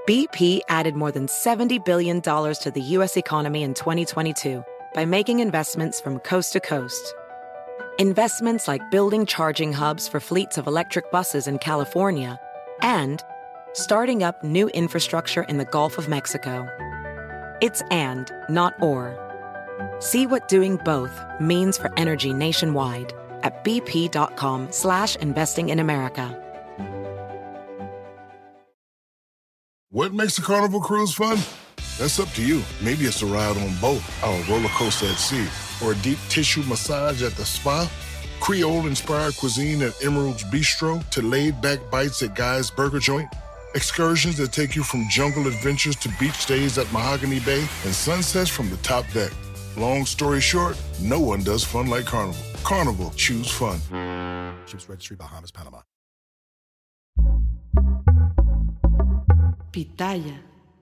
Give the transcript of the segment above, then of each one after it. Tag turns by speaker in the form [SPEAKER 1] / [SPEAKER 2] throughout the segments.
[SPEAKER 1] BP added more than $70 billion to the U.S. economy in 2022 by making investments from coast to coast. Investments like building charging hubs for fleets of electric buses in California and starting up new infrastructure in the Gulf of Mexico. It's and, not or. See what doing both means for energy nationwide at bp.com/investing in America.
[SPEAKER 2] What makes a Carnival cruise fun? That's up to you. Maybe it's a ride on boat, or a roller coaster at sea, or a deep tissue massage at the spa, Creole-inspired cuisine at Emerald's Bistro to laid-back bites at Guy's Burger Joint, excursions that take you from jungle adventures to beach stays at Mahogany Bay, and sunsets from the top deck. Long story short, no one does fun like Carnival. Carnival, choose fun.
[SPEAKER 3] Ships Registry, Bahamas, Panama.
[SPEAKER 4] Pitaya.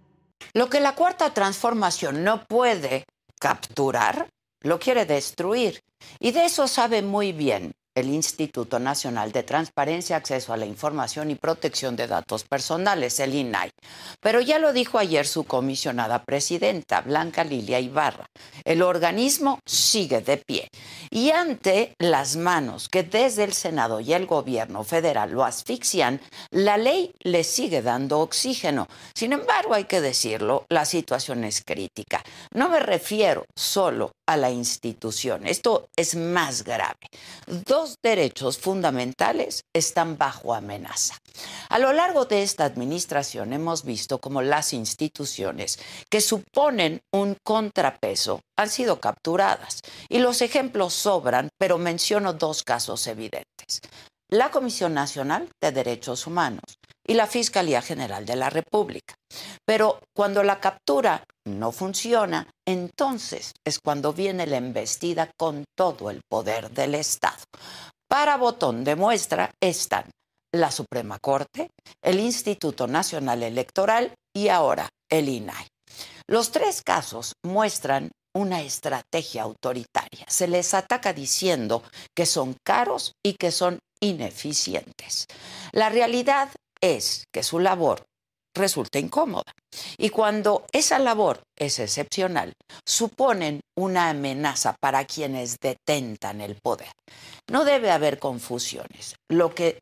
[SPEAKER 5] Lo que la Cuarta Transformación no puede capturar, lo quiere destruir. Y de eso sabe muy bien el Instituto Nacional de Transparencia, Acceso a la Información y Protección de Datos Personales, el INAI. Pero ya lo dijo ayer su comisionada presidenta, Blanca Lilia Ibarra. El organismo sigue de pie. Y ante las manos que desde el Senado y el gobierno federal lo asfixian, la ley le sigue dando oxígeno. Sin embargo, hay que decirlo, la situación es crítica. No me refiero solo a la institución. Esto es más grave. Dos derechos fundamentales están bajo amenaza. A lo largo de esta administración hemos visto cómo las instituciones que suponen un contrapeso han sido capturadas. Y los ejemplos sobran, pero menciono dos casos evidentes. La Comisión Nacional de Derechos Humanos y la Fiscalía General de la República. Pero cuando la captura no funciona, entonces es cuando viene la embestida con todo el poder del Estado. Para botón de muestra están la Suprema Corte, el Instituto Nacional Electoral y ahora el INAI. Los tres casos muestran una estrategia autoritaria. Se les ataca diciendo que son caros y que son ineficientes. La realidad es que su labor resulta incómoda. Y cuando esa labor es excepcional, suponen una amenaza para quienes detentan el poder. No debe haber confusiones. Lo que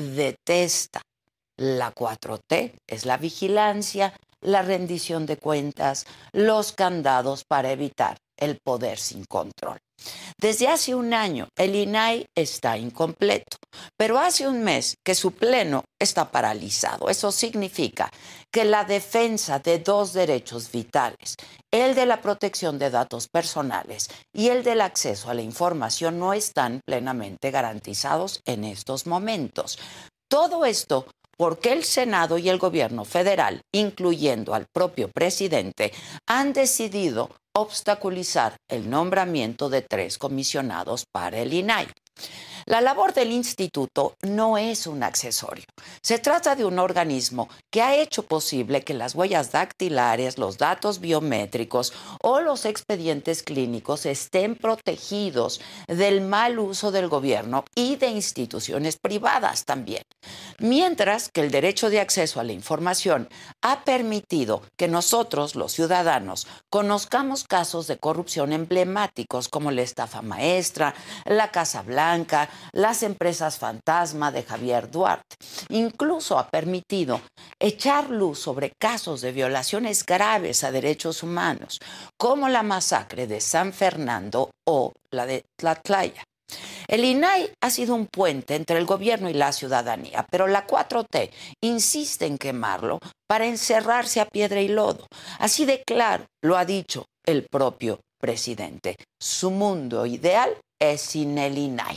[SPEAKER 5] detesta la 4T es la vigilancia, la rendición de cuentas, los candados para evitar el poder sin control. Desde hace un año, el INAI está incompleto, pero hace un mes que su pleno está paralizado. Eso significa que la defensa de dos derechos vitales, el de la protección de datos personales y el del acceso a la información, no están plenamente garantizados en estos momentos. Todo esto porque el Senado y el gobierno federal, incluyendo al propio presidente, han decidido obstaculizar el nombramiento de 3 comisionados para el INAI. La labor del instituto no es un accesorio. Se trata de un organismo que ha hecho posible que las huellas dactilares, los datos biométricos o los expedientes clínicos estén protegidos del mal uso del gobierno y de instituciones privadas también. Mientras que el derecho de acceso a la información ha permitido que nosotros, los ciudadanos, conozcamos casos de corrupción emblemáticos como la estafa maestra, la Casa Blanca, las empresas fantasma de Javier Duarte. Incluso ha permitido echar luz sobre casos de violaciones graves a derechos humanos, como la masacre de San Fernando o la de Tlatlaya. El INAI ha sido un puente entre el gobierno y la ciudadanía, pero la 4T insiste en quemarlo para encerrarse a piedra y lodo. Así de claro lo ha dicho el propio presidente. Su mundo ideal es sin el INAI.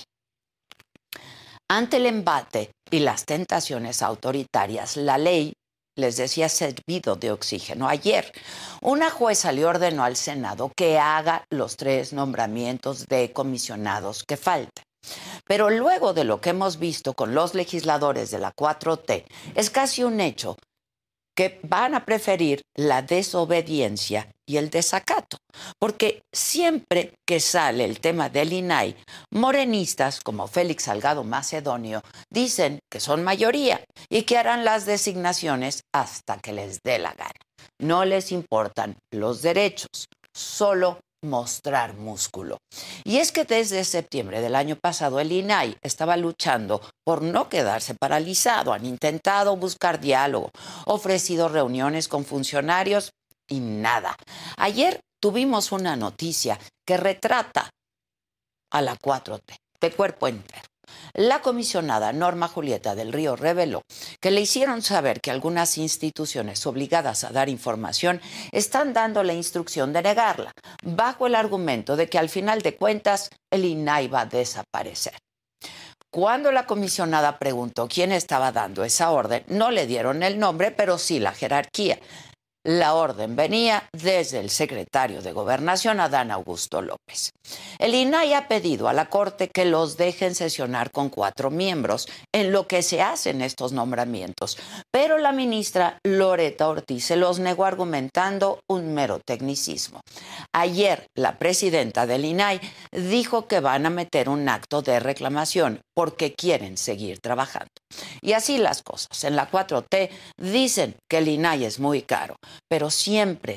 [SPEAKER 5] Ante el embate y las tentaciones autoritarias, la ley, les decía, ha servido de oxígeno. Ayer, una jueza le ordenó al Senado que haga los 3 nombramientos de comisionados que faltan. Pero luego de lo que hemos visto con los legisladores de la 4T, es casi un hecho que van a preferir la desobediencia y el desacato, porque siempre que sale el tema del INAI, morenistas como Félix Salgado Macedonio dicen que son mayoría y que harán las designaciones hasta que les dé la gana. No les importan los derechos, solo mostrar músculo. Y es que desde septiembre del año pasado el INAI estaba luchando por no quedarse paralizado. Han intentado buscar diálogo, ofrecido reuniones con funcionarios y nada. Ayer tuvimos una noticia que retrata a la 4T de cuerpo entero. La comisionada Norma Julieta del Río reveló que le hicieron saber que algunas instituciones obligadas a dar información están dando la instrucción de negarla, bajo el argumento de que al final de cuentas el INAI va a desaparecer. Cuando la comisionada preguntó quién estaba dando esa orden, no le dieron el nombre, pero sí la jerarquía. La orden venía desde el secretario de Gobernación, Adán Augusto López. El INAI ha pedido a la Corte que los dejen sesionar con 4 miembros en lo que se hacen estos nombramientos, pero la ministra Loretta Ortiz se los negó argumentando un mero tecnicismo. Ayer, la presidenta del INAI dijo que van a meter un acto de reclamación porque quieren seguir trabajando. Y así las cosas. En la 4T dicen que el INAI es muy caro, pero siempre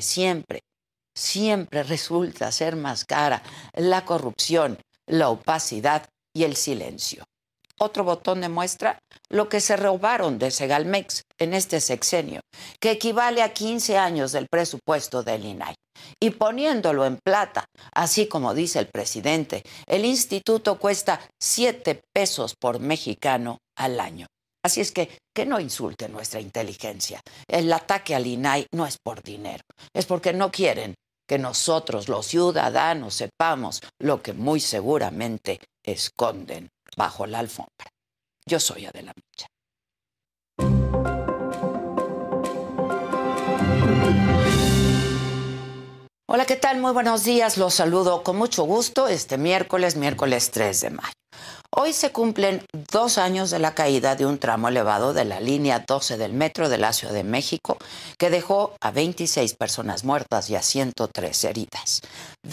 [SPEAKER 5] resulta ser más cara la corrupción, la opacidad y el silencio. Otro botón de muestra, lo que se robaron de Segalmex en este sexenio, que equivale a 15 años del presupuesto del INAI. Y poniéndolo en plata, así como dice el presidente, el instituto cuesta 7 pesos por mexicano al año. Así es que no insulten nuestra inteligencia. El ataque al INAI no es por dinero, es porque no quieren que nosotros, los ciudadanos, sepamos lo que muy seguramente esconden bajo la alfombra. Yo soy Adela Micha. Hola, ¿qué tal? Muy buenos días. Los saludo con mucho gusto este miércoles 3 de mayo. Hoy se cumplen 2 años de la caída de un tramo elevado de la línea 12 del metro de la Ciudad de México, que dejó a 26 personas muertas y a 103 heridas.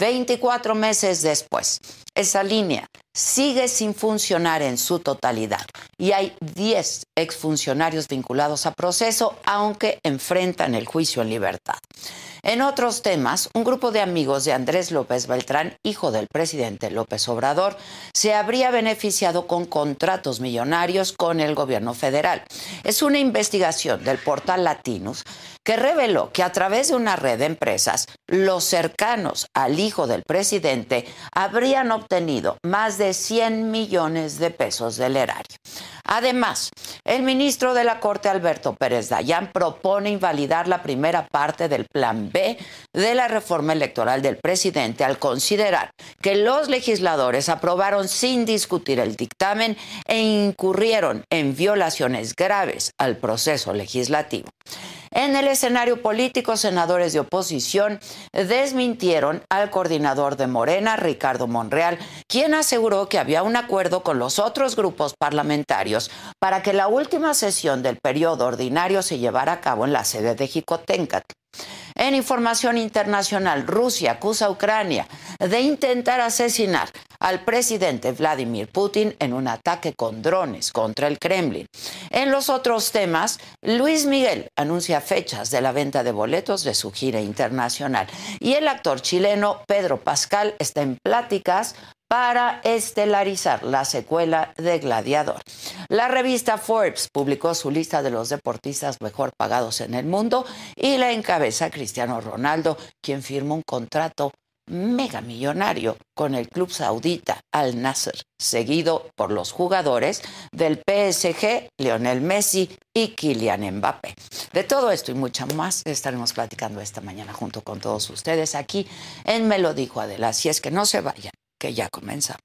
[SPEAKER 5] 24 meses después, esa línea sigue sin funcionar en su totalidad y hay 10 exfuncionarios vinculados a proceso, aunque enfrentan el juicio en libertad. En otros temas, un grupo de amigos de Andrés López Beltrán, hijo del presidente López Obrador, se habría beneficiado con contratos millonarios con el gobierno federal. Es una investigación del portal Latinus que reveló que a través de una red de empresas, los cercanos al hijo del presidente habrían obtenido más de 100 millones de pesos del erario. Además, el ministro de la Corte, Alberto Pérez Dayán, propone invalidar la primera parte del Plan B de la reforma electoral del presidente al considerar que los legisladores aprobaron sin discutir el dictamen e incurrieron en violaciones graves al proceso legislativo. En el escenario político, senadores de oposición desmintieron al coordinador de Morena, Ricardo Monreal, quien aseguró que había un acuerdo con los otros grupos parlamentarios para que la última sesión del periodo ordinario se llevara a cabo en la sede de Jicoténcatl. En información internacional, Rusia acusa a Ucrania de intentar asesinar al presidente Vladimir Putin en un ataque con drones contra el Kremlin. En los otros temas, Luis Miguel anuncia fechas de la venta de boletos de su gira internacional y el actor chileno Pedro Pascal está en pláticas para estelarizar la secuela de Gladiador. La revista Forbes publicó su lista de los deportistas mejor pagados en el mundo y la encabeza Cristiano Ronaldo, quien firmó un contrato mega millonario con el club saudita Al Nassr, seguido por los jugadores del PSG, Lionel Messi y Kylian Mbappé. De todo esto y mucho más estaremos platicando esta mañana junto con todos ustedes aquí en Me lo dijo Adela. Así es que no se vayan, que ya comenzamos.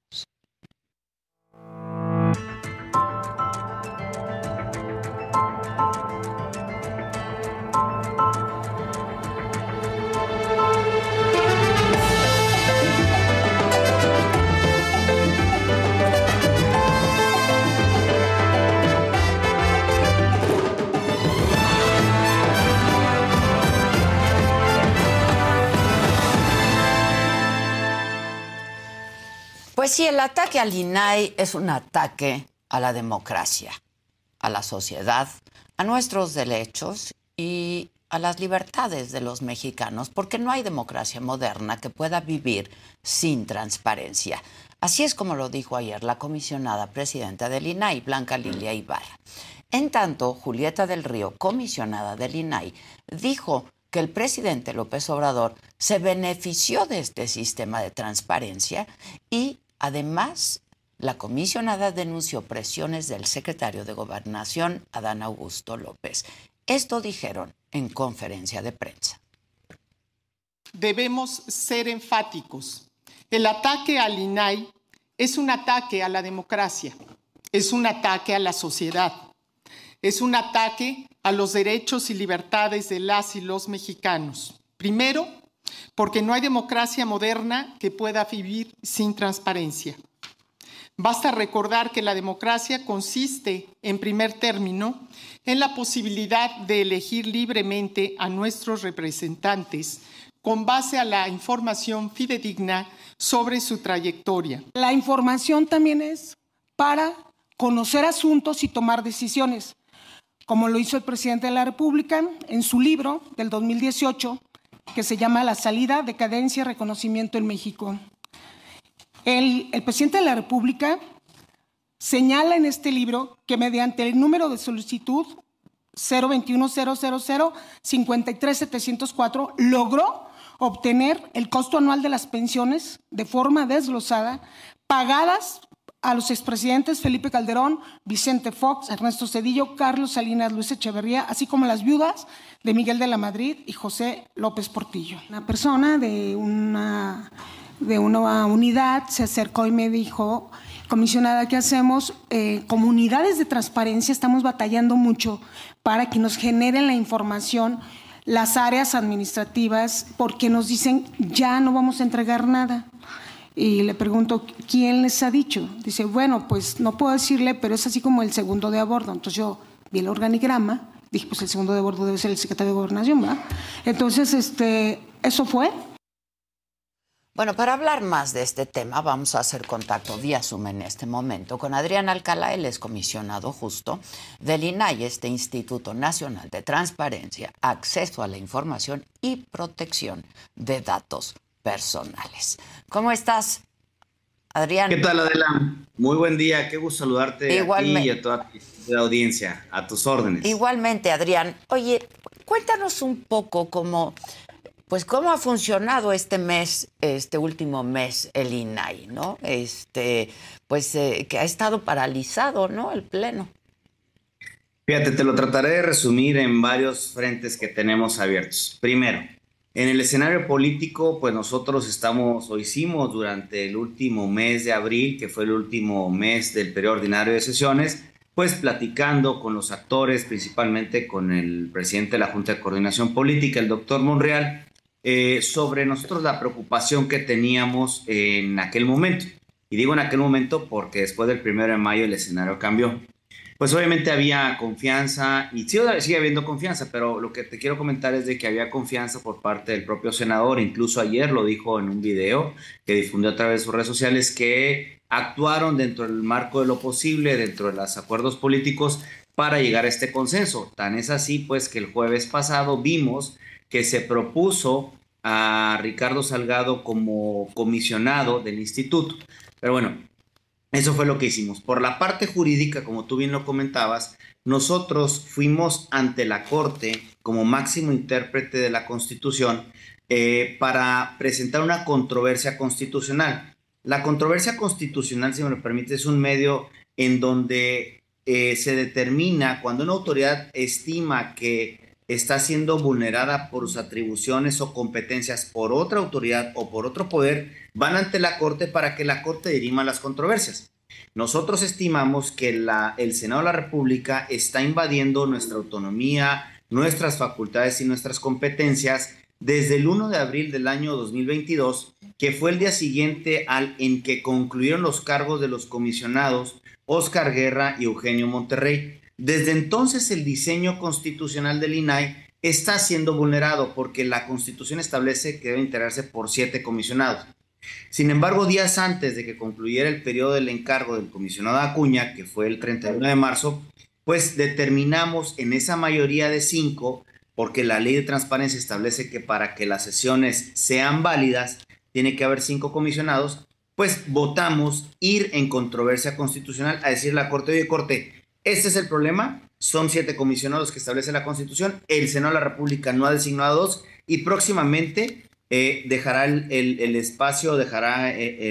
[SPEAKER 5] Pues sí, el ataque al INAI es un ataque a la democracia, a la sociedad, a nuestros derechos y a las libertades de los mexicanos, porque no hay democracia moderna que pueda vivir sin transparencia. Así es como lo dijo ayer la comisionada presidenta del INAI, Blanca Lilia Ibarra. En tanto, Julieta del Río, comisionada del INAI, dijo que el presidente López Obrador se benefició de este sistema de transparencia y, además, la comisionada denunció presiones del secretario de Gobernación, Adán Augusto López. Esto dijeron en conferencia de prensa.
[SPEAKER 4] Debemos ser enfáticos. El ataque al INAI es un ataque a la democracia, es un ataque a la sociedad, es un ataque a los derechos y libertades de las y los mexicanos. Primero, porque no hay democracia moderna que pueda vivir sin transparencia. Basta recordar que la democracia consiste, en primer término, en la posibilidad de elegir libremente a nuestros representantes con base a la información fidedigna sobre su trayectoria.
[SPEAKER 6] La información también es para conocer asuntos y tomar decisiones, como lo hizo el presidente de la República en su libro del 2018, que se llama La salida, decadencia y reconocimiento en México. El presidente de la República señala en este libro que mediante el número de solicitud 021-000-53704 logró obtener el costo anual de las pensiones de forma desglosada pagadas a los expresidentes Felipe Calderón, Vicente Fox, Ernesto Zedillo, Carlos Salinas, Luis Echeverría, así como las viudas de Miguel de la Madrid y José López Portillo. Una persona de una unidad se acercó y me dijo: comisionada, ¿qué hacemos? Como unidades de transparencia estamos batallando mucho para que nos generen la información las áreas administrativas, porque nos dicen ya no vamos a entregar nada. Y le pregunto, ¿quién les ha dicho? Dice, bueno, pues no puedo decirle, pero es así como el segundo de a bordo. Entonces yo vi el organigrama, dije, pues el segundo de a bordo debe ser el secretario de Gobernación, ¿verdad? Entonces, eso fue.
[SPEAKER 5] Bueno, para hablar más de este tema, vamos a hacer contacto vía Zoom en este momento con Adrián Alcalá, él es comisionado justo del INAI, este Instituto Nacional de Transparencia, Acceso a la Información y Protección de Datos Personales. ¿Cómo estás, Adrián?
[SPEAKER 7] ¿Qué tal, Adela? Muy buen día, qué gusto saludarte a ti y a toda la audiencia, a tus órdenes.
[SPEAKER 5] Igualmente, Adrián. Oye, cuéntanos un poco cómo ha funcionado este último mes el INAI, ¿no? Que ha estado paralizado, ¿no? El pleno.
[SPEAKER 7] Fíjate, te lo trataré de resumir en varios frentes que tenemos abiertos. Primero, en el escenario político, pues nosotros hicimos durante el último mes de abril, que fue el último mes del periodo ordinario de sesiones, pues platicando con los actores, principalmente con el presidente de la Junta de Coordinación Política, el doctor Monreal, sobre nosotros la preocupación que teníamos en aquel momento. Y digo en aquel momento porque después del 1 de mayo el escenario cambió. Pues obviamente había confianza y sigue habiendo confianza, pero lo que te quiero comentar es de que había confianza por parte del propio senador. Incluso ayer lo dijo en un video que difundió a través de sus redes sociales, que actuaron dentro del marco de lo posible, dentro de los acuerdos políticos para llegar a este consenso. Tan es así pues que el jueves pasado vimos que se propuso a Ricardo Salgado como comisionado del instituto. Pero bueno, eso fue lo que hicimos. Por la parte jurídica, como tú bien lo comentabas, nosotros fuimos ante la Corte como máximo intérprete de la Constitución para presentar una controversia constitucional. La controversia constitucional, si me lo permite, es un medio en donde se determina cuando una autoridad estima que está siendo vulnerada por sus atribuciones o competencias por otra autoridad o por otro poder, van ante la Corte para que la Corte dirima las controversias. Nosotros estimamos que el Senado de la República está invadiendo nuestra autonomía, nuestras facultades y nuestras competencias desde el 1 de abril del año 2022, que fue el día siguiente en que concluyeron los cargos de los comisionados Óscar Guerra y Eugenio Monterrey. Desde entonces el diseño constitucional del INAI está siendo vulnerado porque la Constitución establece que debe integrarse por 7 comisionados. Sin embargo, días antes de que concluyera el periodo del encargo del comisionado Acuña, que fue el 31 de marzo, pues determinamos en esa mayoría de 5, porque la ley de transparencia establece que para que las sesiones sean válidas, tiene que haber 5 comisionados, pues votamos ir en controversia constitucional a decir a la Corte, oye, Corte, este es el problema, son 7 comisionados que establece la Constitución, el Senado de la República no ha designado a 2 y próximamente dejará el espacio, dejará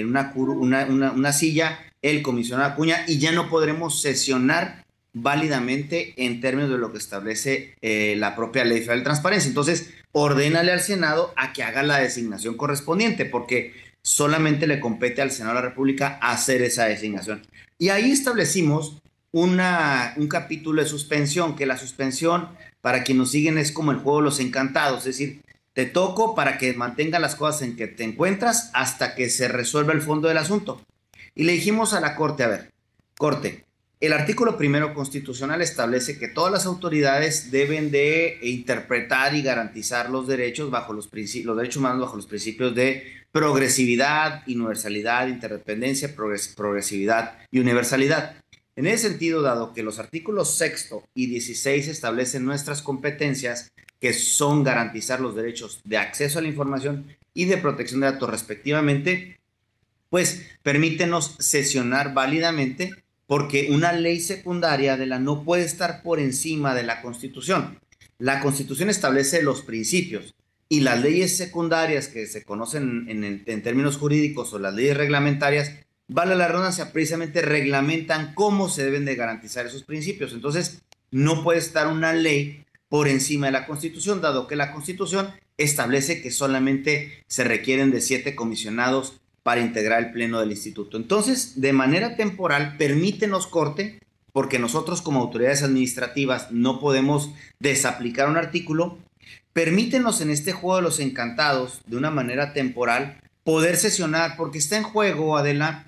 [SPEAKER 7] una silla el comisionado Acuña y ya no podremos sesionar válidamente en términos de lo que establece la propia Ley Federal de Transparencia. Entonces, ordénale al Senado a que haga la designación correspondiente, porque solamente le compete al Senado de la República hacer esa designación. Y ahí establecimos un capítulo de suspensión, que la suspensión, para quienes nos siguen, es como el juego de los encantados, es decir, te toco para que mantenga las cosas en que te encuentras hasta que se resuelva el fondo del asunto. Y le dijimos a la Corte, a ver, Corte, el artículo 1 constitucional establece que todas las autoridades deben de interpretar y garantizar los derechos los derechos humanos bajo los principios de progresividad, universalidad, interdependencia, progresividad y universalidad. En ese sentido, dado que los artículos 6 y 16 establecen nuestras competencias, que son garantizar los derechos de acceso a la información y de protección de datos respectivamente, pues permítenos sesionar válidamente, porque una ley secundaria no puede estar por encima de la Constitución. La Constitución establece los principios y las leyes secundarias que se conocen en términos jurídicos o las leyes reglamentarias, vale la redundancia, precisamente reglamentan cómo se deben de garantizar esos principios. Entonces, no puede estar una ley por encima de la Constitución, dado que la Constitución establece que solamente se requieren de 7 comisionados para integrar el pleno del instituto. Entonces, de manera temporal, permítenos, Corte, porque nosotros como autoridades administrativas no podemos desaplicar un artículo, permítenos en este juego de los encantados, de una manera temporal, poder sesionar, porque está en juego, Adela,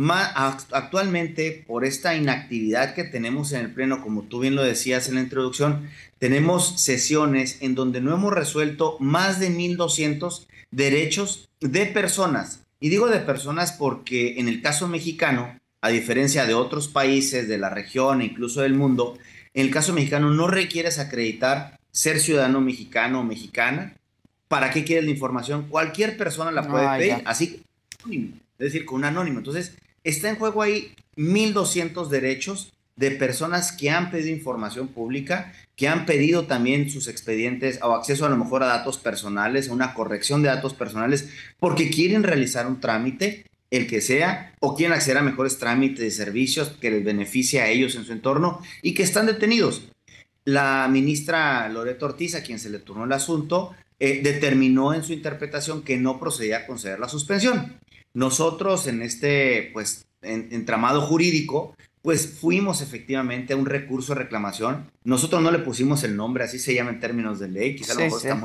[SPEAKER 7] actualmente por esta inactividad que tenemos en el pleno, como tú bien lo decías en la introducción, tenemos sesiones en donde no hemos resuelto más de 1,200 derechos de personas. Y digo de personas porque en el caso mexicano, a diferencia de otros países de la región e incluso del mundo, en el caso mexicano no requieres acreditar ser ciudadano mexicano o mexicana. ¿Para qué quieres la información? Cualquier persona la puede pedir, así es decir, con un anónimo. Entonces, está en juego ahí 1,200 derechos de personas que han pedido información pública, que han pedido también sus expedientes o acceso a lo mejor a datos personales, a una corrección de datos personales, porque quieren realizar un trámite, el que sea, o quieren acceder a mejores trámites y servicios que les beneficie a ellos en su entorno y que están detenidos. La ministra Loreto Ortiz, a quien se le turnó el asunto, determinó en su interpretación que no procedía a conceder la suspensión. Nosotros en este entramado jurídico, pues fuimos efectivamente a un recurso de reclamación. Nosotros no le pusimos el nombre, así se llama en términos de ley, quizá a lo mejor está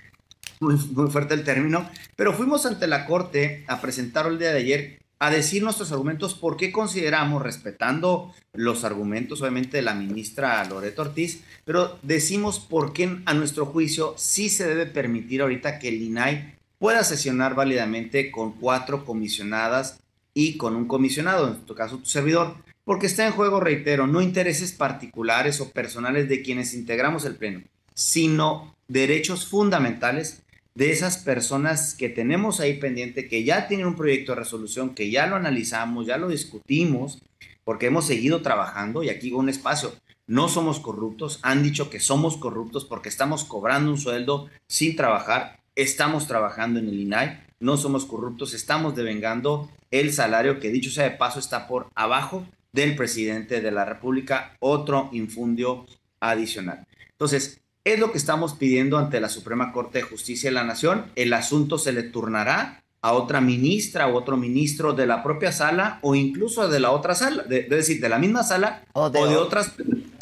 [SPEAKER 7] muy fuerte el término, pero fuimos ante la Corte a presentar el día de ayer, a decir nuestros argumentos, por qué consideramos, respetando los argumentos obviamente de la ministra Loreto Ortiz, pero decimos por qué a nuestro juicio sí se debe permitir ahorita que el INAI pueda sesionar válidamente con 4 comisionadas y con un comisionado, en tu caso tu servidor, porque está en juego, reitero, no intereses particulares o personales de quienes integramos el pleno, sino derechos fundamentales de esas personas que tenemos ahí pendiente, que ya tienen un proyecto de resolución, que ya lo analizamos, ya lo discutimos, porque hemos seguido trabajando, y aquí un espacio, no somos corruptos, han dicho que somos corruptos porque estamos cobrando un sueldo sin trabajar, estamos trabajando en el INAI, no somos corruptos, estamos devengando el salario que, dicho sea de paso, está por abajo del presidente de la República, otro infundio adicional. Entonces, es lo que estamos pidiendo ante la Suprema Corte de Justicia de la Nación. El asunto se le turnará a otra ministra u otro ministro de la propia sala o incluso de la otra sala, es decir, de la misma sala o de otras.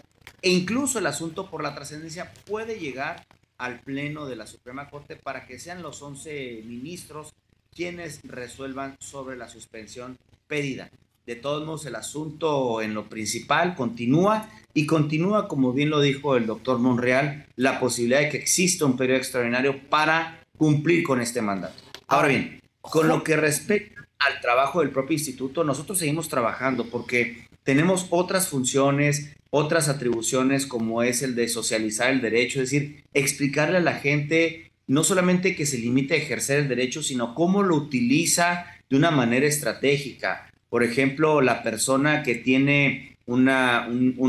[SPEAKER 7] E incluso el asunto por la trascendencia puede llegar al Pleno de la Suprema Corte para que sean los 11 ministros quienes resuelvan sobre la suspensión pedida. De todos modos, el asunto en lo principal continúa y continúa, como bien lo dijo el doctor Monreal, la posibilidad de que exista un periodo extraordinario para cumplir con este mandato. Ahora bien, Con lo que respecta al trabajo del propio instituto, nosotros seguimos trabajando porque tenemos otras funciones, otras atribuciones, como es el de socializar el derecho, es decir, explicarle a la gente no solamente que se limite a ejercer el derecho, sino cómo lo utiliza de una manera estratégica. Por ejemplo, la persona que tiene una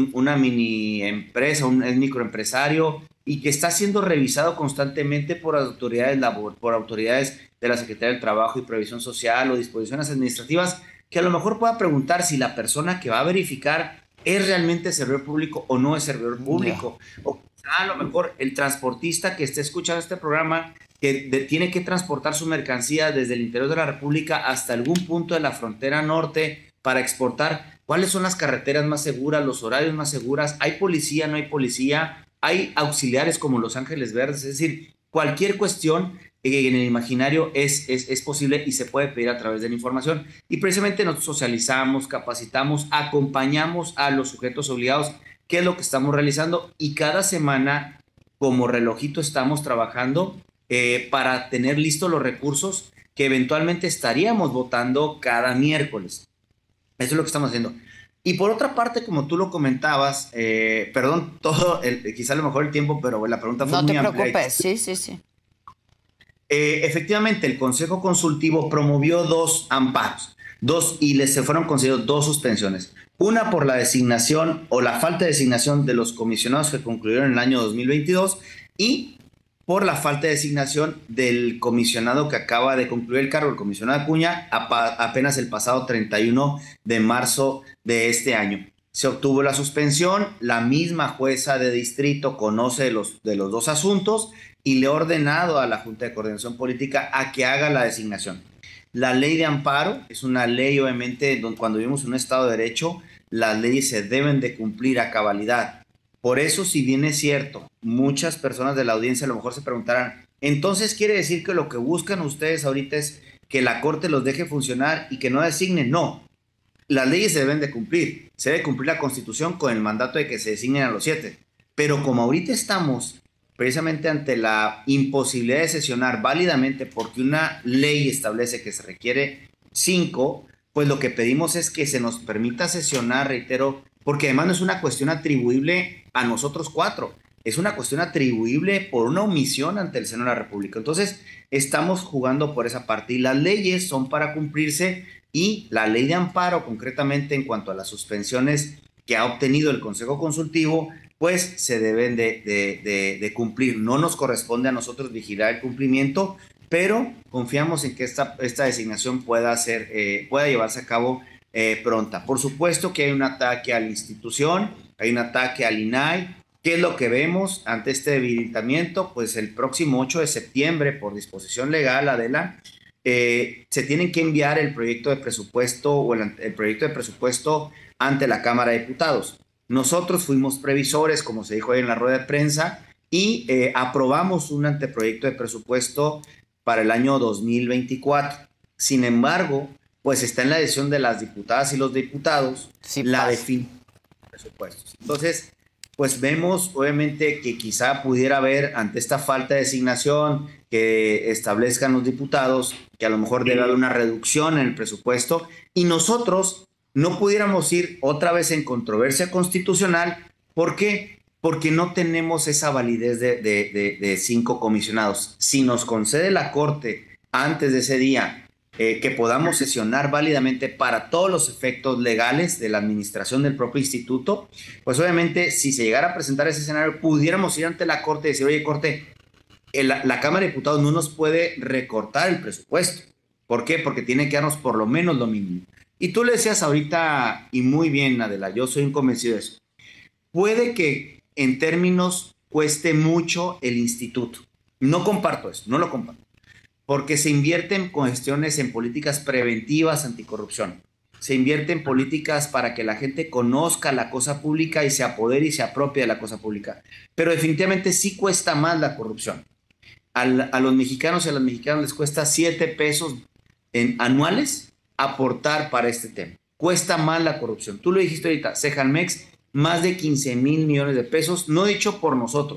[SPEAKER 7] mini empresa, es microempresario y que está siendo revisado constantemente por autoridades de la Secretaría del Trabajo y Previsión Social o disposiciones administrativas, que a lo mejor pueda preguntar si la persona que va a verificar es realmente servidor público o no es servidor público. O a lo mejor el transportista que esté escuchando este programa que tiene que transportar su mercancía desde el interior de la República hasta algún punto de la frontera norte para exportar. ¿Cuáles son las carreteras más seguras, los horarios más seguras? ¿Hay policía, no hay policía? ¿Hay auxiliares como Los Ángeles Verdes? Es decir, cualquier cuestión en el imaginario es posible y se puede pedir a través de la información. Y precisamente nosotros socializamos, capacitamos, acompañamos a los sujetos obligados, qué es lo que estamos realizando, y cada semana, como relojito, estamos trabajando para tener listos los recursos que eventualmente estaríamos votando cada miércoles. Eso es lo que estamos haciendo. Y por otra parte, como tú lo comentabas, perdón, quizá a lo mejor el tiempo, pero la pregunta fue muy amplia.
[SPEAKER 5] No te preocupes, sí.
[SPEAKER 7] Efectivamente, el Consejo Consultivo promovió 2 amparos, y se fueron concedidos 2 suspensiones. Una por la designación o la falta de designación de los comisionados que concluyeron en el año 2022 y por la falta de designación del comisionado que acaba de concluir el cargo, el comisionado Acuña, apenas el pasado 31 de marzo de este año. Se obtuvo la suspensión, la misma jueza de distrito conoce de los 2 asuntos y le ha ordenado a la Junta de Coordinación Política a que haga la designación. La ley de amparo es una ley, obviamente, donde cuando vivimos en un Estado de Derecho, las leyes se deben de cumplir a cabalidad. Por eso, si bien es cierto, muchas personas de la audiencia a lo mejor se preguntarán, entonces quiere decir que lo que buscan ustedes ahorita es que la Corte los deje funcionar y que no designen. No, las leyes se deben de cumplir. Se debe cumplir la Constitución con el mandato de que se designen a los 7. Pero como ahorita estamos precisamente ante la imposibilidad de sesionar válidamente porque una ley establece que se requiere 5, pues lo que pedimos es que se nos permita sesionar, reitero, porque además no es una cuestión atribuible a nosotros 4, es una cuestión atribuible por una omisión ante el Senado de la República. Entonces, estamos jugando por esa parte y las leyes son para cumplirse y la ley de amparo, concretamente en cuanto a las suspensiones que ha obtenido el Consejo Consultivo, pues se deben de cumplir. No nos corresponde a nosotros vigilar el cumplimiento, pero confiamos en que esta designación pueda llevarse a cabo pronta. Por supuesto que hay un ataque a la institución, hay un ataque al INAI. ¿Qué es lo que vemos ante este debilitamiento? Pues el próximo 8 de septiembre, por disposición legal, Adela, se tienen que enviar el proyecto de presupuesto o el proyecto de presupuesto ante la Cámara de Diputados. Nosotros fuimos previsores, como se dijo hoy en la rueda de prensa, y aprobamos un anteproyecto de presupuesto para el año 2024. Sin embargo, pues está en la decisión de las diputadas y los diputados la definición de presupuestos. Entonces, pues vemos obviamente que quizá pudiera haber ante esta falta de designación que establezcan los diputados, que a lo mejor debe haber una reducción en el presupuesto y nosotros no pudiéramos ir otra vez en controversia constitucional. ¿Por qué? Porque no tenemos esa validez de 5 comisionados. Si nos concede la Corte antes de ese día que podamos sesionar válidamente para todos los efectos legales de la administración del propio instituto, pues obviamente si se llegara a presentar ese escenario, pudiéramos ir ante la Corte y decir, oye, Corte, la Cámara de Diputados no nos puede recortar el presupuesto. ¿Por qué? Porque tiene que darnos por lo menos lo mínimo. Y tú le decías ahorita, y muy bien, Adela, yo soy un convencido de eso. Puede que en términos cueste mucho el instituto. No comparto eso, no lo comparto. Porque se invierte en cuestiones, en políticas preventivas anticorrupción. Se invierte en políticas para que la gente conozca la cosa pública y se apodere y se apropie de la cosa pública. Pero definitivamente sí cuesta más la corrupción. A los mexicanos y a las mexicanas les cuesta 7 pesos anuales aportar para este tema. Cuesta más la corrupción. Tú lo dijiste ahorita, Sejalmex, más de 15,000 millones de pesos, no dicho por nosotros,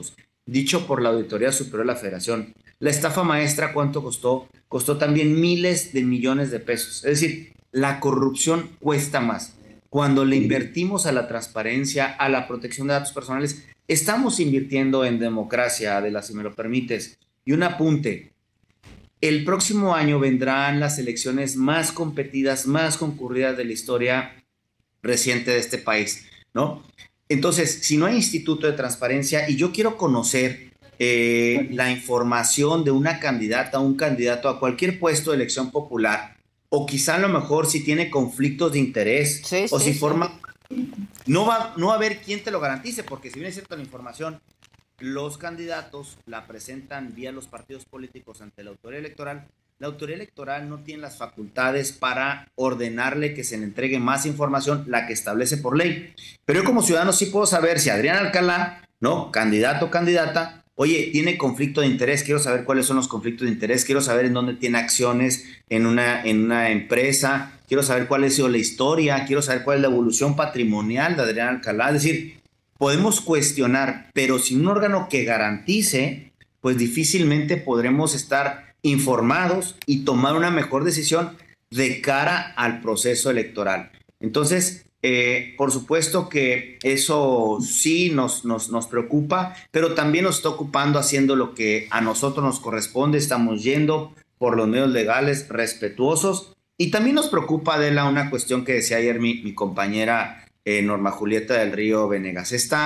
[SPEAKER 7] dicho por la Auditoría Superior de la Federación. La estafa maestra, ¿cuánto costó? Costó también miles de millones de pesos. Es decir, la corrupción cuesta más. Cuando le invertimos a la transparencia, a la protección de datos personales, estamos invirtiendo en democracia, Adela, si me lo permites. Y un apunte, el próximo año vendrán las elecciones más competidas, más concurridas de la historia reciente de este país, ¿no? Entonces, si no hay instituto de transparencia y yo quiero conocer la información de una candidata o un candidato a cualquier puesto de elección popular, o quizá a lo mejor si tiene conflictos de interés, o si forma... No va a haber quien te lo garantice, porque si bien es cierto la información, los candidatos la presentan vía los partidos políticos ante la autoridad electoral. La autoridad electoral no tiene las facultades para ordenarle que se le entregue más información, la que establece por ley. Pero yo como ciudadano sí puedo saber si Adrián Alcalá, ¿no?, candidato o candidata, oye, tiene conflicto de interés, quiero saber cuáles son los conflictos de interés, quiero saber en dónde tiene acciones en una empresa, quiero saber cuál ha sido la historia, quiero saber cuál es la evolución patrimonial de Adrián Alcalá. Es decir, podemos cuestionar, pero sin un órgano que garantice, pues difícilmente podremos estar informados y tomar una mejor decisión de cara al proceso electoral. Entonces, por supuesto que eso sí nos preocupa, pero también nos está ocupando haciendo lo que a nosotros nos corresponde. Estamos yendo por los medios legales respetuosos, y también nos preocupa, Adela, una cuestión que decía ayer mi compañera Norma Julieta del Río Venegas.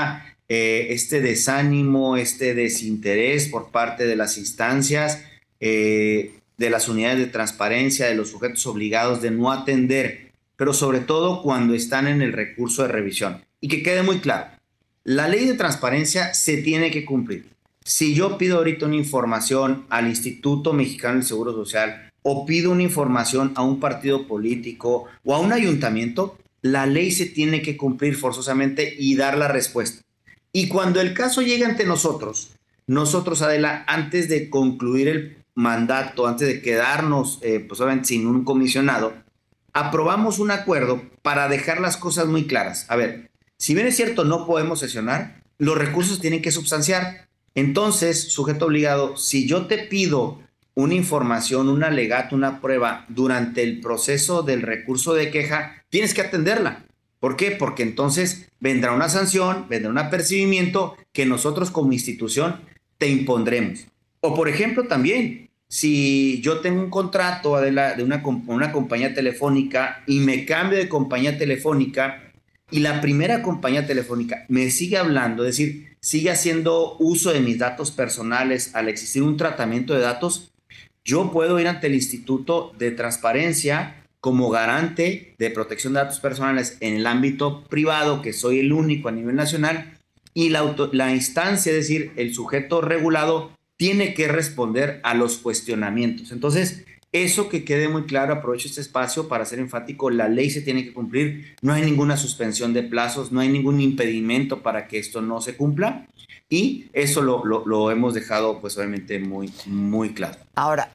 [SPEAKER 7] Este desánimo, este desinterés por parte de las instancias, de las unidades de transparencia, de los sujetos obligados de no atender, pero sobre todo cuando están en el recurso de revisión. Y que quede muy claro, la ley de transparencia se tiene que cumplir. Si yo pido ahorita una información al Instituto Mexicano del Seguro Social, o pido una información a un partido político o a un ayuntamiento, la ley se tiene que cumplir forzosamente y dar la respuesta. Y cuando el caso llegue ante nosotros, Adela, antes de concluir el mandato, antes de quedarnos pues obviamente sin un comisionado, aprobamos un acuerdo para dejar las cosas muy claras. A ver, si bien es cierto no podemos sesionar, los recursos tienen que substanciar. Entonces, sujeto obligado, si yo te pido una información, un alegato, una prueba durante el proceso del recurso de queja, tienes que atenderla. ¿Por qué? Porque entonces vendrá una sanción, vendrá un apercibimiento que nosotros como institución te impondremos. O por ejemplo también, si yo tengo un contrato de una compañía telefónica y me cambio de compañía telefónica y la primera compañía telefónica me sigue hablando, es decir, sigue haciendo uso de mis datos personales al existir un tratamiento de datos, yo puedo ir ante el Instituto de Transparencia como garante de protección de datos personales en el ámbito privado, que soy el único a nivel nacional, y la instancia, es decir, el sujeto regulado, tiene que responder a los cuestionamientos. Entonces, eso que quede muy claro, aprovecho este espacio para ser enfático, la ley se tiene que cumplir, no hay ninguna suspensión de plazos, no hay ningún impedimento para que esto no se cumpla, y eso lo hemos dejado pues obviamente muy, muy claro.
[SPEAKER 5] Ahora,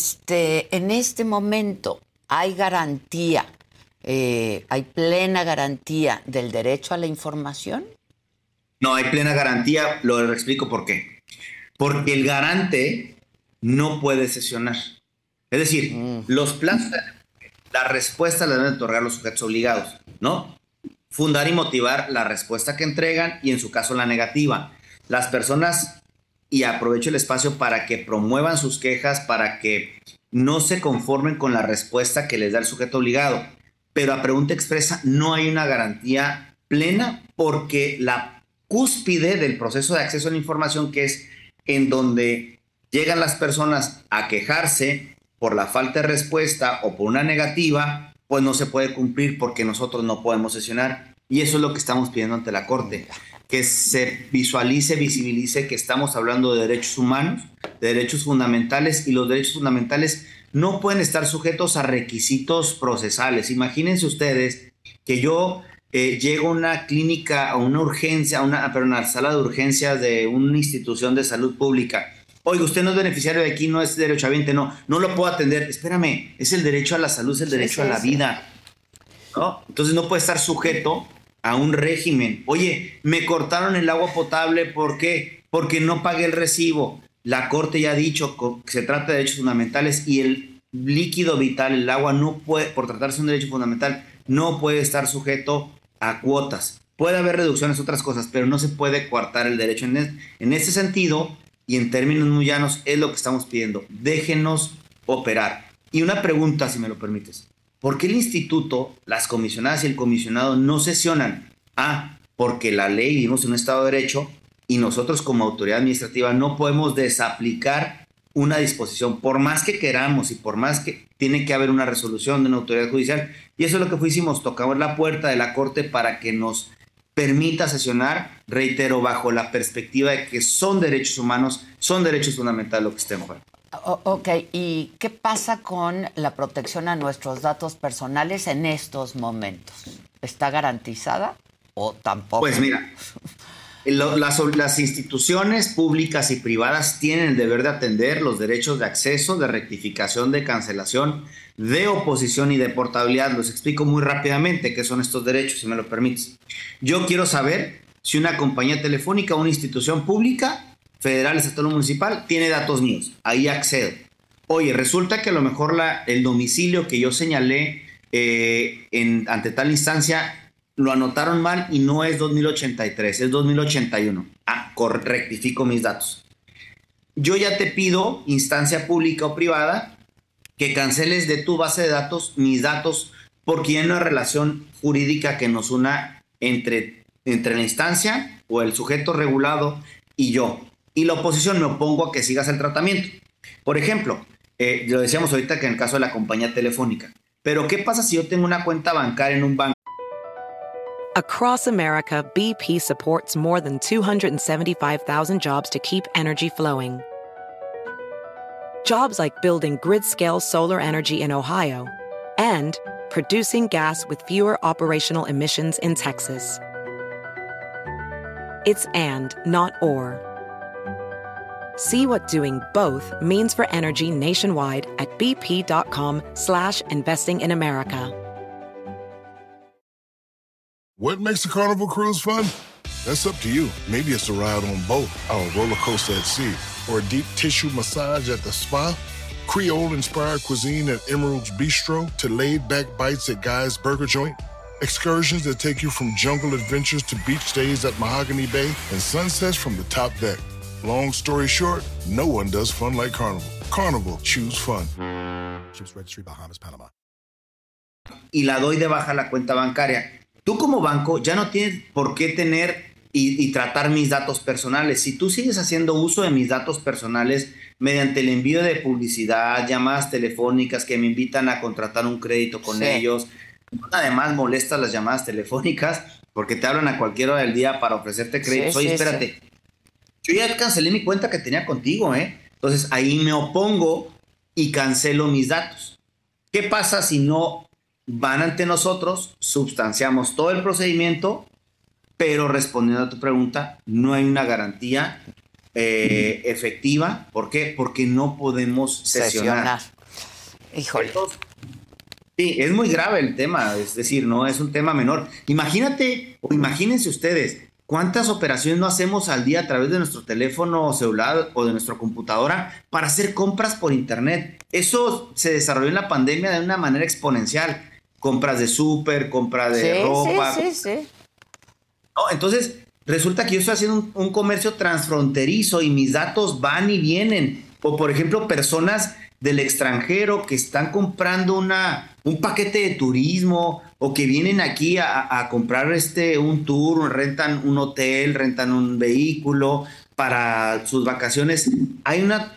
[SPEAKER 5] en este momento hay garantía, hay plena garantía del derecho a la información.
[SPEAKER 7] No hay plena garantía, lo explico por qué. Porque el garante no puede sesionar. Es decir, los plazos, la respuesta la deben otorgar los sujetos obligados, ¿no? Fundar y motivar la respuesta que entregan y en su caso la negativa. Las personas, y aprovecho el espacio para que promuevan sus quejas, para que no se conformen con la respuesta que les da el sujeto obligado. Pero a pregunta expresa no hay una garantía plena porque la cúspide del proceso de acceso a la información, que es en donde llegan las personas a quejarse por la falta de respuesta o por una negativa, pues no se puede cumplir porque nosotros no podemos sesionar. Y eso es lo que estamos pidiendo ante la Corte, que se visibilice que estamos hablando de derechos humanos, de derechos fundamentales, y los derechos fundamentales no pueden estar sujetos a requisitos procesales. Imagínense ustedes que yo llego a una clínica, a una urgencia, a una sala de urgencias de una institución de salud pública. Oiga, usted no es beneficiario de aquí, no es derechohabiente, no lo puedo atender. Espérame, es el derecho a la salud, es el derecho a la vida, ¿no? Entonces no puede estar sujeto a un régimen. Oye, me cortaron el agua potable, ¿por qué? Porque no pagué el recibo. La Corte ya ha dicho que se trata de derechos fundamentales y el líquido vital, el agua, no puede, por tratarse de un derecho fundamental, no puede estar sujeto a cuotas. Puede haber reducciones, otras cosas, pero no se puede coartar el derecho. En ese sentido, y en términos muy llanos, es lo que estamos pidiendo. Déjenos operar. Y una pregunta, si me lo permites. ¿Por qué el instituto, las comisionadas y el comisionado no sesionan? Porque la ley, vivimos en un Estado de Derecho y nosotros como autoridad administrativa no podemos desaplicar una disposición, por más que queramos y por más que tiene que haber una resolución de una autoridad judicial. Y eso es lo que hicimos, tocamos la puerta de la Corte para que nos permita sesionar, reitero, bajo la perspectiva de que son derechos humanos, son derechos fundamentales lo que está en juego.
[SPEAKER 5] Ok, ¿y qué pasa con la protección a nuestros datos personales en estos momentos? ¿Está garantizada o tampoco?
[SPEAKER 7] Pues mira, las instituciones públicas y privadas tienen el deber de atender los derechos de acceso, de rectificación, de cancelación, de oposición y de portabilidad. Los explico muy rápidamente qué son estos derechos, si me lo permites. Yo quiero saber si una compañía telefónica o una institución pública, federal, estatal o municipal, tiene datos míos. Ahí accedo. Oye, resulta que a lo mejor el domicilio que yo señalé ante tal instancia lo anotaron mal y no es 2083, es 2081. Rectifico mis datos. Yo ya te pido, instancia pública o privada, que canceles de tu base de datos mis datos porque hay una relación jurídica que nos una entre la instancia o el sujeto regulado y yo. Y la oposición me opongo a que sigas el tratamiento. Por ejemplo, lo decíamos ahorita que en el caso de la compañía telefónica. Pero ¿qué pasa si yo tengo una cuenta bancaria en un banco?
[SPEAKER 1] Across America, BP supports more than 275,000 jobs to keep energy flowing. Jobs like building grid-scale solar energy in Ohio and producing gas with fewer operational emissions in Texas. It's and, not or. See what doing both means for energy nationwide at bp.com/investing in America.
[SPEAKER 2] What makes a Carnival cruise fun? That's up to you. Maybe it's a ride on boat, a roller coaster at sea, or a deep tissue massage at the spa. Creole-inspired cuisine at Emerald's Bistro to laid-back bites at Guy's Burger Joint. Excursions that take you from jungle adventures to beach stays at Mahogany Bay and sunsets from the top deck. Long story short, no one does fun like Carnival. Carnival, choose fun.
[SPEAKER 3] Ships Registry, Bahamas, Panama.
[SPEAKER 7] Y la doy de baja la cuenta bancaria. Tú como banco ya no tienes por qué tener y tratar mis datos personales. Si tú sigues haciendo uso de mis datos personales mediante el envío de publicidad, llamadas telefónicas que me invitan a contratar un crédito con ellos, además molestas las llamadas telefónicas porque te hablan a cualquier hora del día para ofrecerte créditos. Oye, espérate, yo ya cancelé mi cuenta que tenía contigo, Entonces ahí me opongo y cancelo mis datos. ¿Qué pasa si no van ante nosotros? Sustanciamos todo el procedimiento, pero respondiendo a tu pregunta, no hay una garantía efectiva. ¿Por qué? Porque no podemos sesionar.
[SPEAKER 5] Híjole.
[SPEAKER 7] Entonces, sí, es muy grave el tema, es decir, no es un tema menor. Imagínate o imagínense ustedes cuántas operaciones no hacemos al día a través de nuestro teléfono celular o de nuestra computadora para hacer compras por internet. Eso se desarrolló en la pandemia de una manera exponencial. Compras de súper, compra de ropa.
[SPEAKER 5] Sí.
[SPEAKER 7] No, entonces, resulta que yo estoy haciendo un comercio transfronterizo y mis datos van y vienen. O, por ejemplo, personas del extranjero que están comprando un paquete de turismo o que vienen aquí a comprar un tour, rentan un hotel, rentan un vehículo para sus vacaciones. Hay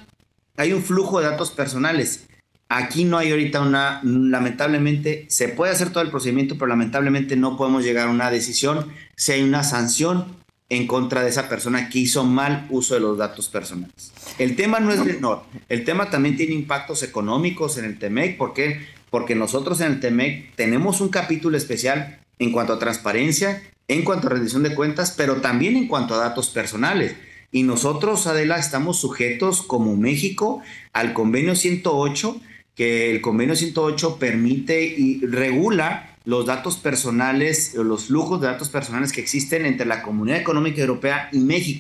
[SPEAKER 7] un flujo de datos personales. Aquí no hay ahorita lamentablemente, se puede hacer todo el procedimiento, pero lamentablemente no podemos llegar a una decisión si hay una sanción en contra de esa persona que hizo mal uso de los datos personales. El tema no es menor, el tema también tiene impactos económicos en el TEMEC. ¿Por qué? Porque nosotros en el TEMEC tenemos un capítulo especial en cuanto a transparencia, en cuanto a rendición de cuentas, pero también en cuanto a datos personales. Y nosotros, Adela, estamos sujetos como México al convenio 108, que el convenio 108 permite y regula los datos personales, los flujos de datos personales que existen entre la Comunidad Económica Europea y México.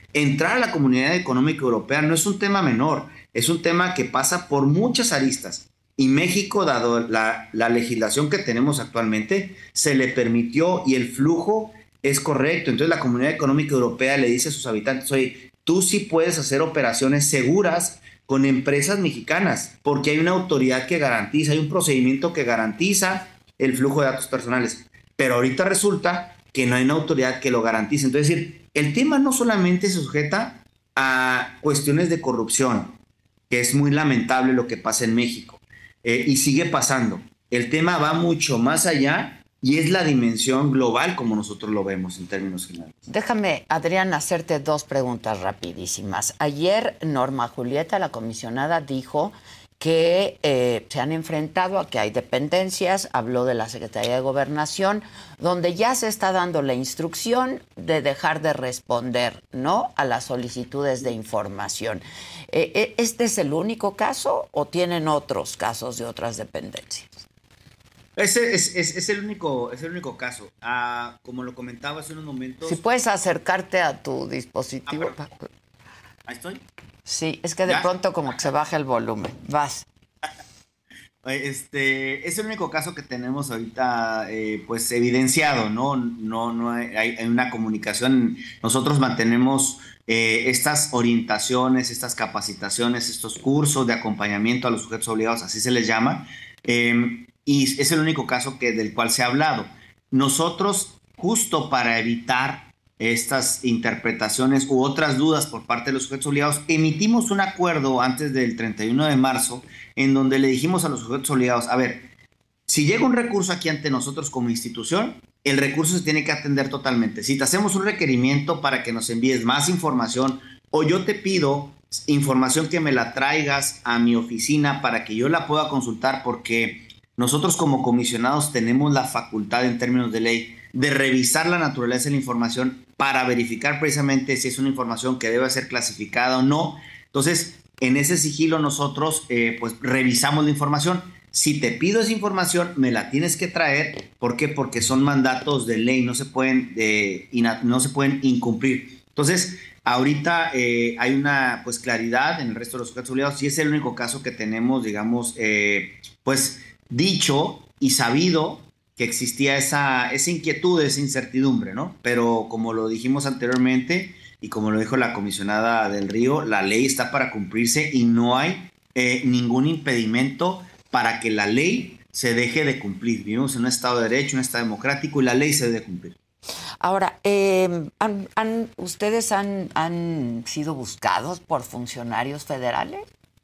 [SPEAKER 7] Entrar a la Comunidad Económica Europea no es un tema menor, es un tema que pasa por muchas aristas. Y México, dado la legislación que tenemos actualmente, se le permitió y el flujo es correcto. Entonces la Comunidad Económica Europea le dice a sus habitantes, oye, tú sí puedes hacer operaciones seguras con empresas mexicanas, porque hay una autoridad que garantiza, hay un procedimiento que garantiza el flujo de datos personales. Pero ahorita resulta que no hay una autoridad que lo garantice. Entonces, es decir, el tema no solamente se sujeta a cuestiones de corrupción, que es muy lamentable lo que pasa en México, y sigue pasando. El tema va mucho más allá y es la dimensión global como nosotros lo vemos en términos generales.
[SPEAKER 5] Déjame, Adrián, hacerte dos preguntas rapidísimas. Ayer Norma Julieta, la comisionada, dijo que se han enfrentado a que hay dependencias, habló de la Secretaría de Gobernación, donde ya se está dando la instrucción de dejar de responder, ¿no?, a las solicitudes de información. ¿Este es el único caso o tienen otros casos de otras dependencias?
[SPEAKER 7] Ese es el único caso. Como lo comentaba hace unos momentos...
[SPEAKER 5] Si puedes acercarte a tu dispositivo.
[SPEAKER 7] Ahí estoy.
[SPEAKER 5] Sí, es que de pronto como que se baja el volumen. Vas.
[SPEAKER 7] Es el único caso que tenemos ahorita, pues evidenciado, ¿no? No hay una comunicación. Nosotros mantenemos estas orientaciones, estas capacitaciones, estos cursos de acompañamiento a los sujetos obligados, así se les llama, y es el único caso del cual se ha hablado. Nosotros, justo para evitar estas interpretaciones u otras dudas por parte de los sujetos obligados, emitimos un acuerdo antes del 31 de marzo en donde le dijimos a los sujetos obligados, a ver, si llega un recurso aquí ante nosotros como institución, el recurso se tiene que atender totalmente. Si te hacemos un requerimiento para que nos envíes más información o yo te pido información que me la traigas a mi oficina para que yo la pueda consultar, porque nosotros como comisionados tenemos la facultad en términos de ley de revisar la naturaleza de la información para verificar precisamente si es una información que debe ser clasificada o no. Entonces, en ese sigilo nosotros pues revisamos la información. Si te pido esa información, me la tienes que traer. ¿Por qué? Porque son mandatos de ley, no se pueden incumplir. Entonces, ahorita hay una pues claridad en el resto de los sujetos obligados y es el único caso que tenemos, digamos, pues dicho y sabido que existía esa inquietud, esa incertidumbre, ¿no? Pero como lo dijimos anteriormente y como lo dijo la comisionada del Río, la ley está para cumplirse y no hay ningún impedimento para que la ley se deje de cumplir. Vivimos en un Estado de Derecho, un Estado democrático y la ley se debe cumplir.
[SPEAKER 5] Ahora, ¿ustedes han sido buscados por funcionarios federales?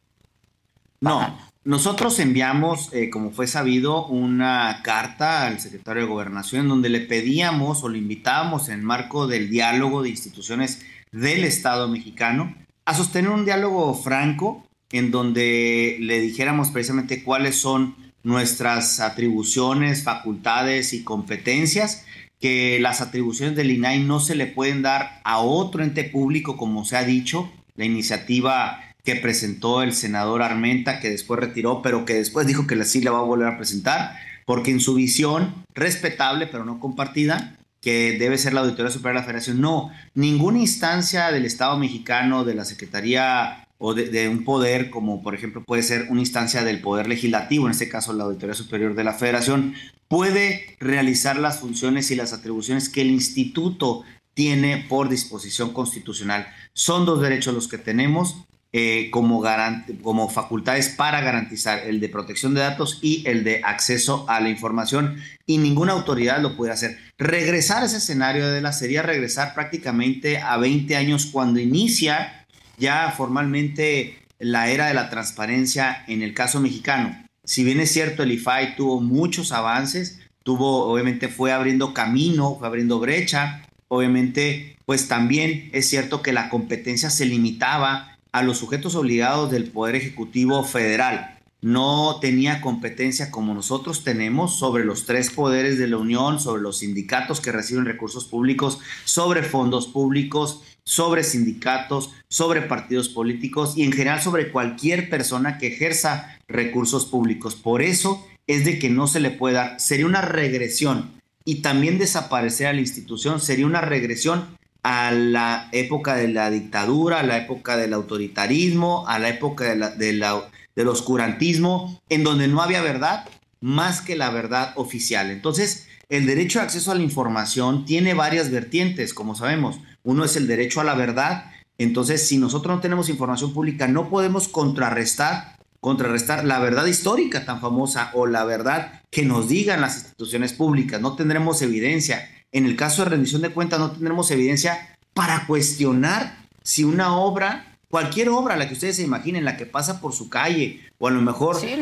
[SPEAKER 7] No. Nosotros enviamos, como fue sabido, una carta al secretario de Gobernación donde le pedíamos o le invitábamos en el marco del diálogo de instituciones del Estado mexicano a sostener un diálogo franco en donde le dijéramos precisamente cuáles son nuestras atribuciones, facultades y competencias, que las atribuciones del INAI no se le pueden dar a otro ente público, como se ha dicho, la iniciativa que presentó el senador Armenta, que después retiró, pero que después dijo que sí la va a volver a presentar, porque en su visión, respetable pero no compartida, que debe ser la Auditoría Superior de la Federación, no, ninguna instancia del Estado mexicano, de la Secretaría o de un poder, como por ejemplo puede ser una instancia del Poder Legislativo, en este caso la Auditoría Superior de la Federación, puede realizar las funciones y las atribuciones que el instituto tiene por disposición constitucional. Son dos derechos los que tenemos, como facultades para garantizar el de protección de datos y el de acceso a la información, y ninguna autoridad lo puede hacer. Regresar a ese escenario sería regresar prácticamente a 20 años cuando inicia ya formalmente la era de la transparencia en el caso mexicano. Si bien es cierto, el IFAI tuvo muchos avances, obviamente fue abriendo camino, fue abriendo brecha, obviamente pues también es cierto que la competencia se limitaba a los sujetos obligados del Poder Ejecutivo Federal. No tenía competencia como nosotros tenemos sobre los tres poderes de la Unión, sobre los sindicatos que reciben recursos públicos, sobre fondos públicos, sobre sindicatos, sobre partidos políticos y en general sobre cualquier persona que ejerza recursos públicos. Por eso es de que no se le puede dar. Sería una regresión y también desaparecer a la institución sería una regresión a la época de la dictadura, a la época del autoritarismo, a la época del oscurantismo, en donde no había verdad más que la verdad oficial. Entonces, el derecho de acceso a la información tiene varias vertientes, como sabemos. Uno es el derecho a la verdad. Entonces, si nosotros no tenemos información pública, no podemos contrarrestar la verdad histórica tan famosa o la verdad que nos digan las instituciones públicas. No tendremos evidencia. En el caso de rendición de cuentas, no tendremos evidencia para cuestionar si una obra, cualquier obra, la que ustedes se imaginen, la que pasa por su calle, o a lo mejor
[SPEAKER 5] sí,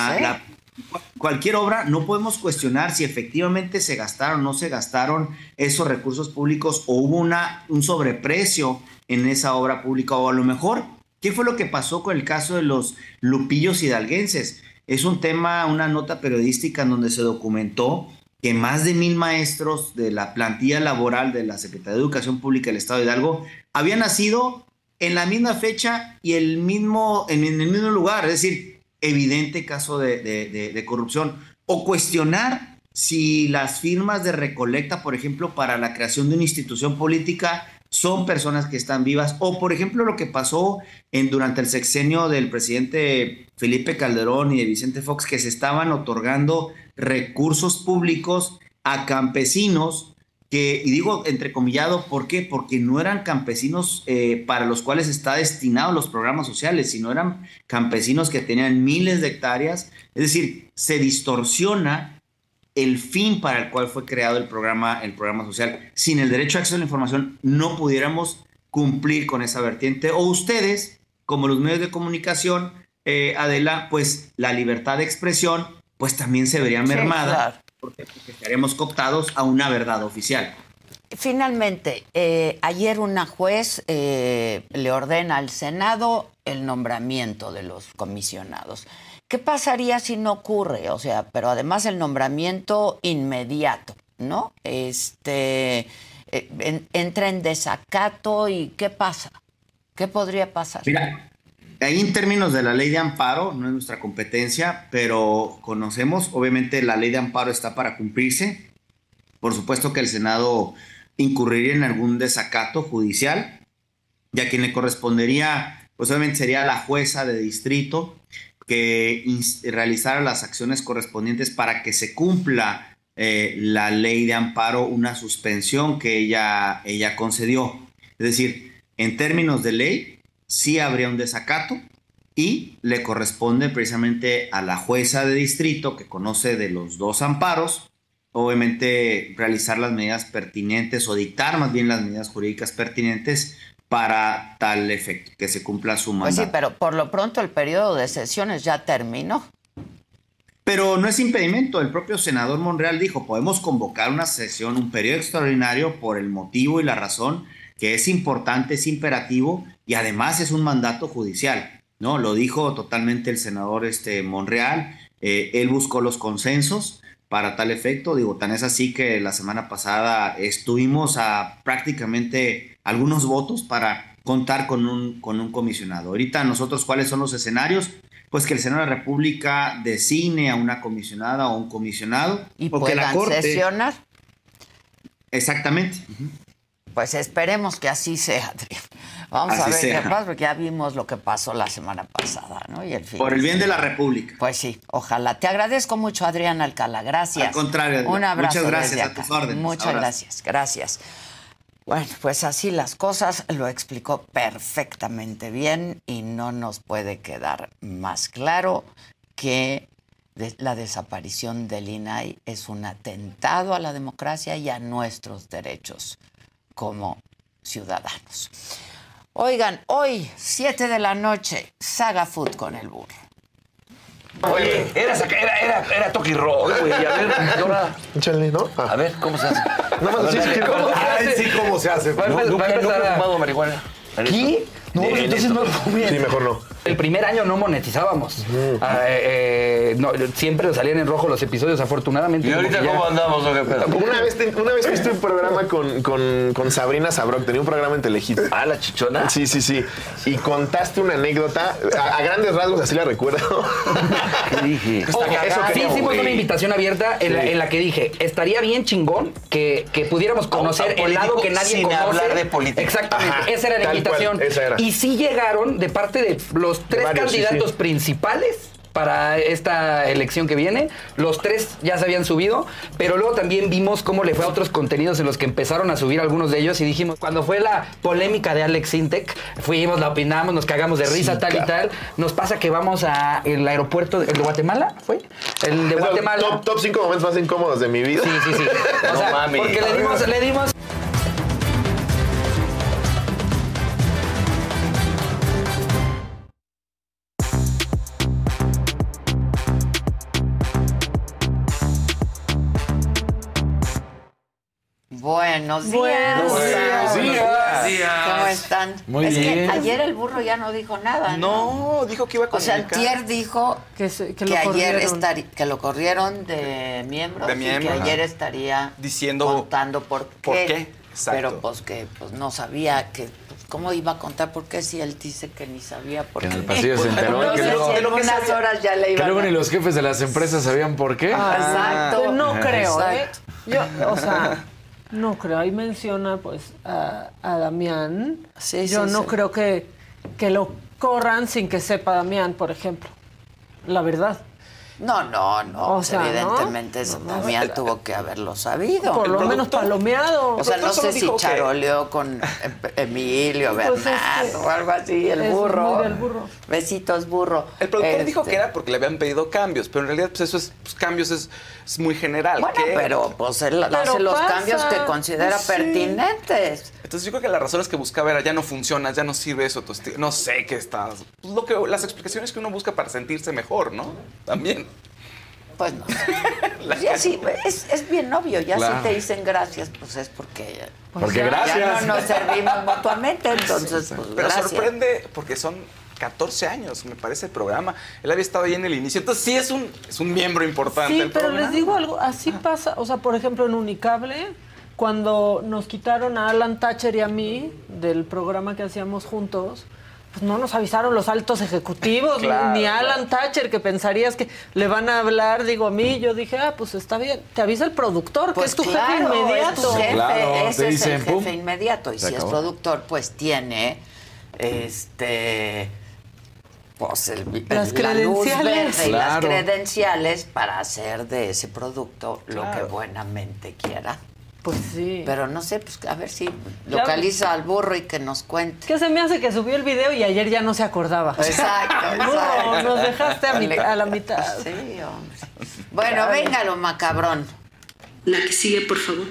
[SPEAKER 7] cualquier obra, no podemos cuestionar si efectivamente se gastaron o no se gastaron esos recursos públicos, o hubo un sobreprecio en esa obra pública, o a lo mejor, ¿qué fue lo que pasó con el caso de los Lupillos hidalguenses? Es un tema, una nota periodística en donde se documentó que más de 1,000 maestros de la plantilla laboral de la Secretaría de Educación Pública del Estado de Hidalgo habían nacido en la misma fecha y en el mismo lugar, es decir, evidente caso de corrupción. O cuestionar si las firmas de recolecta, por ejemplo, para la creación de una institución política son personas que están vivas, o por ejemplo lo que pasó durante el sexenio del presidente Felipe Calderón y de Vicente Fox, que se estaban otorgando recursos públicos a campesinos que, y digo entrecomillado, ¿por qué? Porque no eran campesinos para los cuales está destinado los programas sociales, sino eran campesinos que tenían miles de hectáreas. Es decir, se distorsiona el fin para el cual fue creado el programa social. Sin el derecho a acceso a la información no pudiéramos cumplir con esa vertiente. O ustedes, como los medios de comunicación, Adela, pues la libertad de expresión pues también se vería mermada, sí, claro, porque estaremos cooptados a una verdad oficial.
[SPEAKER 5] Finalmente, ayer una juez le ordena al Senado el nombramiento de los comisionados. ¿Qué pasaría si no ocurre? O sea, pero además el nombramiento inmediato, ¿no? Entra en desacato y ¿qué pasa? ¿Qué podría pasar?
[SPEAKER 7] Mira, ahí en términos de la ley de amparo, no es nuestra competencia, pero conocemos, obviamente la ley de amparo está para cumplirse. Por supuesto que el Senado incurriría en algún desacato judicial, y a quien le correspondería, pues obviamente sería la jueza de distrito, que realizara las acciones correspondientes para que se cumpla la ley de amparo, una suspensión que ella concedió. Es decir, en términos de ley, sí habría un desacato y le corresponde precisamente a la jueza de distrito, que conoce de los dos amparos, obviamente realizar las medidas pertinentes o dictar más bien las medidas jurídicas pertinentes para tal efecto, que se cumpla su mandato.
[SPEAKER 5] Pues sí, pero por lo pronto el periodo de sesiones ya terminó.
[SPEAKER 7] Pero no es impedimento. El propio senador Monreal dijo, podemos convocar una sesión, un periodo extraordinario por el motivo y la razón que es importante, es imperativo y además es un mandato judicial, ¿no? Lo dijo totalmente el senador Monreal. Él buscó los consensos para tal efecto. Digo, tan es así que la semana pasada estuvimos a prácticamente algunos votos para contar con un comisionado. Ahorita nosotros, ¿cuáles son los escenarios? Pues que el Senado de la República designe a una comisionada o un comisionado.
[SPEAKER 5] ¿Y puedan sesionar?
[SPEAKER 7] Exactamente.
[SPEAKER 5] Pues esperemos que así sea, Adrián. Vamos a ver qué pasa, porque ya vimos lo que pasó la semana pasada, ¿no? Y
[SPEAKER 7] por el bien de la República.
[SPEAKER 5] Pues sí, ojalá. Te agradezco mucho, Adrián Alcalá. Gracias.
[SPEAKER 7] Al contrario.
[SPEAKER 5] Un abrazo.
[SPEAKER 7] Muchas gracias, a tus órdenes.
[SPEAKER 5] Muchas gracias. Gracias. Bueno, pues así las cosas, lo explicó perfectamente bien y no nos puede quedar más claro que la desaparición del INAI es un atentado a la democracia y a nuestros derechos como ciudadanos. Oigan, hoy, 7 de la noche, Saga Food con el burro.
[SPEAKER 8] Oye, era Toki Roll, güey. A ver, ahora.
[SPEAKER 3] Échale, ¿no?
[SPEAKER 8] A ver, ¿cómo se hace?
[SPEAKER 3] No me lo sé.
[SPEAKER 8] ¿Cómo se hace?
[SPEAKER 3] Sí, ¿cómo se hace?
[SPEAKER 8] Nunca he fumado marihuana.
[SPEAKER 3] ¿Qué?
[SPEAKER 9] No, pues entonces no lo comían.
[SPEAKER 10] Sí, mejor no.
[SPEAKER 9] El primer año no monetizábamos. No, siempre salían en rojo los episodios, afortunadamente.
[SPEAKER 8] ¿Y ahorita cómo andamos? ¿O qué pedo?
[SPEAKER 10] Una vez viste un programa con Sabrina Sabrok, tenía un programa en Telehit.
[SPEAKER 8] Ah, la chichona.
[SPEAKER 10] Sí. Y contaste una anécdota, a grandes rasgos así la recuerdo.
[SPEAKER 9] ¿Qué dije? Sí, hicimos una invitación abierta en la que dije, estaría bien chingón que pudiéramos conocer el lado que nadie
[SPEAKER 8] sin
[SPEAKER 9] conoce.
[SPEAKER 8] hablar de política.
[SPEAKER 9] Exactamente,
[SPEAKER 10] Ajá,
[SPEAKER 9] esa era la
[SPEAKER 10] tal
[SPEAKER 9] invitación.
[SPEAKER 10] cual, esa era.
[SPEAKER 9] Y sí llegaron de parte de los tres
[SPEAKER 10] varios,
[SPEAKER 9] candidatos
[SPEAKER 10] sí.
[SPEAKER 9] principales para esta elección que viene. Los tres ya se habían subido, pero luego también vimos cómo le fue a otros contenidos en los que empezaron a subir algunos de ellos y dijimos, cuando fue la polémica de Alex Sintek, fuimos, la opinamos, nos cagamos de risa, tal y tal. Nos pasa que vamos al aeropuerto de Guatemala, ¿fue? El de Guatemala.
[SPEAKER 10] Top 5 momentos más incómodos de mi vida.
[SPEAKER 9] Sí. O
[SPEAKER 8] No
[SPEAKER 9] sea,
[SPEAKER 8] mami.
[SPEAKER 9] porque le dimos.
[SPEAKER 5] Buenos días.
[SPEAKER 8] Buenos días.
[SPEAKER 5] ¿Cómo están?
[SPEAKER 9] Muy
[SPEAKER 5] es
[SPEAKER 9] bien.
[SPEAKER 5] que ayer el burro ya no dijo nada.
[SPEAKER 11] No, dijo que iba a
[SPEAKER 5] O sea,
[SPEAKER 11] comunicar.
[SPEAKER 5] antier dijo que
[SPEAKER 6] lo
[SPEAKER 5] ayer
[SPEAKER 6] corrieron.
[SPEAKER 5] que lo corrieron de miembros,
[SPEAKER 11] De miembros,
[SPEAKER 5] y que ayer
[SPEAKER 11] ajá.
[SPEAKER 5] estaría
[SPEAKER 11] Diciendo
[SPEAKER 5] contando por qué.
[SPEAKER 11] Exacto.
[SPEAKER 5] Pero pues que no sabía que cómo iba a contar por qué si él dice que ni sabía por qué.
[SPEAKER 9] Que en el pasillo se enteró.
[SPEAKER 5] No
[SPEAKER 9] que
[SPEAKER 5] sé
[SPEAKER 9] luego-
[SPEAKER 5] si en
[SPEAKER 11] lo que
[SPEAKER 5] unas
[SPEAKER 11] sabía.
[SPEAKER 5] horas ya le
[SPEAKER 9] Que
[SPEAKER 5] iban
[SPEAKER 9] luego
[SPEAKER 5] a...
[SPEAKER 9] ni los jefes de las empresas sabían por qué.
[SPEAKER 5] Exacto.
[SPEAKER 6] No creo,
[SPEAKER 5] Exacto.
[SPEAKER 6] Yo, o sea, no creo. Ahí menciona, pues, a Damián.
[SPEAKER 5] Sí,
[SPEAKER 6] Yo
[SPEAKER 5] sí,
[SPEAKER 6] no
[SPEAKER 5] sí.
[SPEAKER 6] creo que lo corran sin que sepa Damián, por ejemplo. La verdad.
[SPEAKER 5] No,
[SPEAKER 6] O
[SPEAKER 5] pues,
[SPEAKER 6] sea, ¿no?
[SPEAKER 5] evidentemente Damián tuvo que haberlo sabido.
[SPEAKER 6] Por lo menos palomeado.
[SPEAKER 5] O sea, no sé si
[SPEAKER 11] dijo que-
[SPEAKER 5] charoleó con Emilio,
[SPEAKER 6] Pues
[SPEAKER 5] Bernardo o algo así, el
[SPEAKER 6] es
[SPEAKER 5] burro.
[SPEAKER 6] muy del burro.
[SPEAKER 5] Besitos, burro.
[SPEAKER 11] El productor dijo que era porque le habían pedido cambios, pero en realidad pues eso es cambios es muy general.
[SPEAKER 5] Bueno,
[SPEAKER 11] que-
[SPEAKER 5] pero pues él hace los
[SPEAKER 6] pasa.
[SPEAKER 5] cambios que considera
[SPEAKER 11] Sí.
[SPEAKER 5] pertinentes.
[SPEAKER 11] Entonces yo creo que las razones que buscaba era ya no funciona, ya no sirve eso, no sé qué está. Pues las explicaciones que uno busca para sentirse mejor, ¿no? También.
[SPEAKER 5] Pues no sé. Ya sí, es bien obvio. Ya
[SPEAKER 11] Claro.
[SPEAKER 5] si te dicen gracias, pues es porque...
[SPEAKER 9] Porque
[SPEAKER 5] ya
[SPEAKER 9] gracias.
[SPEAKER 5] no nos servimos mutuamente, entonces pues
[SPEAKER 11] Pero
[SPEAKER 5] gracias.
[SPEAKER 11] sorprende porque son 14 años, me parece, el programa. Él había estado ahí en el inicio, entonces sí es un miembro importante
[SPEAKER 6] Sí,
[SPEAKER 11] del
[SPEAKER 6] pero
[SPEAKER 11] programa.
[SPEAKER 6] les digo algo, así pasa, o sea, por ejemplo, en Unicable, cuando nos quitaron a Alan Thatcher y a mí del programa que hacíamos juntos, pues no nos avisaron los altos ejecutivos,
[SPEAKER 11] Claro,
[SPEAKER 6] ni a Alan Thatcher, que pensarías que le van a hablar, digo, a mí, yo dije, pues está bien, te avisa el productor,
[SPEAKER 5] Pues
[SPEAKER 6] que es tu
[SPEAKER 5] claro,
[SPEAKER 6] jefe inmediato.
[SPEAKER 5] es tu jefe,
[SPEAKER 9] Claro, te
[SPEAKER 5] ese es
[SPEAKER 9] dicen,
[SPEAKER 5] el
[SPEAKER 9] pum,
[SPEAKER 5] jefe inmediato. Y
[SPEAKER 9] se
[SPEAKER 5] si es
[SPEAKER 9] acabó.
[SPEAKER 5] productor, pues tiene pues
[SPEAKER 6] Las
[SPEAKER 5] la luz
[SPEAKER 6] credenciales.
[SPEAKER 5] verde y las
[SPEAKER 9] Claro.
[SPEAKER 5] credenciales para hacer de ese producto lo que buenamente quiera.
[SPEAKER 6] Pues sí.
[SPEAKER 5] Pero no sé, pues a ver si localiza al burro y que nos cuente.
[SPEAKER 6] ¿Qué se me hace que subió el video y ayer ya no se acordaba?
[SPEAKER 5] Exacto,
[SPEAKER 6] No,
[SPEAKER 5] exacto.
[SPEAKER 6] nos dejaste a la mitad.
[SPEAKER 5] Sí, hombre. Bueno, venga lo macabrón.
[SPEAKER 12] La que sigue, por favor.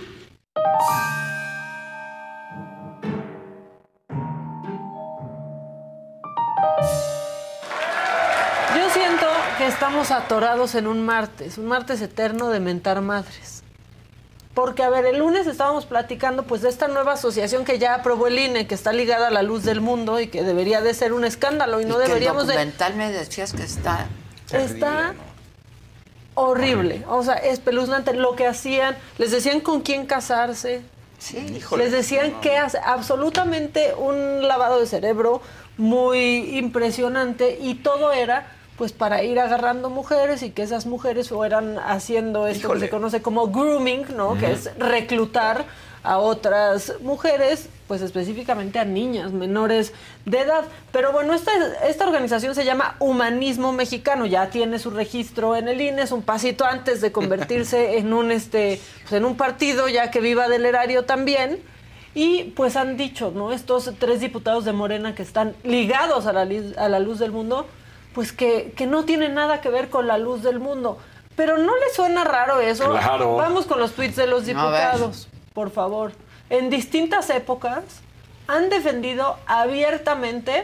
[SPEAKER 6] Yo siento que estamos atorados en un martes eterno de mentar madres. Porque, a ver, el lunes estábamos platicando pues de esta nueva asociación que ya aprobó el INE, que está ligada a la luz del mundo y que debería de ser un escándalo y no
[SPEAKER 5] que
[SPEAKER 6] deberíamos
[SPEAKER 5] el documental me decías que está...
[SPEAKER 6] Está horrible, o sea, espeluznante lo que hacían, les decían con quién casarse,
[SPEAKER 5] Sí,
[SPEAKER 6] les decían qué hacer, absolutamente un lavado de cerebro muy impresionante y todo era pues para ir agarrando mujeres y que esas mujeres fueran haciendo esto que se conoce como grooming, ¿no? Que es reclutar a otras mujeres, pues específicamente a niñas menores de edad. Pero bueno, esta organización se llama Humanismo Mexicano, ya tiene su registro en el INE, es un pasito antes de convertirse en un partido ya que viva del erario también. Y pues han dicho, ¿no? Estos 3 diputados de Morena que están ligados a la luz del mundo, pues que no tienen nada que ver con la luz del mundo. Pero ¿no les suena raro eso?
[SPEAKER 9] Claro.
[SPEAKER 6] Vamos con los tweets de los diputados, por favor. En distintas épocas han defendido abiertamente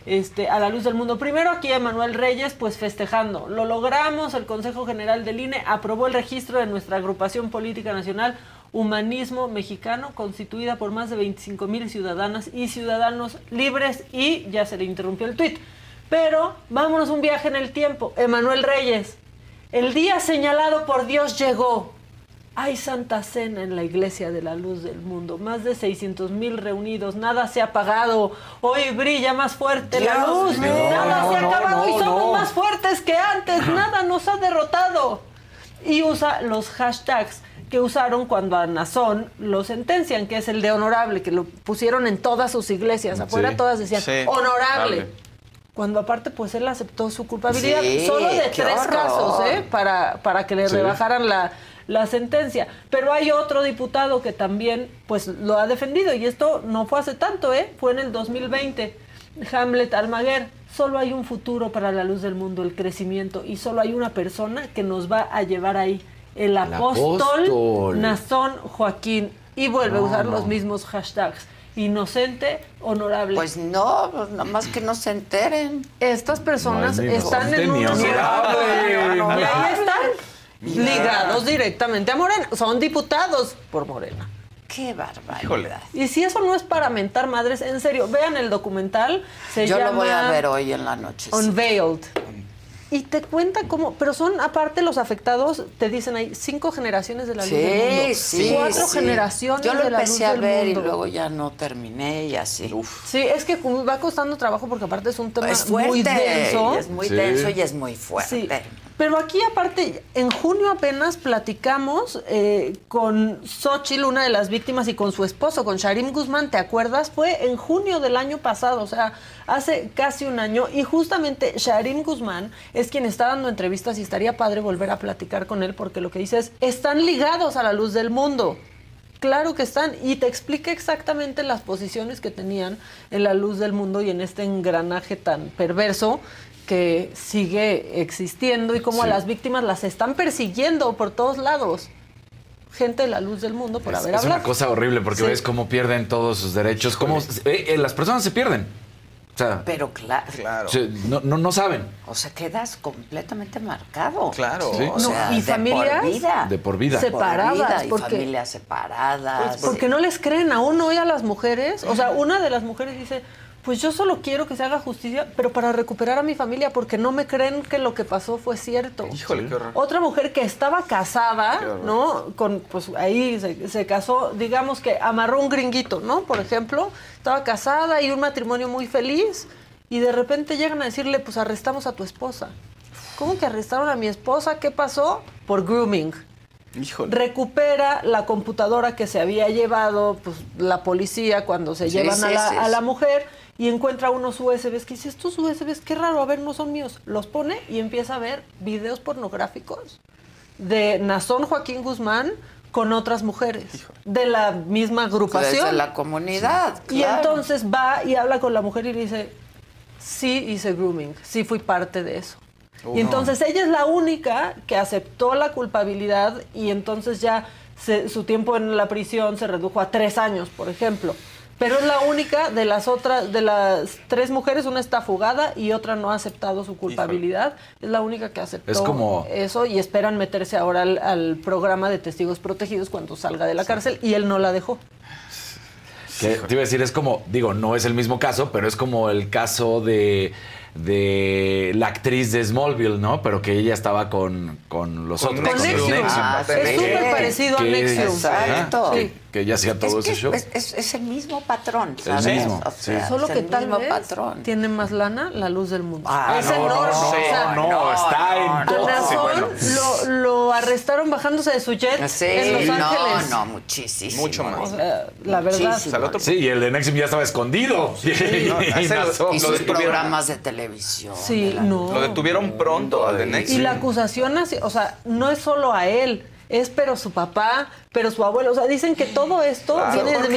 [SPEAKER 13] a la luz del mundo. Primero aquí Emanuel Reyes, pues festejando. Lo logramos, el Consejo General del INE aprobó el registro de nuestra agrupación política nacional Humanismo Mexicano, constituida por más de 25,000 ciudadanas y ciudadanos libres, y ya se le interrumpió el tuit. Pero vámonos un viaje en el tiempo. Emanuel Reyes, el día señalado por Dios llegó. Hay Santa Cena en la Iglesia de la Luz del Mundo. Más de 600,000 reunidos. Nada se ha apagado. Hoy brilla más fuerte la luz. Nada se ha acabado y somos más fuertes que antes. Nada nos ha derrotado. Y usa los hashtags que usaron cuando a Nazón lo sentencian, que es el de honorable, que lo pusieron en todas sus iglesias. Afuera todas decían honorable. Cuando aparte pues él aceptó su culpabilidad. Solo de 3 casos, para que le rebajaran la sentencia. Pero hay otro diputado que también pues lo ha defendido, y esto no fue hace tanto, fue en el 2020. Hamlet Almaguer: solo hay un futuro para la luz del mundo, el crecimiento, y solo hay una persona que nos va a llevar ahí, el apóstol Nazón Joaquín. Y vuelve a usar los mismos hashtags. Inocente, honorable.
[SPEAKER 5] Pues no, nada más que no se enteren.
[SPEAKER 13] Estas personas están en un... Y ahí están. Ligados directamente a Morena. Son diputados por Morena.
[SPEAKER 5] ¡Qué barbaridad!
[SPEAKER 13] Híjole. Y si eso no es para mentar madres, en serio, vean el documental.
[SPEAKER 5] Yo lo voy a ver hoy en la noche.
[SPEAKER 13] Unveiled. Y te cuenta cómo, pero son aparte los afectados, te dicen ahí 5 generaciones de la luz del mundo. 4 generaciones de la luz del mundo. Yo lo empecé a ver y luego
[SPEAKER 5] ya no terminé y así.
[SPEAKER 13] Sí, es que va costando trabajo porque aparte es un tema
[SPEAKER 5] muy denso.
[SPEAKER 13] Es
[SPEAKER 5] muy denso y es muy fuerte.
[SPEAKER 13] Sí. Pero aquí aparte, en junio apenas platicamos con Xóchitl, una de las víctimas, y con su esposo, con Sharim Guzmán, ¿te acuerdas? Fue en junio del año pasado, o sea, hace casi un año, y justamente Sharim Guzmán es quien está dando entrevistas, y estaría padre volver a platicar con él, porque lo que dice es, están ligados a la luz del mundo. Claro que están, y te explica exactamente las posiciones que tenían en la luz del mundo y en este engranaje tan perverso que sigue existiendo, y cómo a las víctimas las están persiguiendo por todos lados. Gente de la luz del mundo por haber hablado.
[SPEAKER 14] Es una cosa horrible porque ves cómo pierden todos sus derechos, cómo las personas se pierden. O sea,
[SPEAKER 5] pero claro.
[SPEAKER 14] No saben.
[SPEAKER 5] O sea, quedas completamente marcado.
[SPEAKER 11] Claro.
[SPEAKER 14] Sí.
[SPEAKER 5] O sea,
[SPEAKER 13] y familias
[SPEAKER 14] de por vida.
[SPEAKER 13] Separadas.
[SPEAKER 5] Y familias separadas.
[SPEAKER 13] Porque no les creen aún hoy a las mujeres. O sea, una de las mujeres dice, pues yo solo quiero que se haga justicia, pero para recuperar a mi familia, porque no me creen que lo que pasó fue cierto.
[SPEAKER 11] Híjole, qué horror.
[SPEAKER 13] Otra mujer que estaba casada, ¿no? Pues ahí se casó, digamos que amarró un gringuito, ¿no? Por ejemplo, estaba casada y un matrimonio muy feliz, y de repente llegan a decirle, pues arrestamos a tu esposa. ¿Cómo que arrestaron a mi esposa? ¿Qué pasó? Por grooming.
[SPEAKER 11] Híjole.
[SPEAKER 13] Recupera la computadora que se había llevado pues la policía cuando se llevan a la mujer, y encuentra unos USBs que dice, estos USBs, qué raro, a ver, no son míos. Los pone y empieza a ver videos pornográficos de Nazón Joaquín Guzmán con otras mujeres de la misma agrupación.
[SPEAKER 5] Desde la comunidad,
[SPEAKER 13] Y entonces va y habla con la mujer y le dice, sí hice grooming, sí fui parte de eso. Y entonces ella es la única que aceptó la culpabilidad, y entonces ya su tiempo en la prisión se redujo a 3 años, por ejemplo. Pero es la única de las 3 mujeres, una está fugada y otra no ha aceptado su culpabilidad. Es la única que aceptó eso, y esperan meterse ahora al programa de testigos protegidos cuando salga de la cárcel, y él no la dejó.
[SPEAKER 14] Que te iba a decir, es como, digo, no es el mismo caso, pero es como el caso de la actriz de Smallville, ¿no? Pero que ella estaba con los otros.
[SPEAKER 13] Con Nexium. Es súper parecido a Nexium.
[SPEAKER 5] Exacto.
[SPEAKER 14] Que ella hacía todo ese show.
[SPEAKER 5] Es el mismo patrón, ¿sabes?
[SPEAKER 14] El mismo,
[SPEAKER 5] o sea,
[SPEAKER 13] solo que tal vez
[SPEAKER 5] patrón.
[SPEAKER 13] tiene más lana la luz del mundo.
[SPEAKER 14] Es enorme. No, está en todo.
[SPEAKER 13] Nazón lo arrestaron bajándose de su jet en Los Ángeles.
[SPEAKER 5] No, muchísimo.
[SPEAKER 11] Mucho más.
[SPEAKER 13] O sea, la verdad.
[SPEAKER 14] Sí, y el de Nexium ya estaba escondido.
[SPEAKER 5] Y sus programas de televisión.
[SPEAKER 13] Sí, no.
[SPEAKER 11] Lo detuvieron pronto al de Nexium.
[SPEAKER 13] Y la acusación, o sea, no es solo a él. Es pero su papá, pero su abuelo. O sea, dicen que todo esto viene desde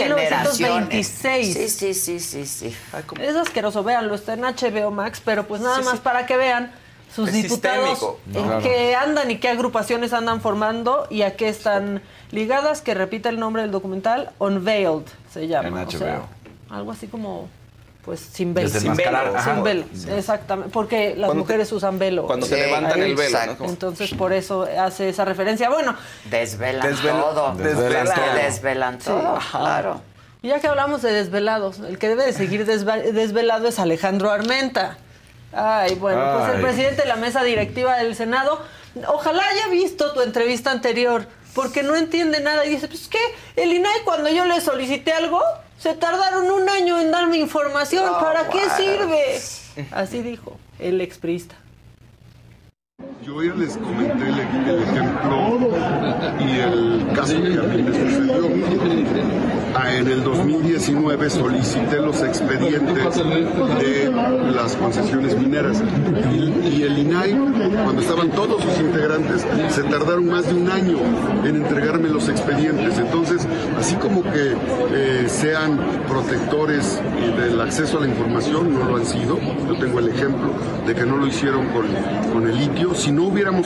[SPEAKER 13] 1926.
[SPEAKER 5] Sí.
[SPEAKER 13] Ay, es asqueroso, véanlo, está en HBO Max, pero pues nada más para que vean sus diputados en qué andan y qué agrupaciones andan formando y a qué están ligadas, que repita el nombre del documental, Unveiled se llama.
[SPEAKER 14] En HBO.
[SPEAKER 13] O sea, algo así como pues sin velo.
[SPEAKER 14] Desenmascarar, ajá.
[SPEAKER 13] Sin velo, exactamente. Porque las mujeres usan velo.
[SPEAKER 11] Cuando se levantan el velo, ¿no?
[SPEAKER 13] Entonces, por eso hace esa referencia. Bueno.
[SPEAKER 5] Desvelan todo. Desvelan todo, claro.
[SPEAKER 13] Y ya que hablamos de desvelados, el que debe de seguir desvelado es Alejandro Armenta. Ay, bueno, pues el presidente de la mesa directiva del Senado, ojalá haya visto tu entrevista anterior, porque no entiende nada y dice, pues que el INAI cuando yo le solicité algo, se tardaron 1 año en darme información, ¿para qué sirve? Así dijo el expriista.
[SPEAKER 15] Yo ya les comenté el ejemplo y el caso que a mí me sucedió. En el 2019 solicité los expedientes de las concesiones mineras y el INAI, cuando estaban todos sus integrantes, se tardaron más de 1 año en entregarme los expedientes. Entonces, así como que sean protectores del acceso a la información, no lo han sido. Yo tengo el ejemplo de que no lo hicieron con el litio. Si no hubiéramos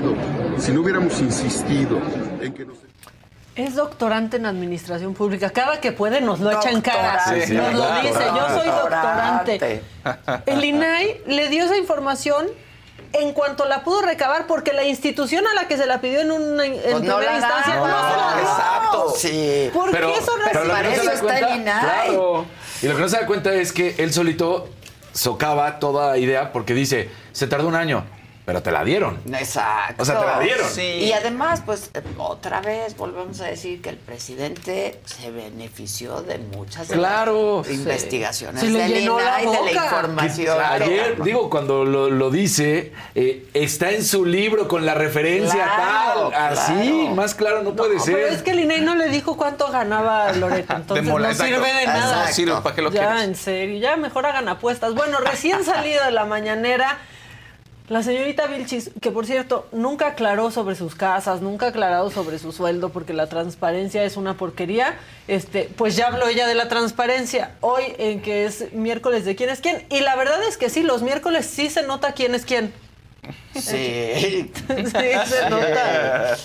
[SPEAKER 15] insistido en que nos...
[SPEAKER 13] Es doctorante en administración pública. Cada que puede nos lo echa en cara. Nos lo dice. Yo soy doctorante. El INAI le dio esa información en cuanto la pudo recabar porque la institución a la que se la pidió en primera instancia no se la dio.
[SPEAKER 5] Exacto. Sí.
[SPEAKER 13] ¿Por qué eso no es?
[SPEAKER 5] Para eso está el INAI.
[SPEAKER 14] Claro. Y lo que no se da cuenta es que él solito socava toda idea porque dice, se tardó 1 año. Pero te la dieron.
[SPEAKER 5] Exacto.
[SPEAKER 14] O sea, te la dieron.
[SPEAKER 5] Sí. Y además, pues, otra vez volvemos a decir que el presidente se benefició de muchas investigaciones del INAI, de la información.
[SPEAKER 14] Ayer, digo, cuando lo dice, está en su libro con la referencia tal. Así, más claro no puede ser.
[SPEAKER 13] Pero es que el INAI no le dijo cuánto ganaba Loreto. Entonces no sirve de nada.
[SPEAKER 11] No sirve, ¿para qué lo quieres?
[SPEAKER 13] Ya, en serio. Ya mejor hagan apuestas. Bueno, recién salido de la mañanera... La señorita Vilchis, que por cierto, nunca aclaró sobre sus casas, nunca ha aclarado sobre su sueldo, porque la transparencia es una porquería, pues ya habló ella de la transparencia. Hoy, en que es miércoles de quién es quién, y la verdad es que sí, los miércoles sí se nota quién es quién.
[SPEAKER 5] Sí.
[SPEAKER 13] Sí, se nota.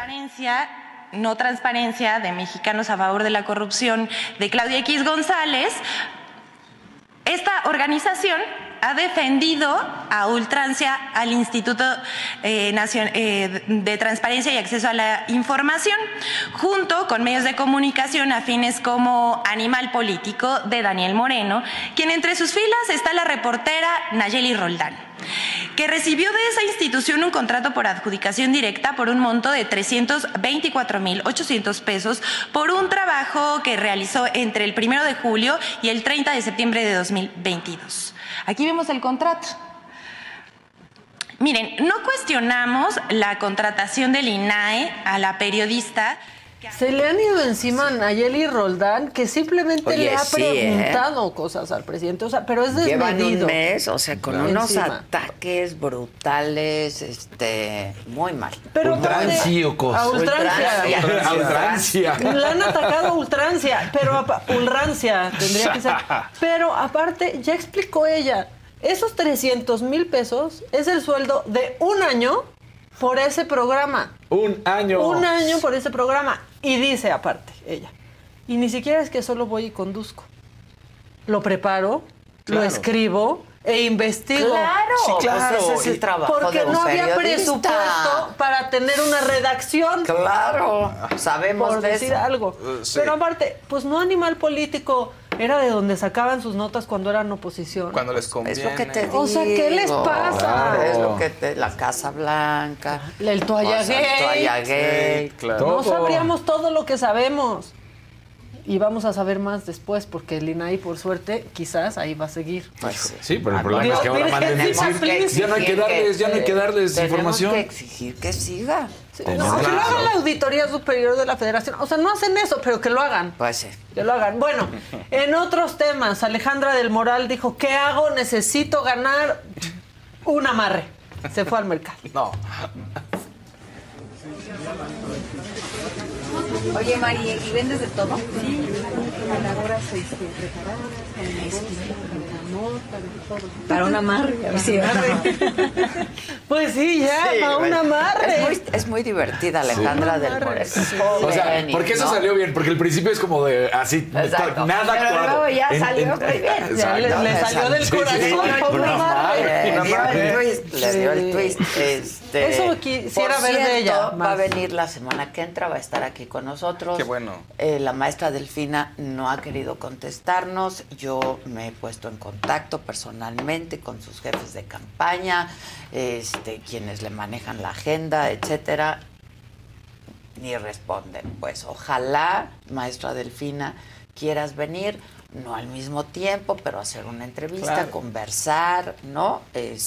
[SPEAKER 16] Transparencia de Mexicanos a Favor de la Corrupción de Claudia X González. Esta organización ha defendido a ultrancia al Instituto de Transparencia y Acceso a la Información, junto con medios de comunicación afines como Animal Político de Daniel Moreno, quien entre sus filas está la reportera Nayeli Roldán, que recibió de esa institución un contrato por adjudicación directa por un monto de 324,800 pesos por un trabajo que realizó entre el 1 de julio y el 30 de septiembre de 2022. Aquí vemos el contrato. Miren, no cuestionamos la contratación del INAI a la periodista.
[SPEAKER 13] Se le han ido encima a Nayeli Roldán, que simplemente le ha preguntado cosas al presidente, o sea, pero es desmedido.
[SPEAKER 5] Llevan un mes, o sea, con unos ataques brutales, muy mal.
[SPEAKER 13] Pero
[SPEAKER 14] ultranciocos.
[SPEAKER 13] A ultrancia.
[SPEAKER 14] A ultrancia.
[SPEAKER 13] La han atacado a ultrancia, pero ultrancia tendría que ser. Pero aparte, ya explicó ella, esos 300,000 pesos es el sueldo de 1 año por ese programa.
[SPEAKER 14] 1 año.
[SPEAKER 13] 1 año por ese programa. Y dice aparte ella, y ni siquiera es que solo voy y conduzco. Lo preparo, lo escribo e investigo.
[SPEAKER 5] Claro,
[SPEAKER 13] sí, claro.
[SPEAKER 5] Pues ese es el trabajo
[SPEAKER 13] porque
[SPEAKER 5] de un
[SPEAKER 13] no había
[SPEAKER 5] periodista.
[SPEAKER 13] presupuesto para tener una redacción.
[SPEAKER 5] Claro, sabemos
[SPEAKER 13] por
[SPEAKER 5] de
[SPEAKER 13] decir
[SPEAKER 5] eso.
[SPEAKER 13] algo.
[SPEAKER 11] Sí.
[SPEAKER 13] Pero aparte, pues no Animal Político era de donde sacaban sus notas cuando eran oposición.
[SPEAKER 11] Cuando les conviene.
[SPEAKER 5] Es lo que te digo.
[SPEAKER 13] O sea, ¿qué les pasa?
[SPEAKER 5] Claro. Es lo que la Casa Blanca.
[SPEAKER 13] El Toalla Gate.
[SPEAKER 5] El Toalla Gate.
[SPEAKER 11] Sí, claro.
[SPEAKER 13] No sabríamos todo lo que sabemos. Y vamos a saber más después, porque el INAI, por suerte, quizás ahí va a seguir.
[SPEAKER 14] Sí, pero el problema es que ahora manden decir, ya no hay que darles información.
[SPEAKER 5] Tenemos que exigir que siga.
[SPEAKER 13] Sí, no, que lo haga la Auditoría Superior de la Federación. O sea, no hacen eso, pero que lo hagan.
[SPEAKER 5] Pues sí.
[SPEAKER 13] Que lo hagan. Bueno, en otros temas, Alejandra del Moral dijo, ¿qué hago? Necesito ganar un amarre. Se fue al mercado.
[SPEAKER 11] No.
[SPEAKER 17] Oye, Mari, ¿y vendes de todo? Sí, elaboras preparadas, para amor, para todo. Para un amarre, a ver si amarre.
[SPEAKER 13] Pues sí, ya, para un amarre.
[SPEAKER 5] Es muy divertida Alejandra del Moreno.
[SPEAKER 14] O sea, porque eso salió bien, porque el principio es como de así,
[SPEAKER 5] Exacto.
[SPEAKER 14] nada
[SPEAKER 5] pero
[SPEAKER 14] actuado.
[SPEAKER 5] luego ya salió muy bien.
[SPEAKER 13] Ya le salió del corazón.
[SPEAKER 14] Un amarre.
[SPEAKER 5] Le dio el twist.
[SPEAKER 13] Eso quisiera
[SPEAKER 5] por
[SPEAKER 13] ver
[SPEAKER 5] cierto,
[SPEAKER 13] de ella.
[SPEAKER 5] Va a venir la semana que entra, va a estar aquí con nosotros.
[SPEAKER 11] Qué bueno.
[SPEAKER 5] La maestra Delfina no ha querido contestarnos. Yo me he puesto en contacto personalmente con sus jefes de campaña, quienes le manejan la agenda, etcétera. Ni responden. Pues ojalá, maestra Delfina, quieras venir, no al mismo tiempo, pero hacer una entrevista, claro, conversar, ¿no?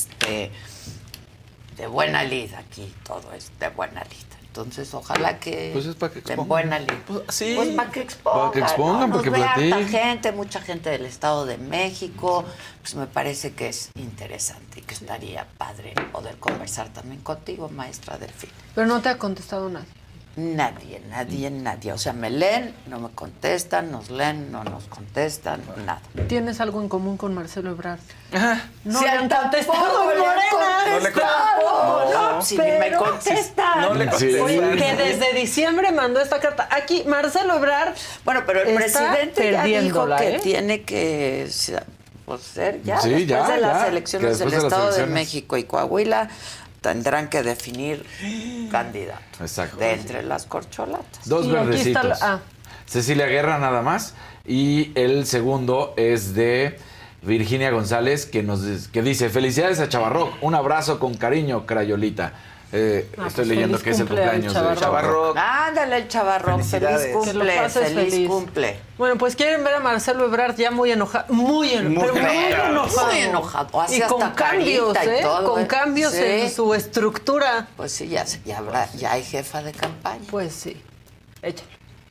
[SPEAKER 5] De buena lid aquí, todo es de buena lid. Entonces, ojalá que,
[SPEAKER 14] pues es para que
[SPEAKER 5] de buena lid.
[SPEAKER 11] Pues, sí.
[SPEAKER 5] Pues para que expongan.
[SPEAKER 14] Para que expongan,
[SPEAKER 5] ¿no?
[SPEAKER 14] para que
[SPEAKER 5] Nos vea harta
[SPEAKER 14] platiquen.
[SPEAKER 5] gente, mucha gente del Estado de México. Pues me parece que es interesante y que estaría padre poder conversar también contigo, maestra Delfina.
[SPEAKER 13] Pero no te ha contestado nadie.
[SPEAKER 5] Nadie. O sea, me leen, no me contestan, nos leen, no nos contestan, nada.
[SPEAKER 13] ¿Tienes algo en común con Marcelo Ebrard?
[SPEAKER 5] No
[SPEAKER 13] le han contestado en Morena.
[SPEAKER 5] No, si ni me contestan.
[SPEAKER 11] No le contestan.
[SPEAKER 13] Oye, que desde diciembre mandó esta carta. Aquí, Marcelo Ebrard.
[SPEAKER 5] Bueno, pero el presidente ya dijo que
[SPEAKER 13] ¿eh?
[SPEAKER 5] tiene que ser ya
[SPEAKER 14] Sí,
[SPEAKER 5] después de las
[SPEAKER 14] ya,
[SPEAKER 5] elecciones
[SPEAKER 14] que
[SPEAKER 5] del
[SPEAKER 14] después de las
[SPEAKER 5] Estado de
[SPEAKER 14] elecciones.
[SPEAKER 5] México y Coahuila tendrán que definir candidato.
[SPEAKER 14] Exacto.
[SPEAKER 5] De entre las corcholatas.
[SPEAKER 14] Dos
[SPEAKER 13] Y aquí
[SPEAKER 14] verdecitos.
[SPEAKER 13] está
[SPEAKER 14] Cecilia Guerra nada más. Y el segundo es de Virginia González, que dice: felicidades a Chavarroc, un abrazo con cariño, Crayolita. Estoy leyendo que es el cumpleaños de Chavarroc.
[SPEAKER 5] Ándale, el Chavarroc.
[SPEAKER 11] Felicidades.
[SPEAKER 5] Feliz cumple,
[SPEAKER 13] Que lo pases
[SPEAKER 5] feliz cumple.
[SPEAKER 13] Bueno, pues quieren ver a Marcelo Ebrard ya muy enojado. Muy enojado.
[SPEAKER 5] Muy enojado. Así
[SPEAKER 13] Y con
[SPEAKER 5] hasta
[SPEAKER 13] cambios,
[SPEAKER 5] carita y todo,
[SPEAKER 13] con cambios
[SPEAKER 5] sí,
[SPEAKER 13] en su estructura.
[SPEAKER 5] Pues sí, ya hay jefa de campaña.
[SPEAKER 13] Pues sí. Échale.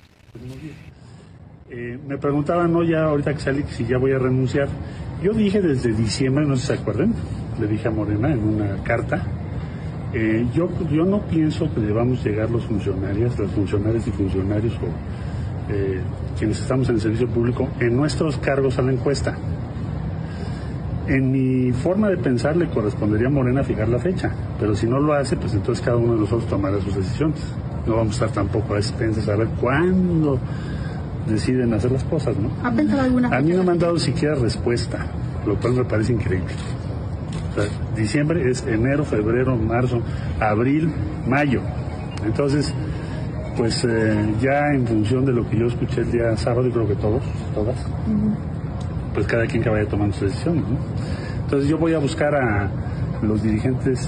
[SPEAKER 18] Me preguntaban, no, ya ahorita que salí, si ya voy a renunciar. Yo dije desde diciembre, no sé si se acuerdan, le dije a Morena en una carta, yo no pienso que debamos llegar las funcionarias y funcionarios o quienes estamos en el servicio público en nuestros cargos a la encuesta. En mi forma de pensar le correspondería a Morena fijar la fecha, pero si no lo hace, pues entonces cada uno de nosotros tomará sus decisiones. No vamos a estar tampoco a expensas a ver cuándo deciden hacer las cosas, ¿no?
[SPEAKER 17] ¿Ha pensado alguna fecha?
[SPEAKER 18] A mí no me han dado siquiera respuesta, lo cual me parece increíble. O sea, diciembre es enero, febrero, marzo, abril, mayo. Entonces, pues ya en función de lo que yo escuché el día sábado, y creo que todas, pues cada quien que vaya tomando sus decisiones, ¿no? Entonces yo voy a buscar a los dirigentes,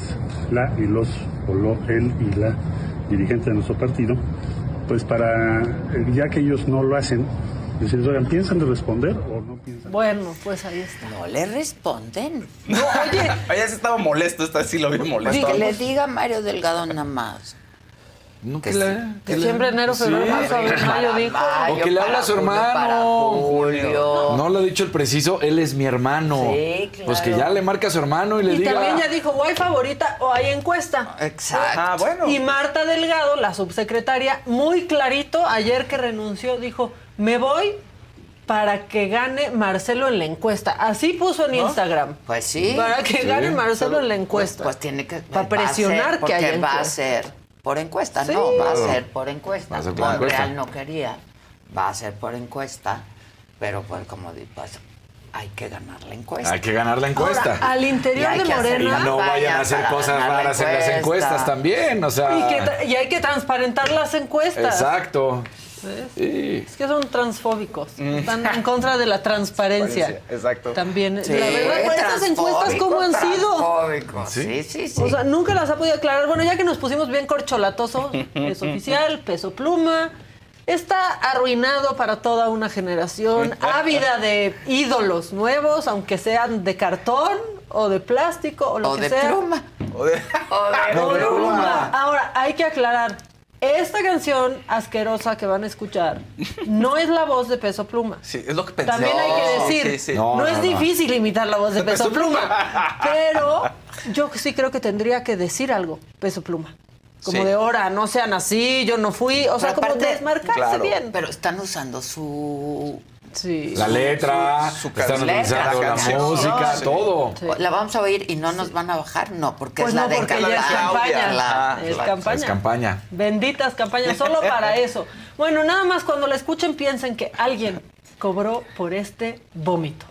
[SPEAKER 18] él y la dirigente de nuestro partido, pues para, ya que ellos no lo hacen, decirles, oigan, ¿piensan de responder o no piensan?
[SPEAKER 13] Bueno, pues ahí está.
[SPEAKER 5] No le responden.
[SPEAKER 13] No, oye.
[SPEAKER 11] Ella sí estaba molesto, esta sí lo vi molesto.
[SPEAKER 5] Que le diga a Mario Delgado nada más.
[SPEAKER 14] No,
[SPEAKER 5] que
[SPEAKER 13] Diciembre, enero, febrero, marzo, abril, mayo, dijo.
[SPEAKER 14] O que le habla a su hermano.
[SPEAKER 5] Julio.
[SPEAKER 14] No lo ha dicho el preciso, él es mi hermano.
[SPEAKER 5] Sí, claro.
[SPEAKER 14] Pues que ya le marca a su hermano y le diga.
[SPEAKER 13] Y también ya dijo, o hay favorita o hay encuesta.
[SPEAKER 5] Exacto.
[SPEAKER 11] Ah, bueno.
[SPEAKER 13] Y Marta Delgado, la subsecretaria, muy clarito, ayer que renunció, dijo, me voy para que gane Marcelo en la encuesta. Así puso en Instagram.
[SPEAKER 5] Pues sí.
[SPEAKER 13] Para que gane Marcelo en la encuesta.
[SPEAKER 5] Pues tiene que...
[SPEAKER 13] Para presionar que haya
[SPEAKER 5] va a ser por encuesta.
[SPEAKER 13] Sí.
[SPEAKER 5] No, va a ser por encuesta.
[SPEAKER 14] Va a ser por encuesta.
[SPEAKER 5] Real no quería. Va a ser por encuesta. Pero pues como digo, pues, hay que ganar la encuesta.
[SPEAKER 14] Hay que ganar la encuesta.
[SPEAKER 13] Ahora, al interior de Morena...
[SPEAKER 14] Y no vayan a hacer cosas raras en las encuestas también, o sea...
[SPEAKER 13] Y hay que transparentar las encuestas.
[SPEAKER 14] Exacto. Sí.
[SPEAKER 13] Es que son transfóbicos. Están en contra de la transparencia.
[SPEAKER 11] Exacto.
[SPEAKER 13] También.
[SPEAKER 5] Sí,
[SPEAKER 13] la verdad, pues, estas encuestas, ¿cómo han sido?
[SPEAKER 5] Sí.
[SPEAKER 13] O sea, nunca las ha podido aclarar. Bueno, ya que nos pusimos bien corcholatosos, es oficial, peso pluma. Está arruinado para toda una generación, ávida de ídolos nuevos, aunque sean de cartón o de plástico o lo que sea.
[SPEAKER 5] Pluma.
[SPEAKER 11] O de
[SPEAKER 13] pluma. Ahora, hay que aclarar. Esta canción asquerosa que van a escuchar no es la voz de Peso Pluma.
[SPEAKER 11] Sí, es lo que pensé.
[SPEAKER 13] También hay que decir,
[SPEAKER 11] Sí.
[SPEAKER 13] no es difícil imitar la voz de Peso Pluma, pero yo sí creo que tendría que decir algo Peso Pluma. Como de hora, no sean así, yo no fui. O sea,
[SPEAKER 5] Pero
[SPEAKER 13] como
[SPEAKER 5] aparte,
[SPEAKER 13] desmarcarse bien.
[SPEAKER 5] Pero están usando su...
[SPEAKER 14] La letra, están utilizando la música, todo.
[SPEAKER 5] Sí. ¿La vamos a oír y no nos van a bajar? No, porque
[SPEAKER 13] Pues
[SPEAKER 5] es la
[SPEAKER 13] no,
[SPEAKER 5] de
[SPEAKER 13] porque ya es campaña. Es campaña.
[SPEAKER 14] Es campaña.
[SPEAKER 13] Benditas campañas, solo para eso. Bueno, nada más cuando la escuchen piensen que alguien cobró por este vómito.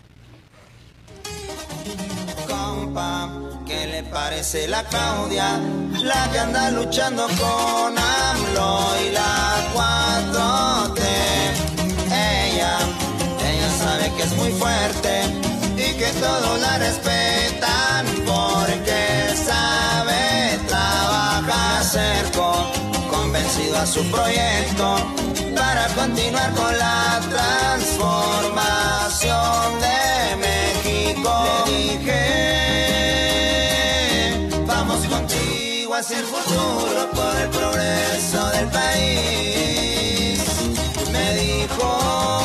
[SPEAKER 19] Compa, ¿qué le parece la Claudia? La que anda luchando con AMLO y la 4T. Ella sabe que es muy fuerte y que todos la respetan porque sabe trabajar. Acerco, convencido a su proyecto para continuar con la transformación de México. Le dije, vamos contigo hacia el futuro por el progreso del país. Me dijo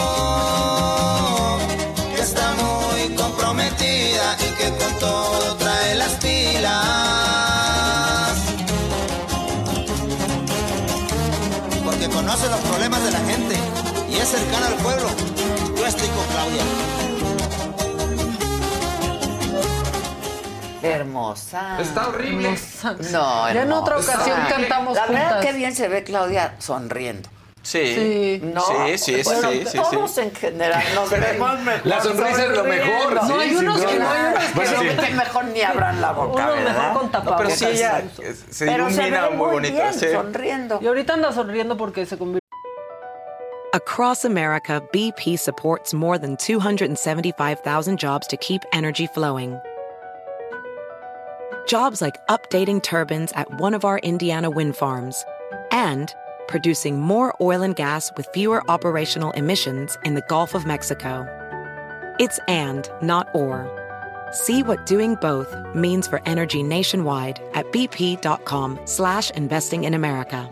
[SPEAKER 19] que está muy comprometida y que con todo trae las pilas, porque conoce los problemas de la gente y es cercana al pueblo. Yo estoy con Claudia.
[SPEAKER 5] Hermosa.
[SPEAKER 9] Está horrible.
[SPEAKER 5] No,
[SPEAKER 13] Ya en otra
[SPEAKER 5] hermosa.
[SPEAKER 13] ocasión cantamos
[SPEAKER 5] La verdad
[SPEAKER 13] juntas.
[SPEAKER 5] que bien se ve Claudia sonriendo.
[SPEAKER 11] Sí.
[SPEAKER 5] ¿No?
[SPEAKER 11] Sí.
[SPEAKER 5] Bueno,
[SPEAKER 11] sí.
[SPEAKER 5] todos en general nos vemos mejor.
[SPEAKER 14] La sonrisa es lo mejor.
[SPEAKER 5] No,
[SPEAKER 14] Sí,
[SPEAKER 5] hay unos
[SPEAKER 14] sin
[SPEAKER 5] que
[SPEAKER 14] duda.
[SPEAKER 5] no, hay unos que
[SPEAKER 14] Bueno, sí.
[SPEAKER 5] realmente mejor ni abran la boca,
[SPEAKER 13] Uno
[SPEAKER 5] ¿verdad?
[SPEAKER 13] mejor con tapabocas.
[SPEAKER 11] Pero sí, ella se
[SPEAKER 5] Pero se
[SPEAKER 11] ilumina
[SPEAKER 5] ve
[SPEAKER 11] muy
[SPEAKER 5] muy
[SPEAKER 11] bonita.
[SPEAKER 5] bien,
[SPEAKER 11] Sí.
[SPEAKER 5] sonriendo.
[SPEAKER 13] Y ahorita anda sonriendo porque se convirtió.
[SPEAKER 1] Across America, BP supports more than 275,000 jobs to keep energy flowing. Jobs like updating turbines at one of our Indiana wind farms and producing more oil and gas with fewer operational emissions in the Gulf of Mexico. It's and, not or. See what doing both means for energy nationwide at bp.com/investing in America.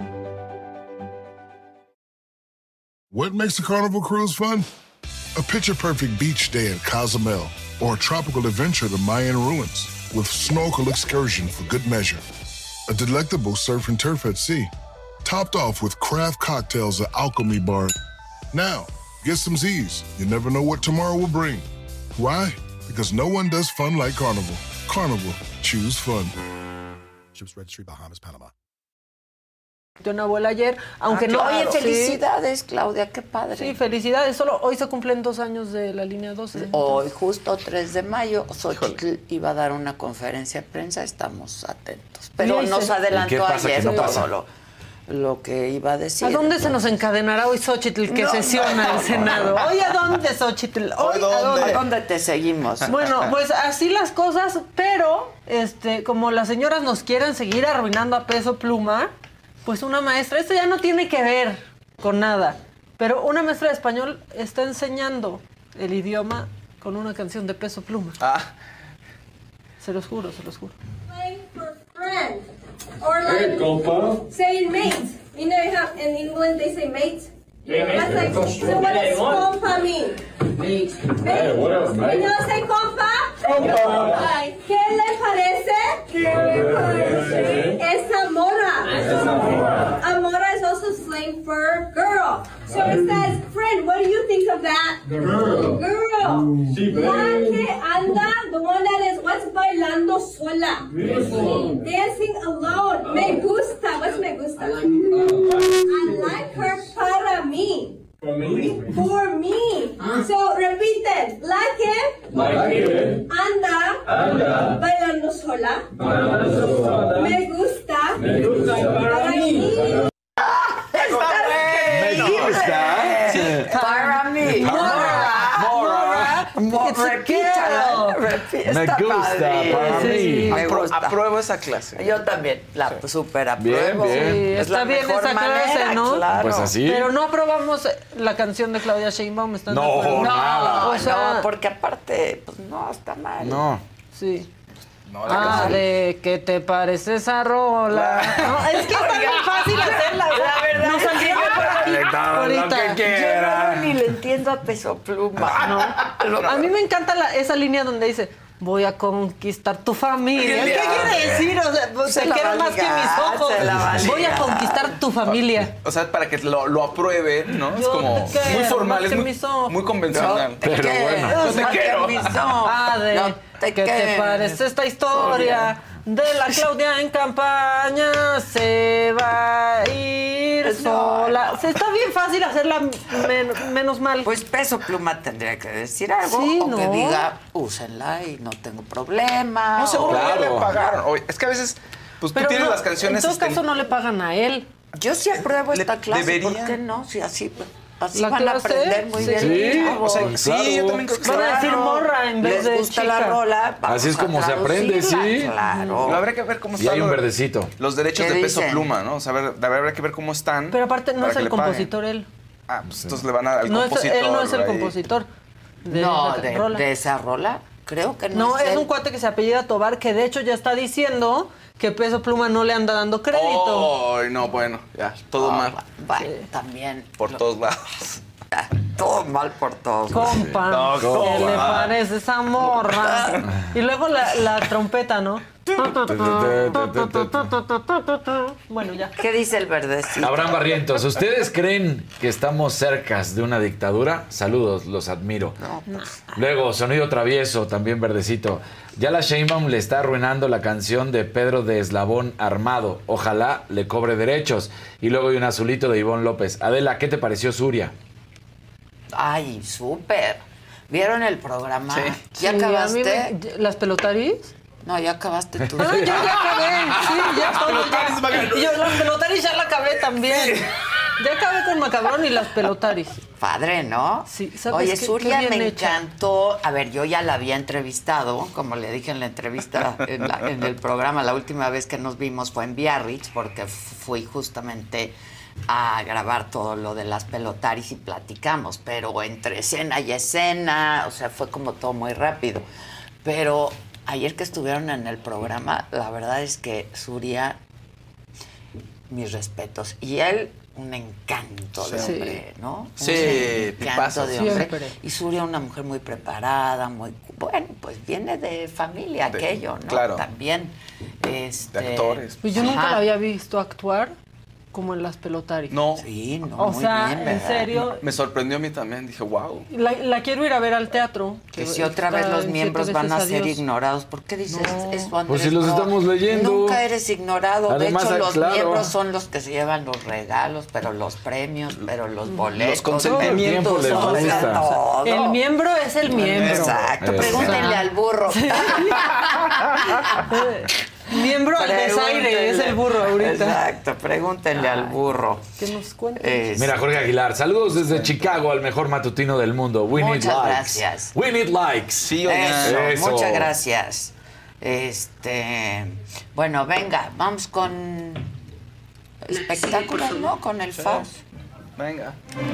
[SPEAKER 2] What makes a Carnival cruise fun? A picture-perfect beach day in Cozumel or a tropical adventure to Mayan ruins with snorkel excursion for good measure. A delectable surf and turf at sea, topped off with craft cocktails at Alchemy Bar. Now, get some Z's. You never know what tomorrow will bring. Why? Because no one does fun like Carnival. Carnival, choose fun.
[SPEAKER 3] Ships Registry, Bahamas, Panama.
[SPEAKER 13] Una abuela ayer, aunque no.
[SPEAKER 5] Oye,
[SPEAKER 13] Sí.
[SPEAKER 5] felicidades, Claudia, qué padre.
[SPEAKER 13] Sí, felicidades. Solo hoy se cumplen 2 años de la línea 12.
[SPEAKER 5] Hoy, justo 3 de mayo, Xochitl iba a dar una conferencia de prensa, estamos atentos. Pero
[SPEAKER 13] Sí,
[SPEAKER 5] nos
[SPEAKER 13] sí.
[SPEAKER 5] adelantó
[SPEAKER 14] ¿Y qué pasa?
[SPEAKER 5] ayer
[SPEAKER 14] ¿Qué no pasa?
[SPEAKER 5] todo lo que iba a decir.
[SPEAKER 13] ¿A dónde se nos encadenará hoy Xochitl que sesiona el Senado? ¿Hoy a dónde, Xochitl? ¿Hoy
[SPEAKER 5] ¿A dónde te seguimos?
[SPEAKER 13] Bueno, pues así las cosas, pero como las señoras nos quieren seguir arruinando a peso pluma, pues una maestra, esto ya no tiene que ver con nada, pero una maestra de español está enseñando el idioma con una canción de Peso Pluma. Se los juro, se los juro.
[SPEAKER 20] Friend. Or like saying mate. You know how in England they say mate? That's like, so what does compa mean? Mate. Mate. What else, mate? You know say compa?
[SPEAKER 19] Compa.
[SPEAKER 20] Ay, ¿qué le parece? Esa mora. Amora is also slang for girl. So it says, friend, what do you think of that? Girl.
[SPEAKER 19] Sí,
[SPEAKER 20] La que anda, the one that is, what's bailando sola? Dancing alone. Me gusta. What's me gusta? I like her para mí.
[SPEAKER 19] For me?
[SPEAKER 20] For me. So, repite. La que anda bailando sola. Me gusta. Para mí.
[SPEAKER 14] Me gusta.
[SPEAKER 5] Para mí. Repítala.
[SPEAKER 14] Me gusta, para mí.
[SPEAKER 5] Me gusta.
[SPEAKER 11] Apruebo esa clase.
[SPEAKER 5] Yo también la super apruebo.
[SPEAKER 14] Bien, bien.
[SPEAKER 13] Sí,
[SPEAKER 5] Es
[SPEAKER 13] está
[SPEAKER 5] la
[SPEAKER 13] bien
[SPEAKER 5] mejor
[SPEAKER 13] esa
[SPEAKER 5] manera,
[SPEAKER 13] clase, ¿no?
[SPEAKER 5] claro.
[SPEAKER 14] Pues así.
[SPEAKER 13] Pero no aprobamos la canción de Claudia Sheinbaum, ¿están de
[SPEAKER 14] No,
[SPEAKER 13] acuerdo?
[SPEAKER 14] nada.
[SPEAKER 5] No,
[SPEAKER 13] O sea,
[SPEAKER 5] no, porque aparte, pues no, está mal.
[SPEAKER 14] No.
[SPEAKER 13] Sí.
[SPEAKER 11] No, la canción.
[SPEAKER 13] ¿de qué te parece esa rola? No, es que está bien fácil hacerla.
[SPEAKER 5] La verdad
[SPEAKER 13] no
[SPEAKER 5] es que
[SPEAKER 13] saldría por aquí
[SPEAKER 14] Lo que
[SPEAKER 13] ahorita.
[SPEAKER 14] quiera.
[SPEAKER 5] Yo no ni le entiendo a Peso Pluma.
[SPEAKER 13] No. A mí me encanta esa línea donde dice, voy a conquistar tu familia.
[SPEAKER 5] ¿Qué
[SPEAKER 13] ¿Qué quiere decir? O sea, te quiero más que mis ojos. Voy a conquistar tu familia.
[SPEAKER 11] O sea, para que lo aprueben, ¿no? Es como muy formal, es muy convencional.
[SPEAKER 14] Pero bueno.
[SPEAKER 11] Yo te quiero.
[SPEAKER 13] Padre, ¿qué te parece esta historia? De la Claudia en campaña se va a ir sola. Se está bien fácil hacerla menos mal.
[SPEAKER 5] Pues Peso Pluma tendría que decir algo.
[SPEAKER 13] Sí,
[SPEAKER 5] o
[SPEAKER 13] ¿no?
[SPEAKER 5] que diga, úsenla y no tengo problema.
[SPEAKER 11] No, seguro
[SPEAKER 14] Claro.
[SPEAKER 11] ya le pagaron. Oye, es que a veces, pues tú tienes las canciones.
[SPEAKER 13] En todo caso no le pagan a él.
[SPEAKER 5] Yo sí apruebo esta clase.
[SPEAKER 11] debería.
[SPEAKER 5] ¿Por qué no? Si así
[SPEAKER 13] ¿La
[SPEAKER 5] van a
[SPEAKER 13] clase?
[SPEAKER 5] aprender muy bien.
[SPEAKER 14] Sí,
[SPEAKER 5] los chavos.
[SPEAKER 11] O sea,
[SPEAKER 14] Claro.
[SPEAKER 11] sí, yo también creo que
[SPEAKER 13] Van a decir morra en vez
[SPEAKER 5] Les
[SPEAKER 13] de
[SPEAKER 5] gusta
[SPEAKER 13] chica.
[SPEAKER 5] la rola. vamos
[SPEAKER 14] Así es
[SPEAKER 5] a
[SPEAKER 14] como se aprende,
[SPEAKER 5] traducirla,
[SPEAKER 14] sí.
[SPEAKER 5] Claro.
[SPEAKER 11] Pero habría que ver cómo
[SPEAKER 14] Y
[SPEAKER 11] están
[SPEAKER 14] hay un verdecito.
[SPEAKER 11] los derechos
[SPEAKER 5] ¿Qué
[SPEAKER 11] de Peso
[SPEAKER 5] dicen?
[SPEAKER 11] Pluma, ¿no? O sea, habría que ver cómo están.
[SPEAKER 13] Pero aparte no
[SPEAKER 11] para
[SPEAKER 13] es
[SPEAKER 11] que
[SPEAKER 13] el
[SPEAKER 11] le paguen.
[SPEAKER 13] compositor él.
[SPEAKER 11] Ah, pues entonces le van al
[SPEAKER 13] No
[SPEAKER 11] compositor.
[SPEAKER 13] él no es el
[SPEAKER 11] ahí.
[SPEAKER 13] compositor de
[SPEAKER 5] No,
[SPEAKER 13] la rola.
[SPEAKER 5] de esa rola, creo que no,
[SPEAKER 13] No, es
[SPEAKER 5] él.
[SPEAKER 13] un cuate que se apellida Tobar, que de hecho ya está diciendo que Peso Pluma no le anda dando crédito.
[SPEAKER 11] Ay, no, bueno, ya, todo mal.
[SPEAKER 5] Bueno, también.
[SPEAKER 11] Por todos lados.
[SPEAKER 5] Todo mal por todos.
[SPEAKER 13] Compa,
[SPEAKER 11] No,
[SPEAKER 13] ¿qué
[SPEAKER 11] compa.
[SPEAKER 13] le parece esa morra? Y luego la trompeta, ¿no? Bueno, ya.
[SPEAKER 5] ¿Qué dice el verdecito?
[SPEAKER 14] Abraham Barrientos, ¿ustedes creen que estamos cerca de una dictadura? Saludos, los admiro. Luego, Sonido Travieso, también verdecito. Ya la Sheinbaum le está arruinando la canción de Pedro de Eslabón Armado. Ojalá le cobre derechos. Y luego hay un azulito de Ivonne López. Adela, ¿qué te pareció Suria?
[SPEAKER 5] Ay, súper. ¿Vieron el programa?
[SPEAKER 11] Sí.
[SPEAKER 5] ¿Ya
[SPEAKER 13] Sí, a mí
[SPEAKER 5] acabaste?
[SPEAKER 13] ¿Las pelotaris?
[SPEAKER 5] No, ya acabaste tú.
[SPEAKER 13] Ah, yo ya acabé. Sí, ya todo. Y yo las pelotaris ya la acabé también. Ya acabé con Macabrón y las pelotaris.
[SPEAKER 5] Padre, ¿no?
[SPEAKER 13] Sí, ¿sabes
[SPEAKER 5] Oye,
[SPEAKER 13] qué?
[SPEAKER 5] Suria
[SPEAKER 13] Qué bien
[SPEAKER 5] me
[SPEAKER 13] hecha.
[SPEAKER 5] encantó. A ver, yo ya la había entrevistado, como le dije en la entrevista, en el programa, la última vez que nos vimos fue en Biarritz, porque fui justamente a grabar todo lo de las pelotaris y platicamos, pero entre escena y escena, o sea, fue como todo muy rápido. Pero ayer que estuvieron en el programa, la verdad es que Suria, mis respetos. Y él, un encanto de
[SPEAKER 11] Sí.
[SPEAKER 5] hombre, ¿no?
[SPEAKER 11] Sí,
[SPEAKER 5] un encanto
[SPEAKER 11] tipazo.
[SPEAKER 5] de hombre.
[SPEAKER 13] Siempre.
[SPEAKER 5] Y Suria, una mujer muy preparada, muy... Bueno, pues viene de familia aquello, ¿no?
[SPEAKER 11] claro.
[SPEAKER 5] También.
[SPEAKER 11] De actores.
[SPEAKER 13] Pues yo nunca
[SPEAKER 5] Ajá.
[SPEAKER 13] la había visto actuar como en las pelotaris.
[SPEAKER 11] No,
[SPEAKER 5] Sí, no,
[SPEAKER 13] O
[SPEAKER 5] muy
[SPEAKER 13] sea,
[SPEAKER 5] bien,
[SPEAKER 13] en
[SPEAKER 5] ¿verdad?
[SPEAKER 13] serio,
[SPEAKER 11] me sorprendió a mí también. Dije, wow.
[SPEAKER 13] la quiero ir a ver al teatro.
[SPEAKER 5] Que si otra vez
[SPEAKER 13] está
[SPEAKER 5] los
[SPEAKER 13] en
[SPEAKER 5] miembros
[SPEAKER 13] 7
[SPEAKER 5] van a
[SPEAKER 13] veces
[SPEAKER 5] ser
[SPEAKER 13] adiós.
[SPEAKER 5] ignorados. ¿Por qué dices
[SPEAKER 13] No.
[SPEAKER 5] eso, Andrés?
[SPEAKER 14] Pues si los
[SPEAKER 5] No,
[SPEAKER 14] estamos leyendo.
[SPEAKER 5] Nunca eres ignorado.
[SPEAKER 14] Además,
[SPEAKER 5] de hecho, los
[SPEAKER 14] claro.
[SPEAKER 5] miembros son los que se llevan los regalos, pero los premios, pero los boletos.
[SPEAKER 11] Los consentimientos.
[SPEAKER 14] Todo el tiempo les
[SPEAKER 5] o sea,
[SPEAKER 14] gusta.
[SPEAKER 5] todo.
[SPEAKER 13] El miembro es el miembro.
[SPEAKER 5] Exacto.
[SPEAKER 14] Exacto.
[SPEAKER 5] Pregúntenle al burro.
[SPEAKER 13] Miembro al desaire es el burro ahorita.
[SPEAKER 5] Exacto, pregúntenle al burro.
[SPEAKER 13] Que nos cuente.
[SPEAKER 14] Mira, Jorge Aguilar, saludos desde Chicago al mejor matutino del mundo. We need
[SPEAKER 5] Muchas
[SPEAKER 14] likes.
[SPEAKER 5] gracias.
[SPEAKER 14] We need likes.
[SPEAKER 11] Sí,
[SPEAKER 5] Eso, muchas gracias. Bueno, venga, vamos con espectáculos, ¿no? Con el FAS.
[SPEAKER 11] Venga.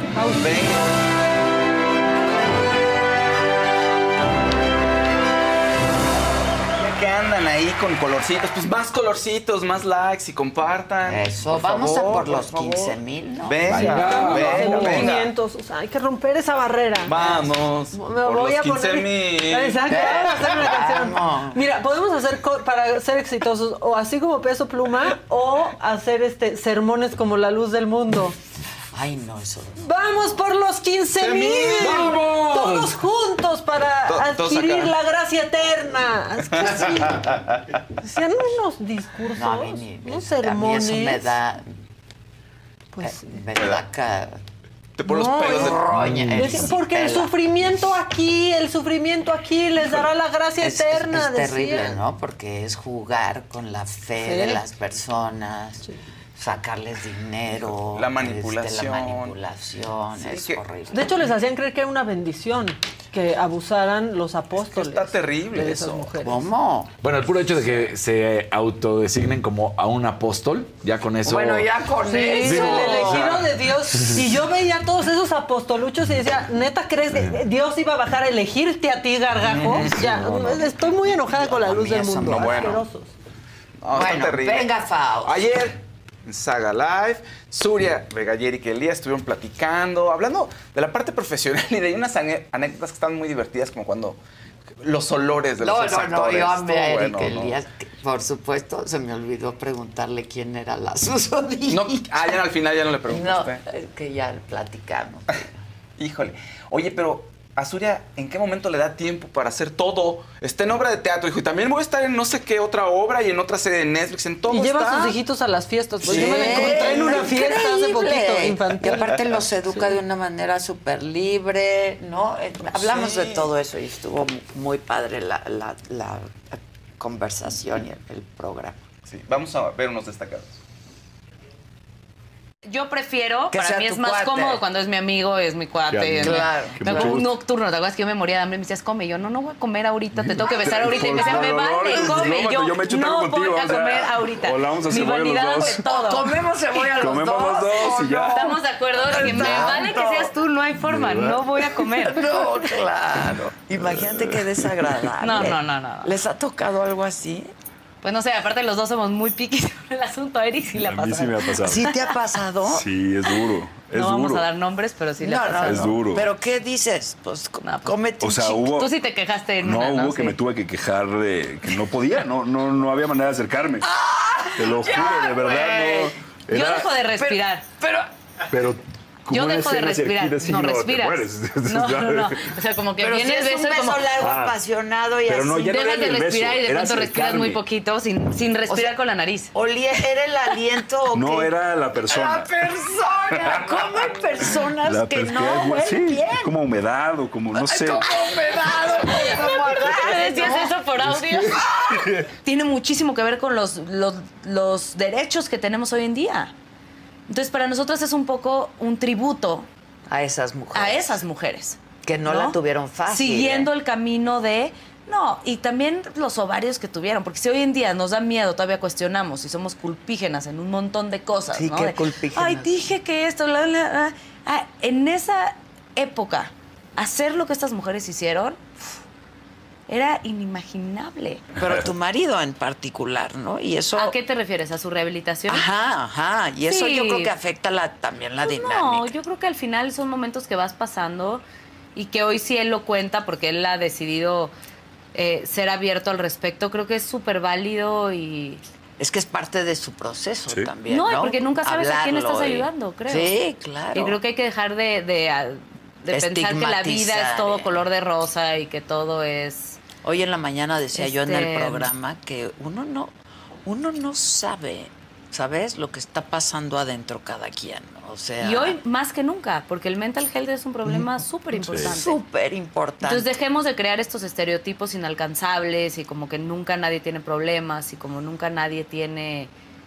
[SPEAKER 11] Ya que andan ahí con colorcitos, pues más colorcitos, más likes y compartan.
[SPEAKER 5] Eso,
[SPEAKER 11] Por
[SPEAKER 5] vamos
[SPEAKER 11] favor,
[SPEAKER 5] a por los
[SPEAKER 11] favor.
[SPEAKER 5] 15,000, ¿no?
[SPEAKER 11] Venga, venga, venga.
[SPEAKER 13] 500, o sea, hay que romper esa barrera.
[SPEAKER 11] Vamos.
[SPEAKER 13] Me
[SPEAKER 11] por
[SPEAKER 13] voy
[SPEAKER 11] los
[SPEAKER 13] a poner.
[SPEAKER 11] 15,000.
[SPEAKER 13] Exacto, vamos a hacer una canción.
[SPEAKER 5] Vamos.
[SPEAKER 13] Mira, podemos hacer para ser exitosos o así como Peso Pluma o hacer sermones como La Luz del Mundo.
[SPEAKER 5] Ay, no, eso.
[SPEAKER 13] ¡Vamos por los 15,000!
[SPEAKER 14] ¡Vamos!
[SPEAKER 13] Todos juntos para
[SPEAKER 11] Todos
[SPEAKER 13] adquirir
[SPEAKER 11] acá.
[SPEAKER 13] la gracia eterna. Es que sí. Sean unos discursos,
[SPEAKER 5] No, a mí,
[SPEAKER 13] unos
[SPEAKER 5] a mí
[SPEAKER 13] sermones.
[SPEAKER 5] eso me da.
[SPEAKER 13] Pues,
[SPEAKER 5] me da acá.
[SPEAKER 11] Te pones
[SPEAKER 13] no,
[SPEAKER 11] los pelos de
[SPEAKER 5] roña.
[SPEAKER 13] porque el sufrimiento aquí les dará la gracia eterna.
[SPEAKER 5] Es terrible,
[SPEAKER 13] decían.
[SPEAKER 5] ¿no? Porque es jugar con la fe
[SPEAKER 13] Sí.
[SPEAKER 5] de las personas, sacarles dinero.
[SPEAKER 11] La manipulación.
[SPEAKER 5] La manipulación,
[SPEAKER 11] Sí,
[SPEAKER 5] es
[SPEAKER 11] que-
[SPEAKER 5] horrible.
[SPEAKER 13] De hecho, les hacían creer que era una bendición que abusaran los apóstoles.
[SPEAKER 11] Está terrible
[SPEAKER 13] de esas
[SPEAKER 11] eso.
[SPEAKER 13] mujeres.
[SPEAKER 5] ¿Cómo?
[SPEAKER 14] Bueno, el puro hecho de que se autodesignen como a un apóstol, ya con eso.
[SPEAKER 5] Bueno, ya con
[SPEAKER 13] Sí,
[SPEAKER 5] eso.
[SPEAKER 14] Digo,
[SPEAKER 13] el elegido
[SPEAKER 14] o sea,
[SPEAKER 13] de Dios. Y yo veía a todos esos apostoluchos y decía, ¿neta crees que Dios iba a bajar a elegirte a ti, gargajo? Ya, estoy muy enojada con la
[SPEAKER 5] No,
[SPEAKER 13] luz
[SPEAKER 5] a mí
[SPEAKER 13] del
[SPEAKER 5] eso
[SPEAKER 13] mundo.
[SPEAKER 11] no, bueno.
[SPEAKER 13] Asquerosos.
[SPEAKER 11] No,
[SPEAKER 5] Bueno,
[SPEAKER 11] está terrible.
[SPEAKER 5] venga, Faust.
[SPEAKER 11] Ayer, en Saga Live, Suria, Regaller y Kelía estuvieron platicando, hablando de la parte profesional y de unas anécdotas que están muy divertidas, como cuando los olores de los actores.
[SPEAKER 5] Yo amé a Eric
[SPEAKER 11] Bueno,
[SPEAKER 5] Elías. Por supuesto, se me olvidó preguntarle quién era la susodicha.
[SPEAKER 11] No, ya al final ya no le preguntaste.
[SPEAKER 5] No, es que ya platicamos.
[SPEAKER 11] Híjole. Oye, pero a Zuria, ¿en qué momento le da tiempo para hacer todo? Está en obra de teatro, hijo, y también voy a estar en no sé qué otra obra y en otra serie de Netflix, en todo.
[SPEAKER 13] Y lleva
[SPEAKER 11] está.
[SPEAKER 13] a sus hijitos a las fiestas. Pues
[SPEAKER 5] Sí,
[SPEAKER 13] yo me la encontré en una fiesta hace poquito, infantil.
[SPEAKER 5] Y aparte los educa de una manera súper libre, ¿no? Hablamos de todo eso y estuvo muy padre la conversación y el programa.
[SPEAKER 11] Sí, vamos a ver unos destacados.
[SPEAKER 21] Yo prefiero,
[SPEAKER 5] Que
[SPEAKER 21] para
[SPEAKER 5] sea
[SPEAKER 21] mí es
[SPEAKER 5] tu
[SPEAKER 21] más
[SPEAKER 5] cuate.
[SPEAKER 21] cómodo cuando es mi amigo, es mi cuate.
[SPEAKER 5] Claro.
[SPEAKER 21] Un nocturno, ¿te acuerdas que yo me moría de hambre? Y me decías, come. Yo, no voy a comer ahorita, te tengo que besar ahorita. Y me decían, me vale, come.
[SPEAKER 2] Yo me echo un taco
[SPEAKER 21] no
[SPEAKER 2] contigo,
[SPEAKER 21] voy a
[SPEAKER 2] o sea,
[SPEAKER 21] comer ahorita.
[SPEAKER 2] o la vamos a
[SPEAKER 21] Mi
[SPEAKER 2] cebolla los
[SPEAKER 21] vanidad
[SPEAKER 2] dos.
[SPEAKER 21] de todo.
[SPEAKER 5] Comemos cebolla los
[SPEAKER 2] Comemos
[SPEAKER 5] dos.
[SPEAKER 2] los dos y ya.
[SPEAKER 21] ¿Estamos de acuerdo? Que me vale que seas tú, no hay forma. No voy a comer.
[SPEAKER 5] No, claro. Imagínate qué desagradable.
[SPEAKER 21] No.
[SPEAKER 5] ¿Les ha tocado algo así?
[SPEAKER 21] Pues no sé, aparte los dos somos muy piquis con el asunto. A Eric sí le ha
[SPEAKER 2] A
[SPEAKER 21] pasado.
[SPEAKER 2] mí sí me ha pasado.
[SPEAKER 5] ¿Sí te ha pasado?
[SPEAKER 2] Sí, es duro. Es
[SPEAKER 21] No
[SPEAKER 2] duro.
[SPEAKER 21] vamos a dar nombres, pero sí le ha pasado.
[SPEAKER 2] Es duro.
[SPEAKER 5] ¿Pero qué dices? Pues cómete
[SPEAKER 2] O sea,
[SPEAKER 5] un chico.
[SPEAKER 2] hubo...
[SPEAKER 21] Tú sí te quejaste en
[SPEAKER 2] No,
[SPEAKER 21] una, ¿no?
[SPEAKER 2] hubo que
[SPEAKER 21] Sí.
[SPEAKER 2] me tuve que quejar de que no podía, no había manera de acercarme. Te lo juro, de verdad, no.
[SPEAKER 21] Yo dejo de respirar.
[SPEAKER 2] Pero ¿cómo
[SPEAKER 21] Yo
[SPEAKER 2] una
[SPEAKER 21] dejo de
[SPEAKER 2] escena
[SPEAKER 21] respirar.
[SPEAKER 2] cerquita así,
[SPEAKER 21] No,
[SPEAKER 2] te
[SPEAKER 21] respiras.
[SPEAKER 2] mueres?
[SPEAKER 21] No. O sea, como que
[SPEAKER 5] Pero
[SPEAKER 21] viene
[SPEAKER 5] si
[SPEAKER 21] el
[SPEAKER 5] es un
[SPEAKER 21] beso y
[SPEAKER 5] beso
[SPEAKER 21] como...
[SPEAKER 5] largo, apasionado y
[SPEAKER 2] Pero
[SPEAKER 5] así.
[SPEAKER 2] no, ya no
[SPEAKER 21] Dejas
[SPEAKER 2] era
[SPEAKER 21] de
[SPEAKER 2] el beso,
[SPEAKER 21] respirar y de
[SPEAKER 2] era
[SPEAKER 21] pronto respiras muy
[SPEAKER 2] acercarme.
[SPEAKER 21] poquito sin respirar con la nariz.
[SPEAKER 5] ¿Era el aliento o
[SPEAKER 2] No,
[SPEAKER 5] qué?
[SPEAKER 2] era la persona.
[SPEAKER 5] La persona. ¿Cómo hay personas
[SPEAKER 2] La
[SPEAKER 5] que
[SPEAKER 2] persona,
[SPEAKER 5] no huelen
[SPEAKER 2] sí,
[SPEAKER 5] bien?
[SPEAKER 2] como humedad o como, no sé.
[SPEAKER 5] Como humedad.
[SPEAKER 21] ¿Me decías eso por audio? Tiene muchísimo que ver con los derechos que tenemos hoy en día. Entonces, para nosotros es un poco un tributo
[SPEAKER 5] a esas mujeres.
[SPEAKER 21] A esas mujeres.
[SPEAKER 5] Que no la tuvieron fácil.
[SPEAKER 21] Siguiendo el camino de... No, y también los ovarios que tuvieron, porque si hoy en día nos da miedo, todavía cuestionamos y somos culpígenas en un montón de cosas,
[SPEAKER 5] Sí,
[SPEAKER 21] ¿no?
[SPEAKER 5] qué
[SPEAKER 21] De,
[SPEAKER 5] culpígenas.
[SPEAKER 21] Ay, dije que esto, en esa época, hacer lo que estas mujeres hicieron era inimaginable.
[SPEAKER 5] Pero tu marido en particular, ¿no? Y eso...
[SPEAKER 21] ¿A qué te refieres? ¿A su rehabilitación?
[SPEAKER 5] Ajá. Y eso
[SPEAKER 21] Sí.
[SPEAKER 5] yo creo que afecta también la dinámica.
[SPEAKER 21] No, yo creo que al final son momentos que vas pasando y que hoy sí él lo cuenta porque él ha decidido ser abierto al respecto. Creo que es súper válido y...
[SPEAKER 5] Es que es parte de su proceso también, ¿no?
[SPEAKER 21] No, porque nunca sabes a quién
[SPEAKER 5] Hablarlo
[SPEAKER 21] estás
[SPEAKER 5] y-
[SPEAKER 21] ayudando, creo.
[SPEAKER 5] Sí, claro.
[SPEAKER 21] Y creo que hay que dejar de pensar que la vida
[SPEAKER 5] Estigmatizar,
[SPEAKER 21] es todo color de rosa y que todo es...
[SPEAKER 5] Hoy en la mañana decía yo en el
[SPEAKER 21] Este-
[SPEAKER 5] programa que uno no sabe, ¿sabes? Lo que está pasando adentro cada quien, ¿no? O sea...
[SPEAKER 21] Y hoy más que nunca, porque el mental health es un problema súper importante.
[SPEAKER 5] Súper importante.
[SPEAKER 21] Entonces dejemos de crear estos estereotipos inalcanzables y como que nunca nadie tiene problemas y como nunca nadie tiene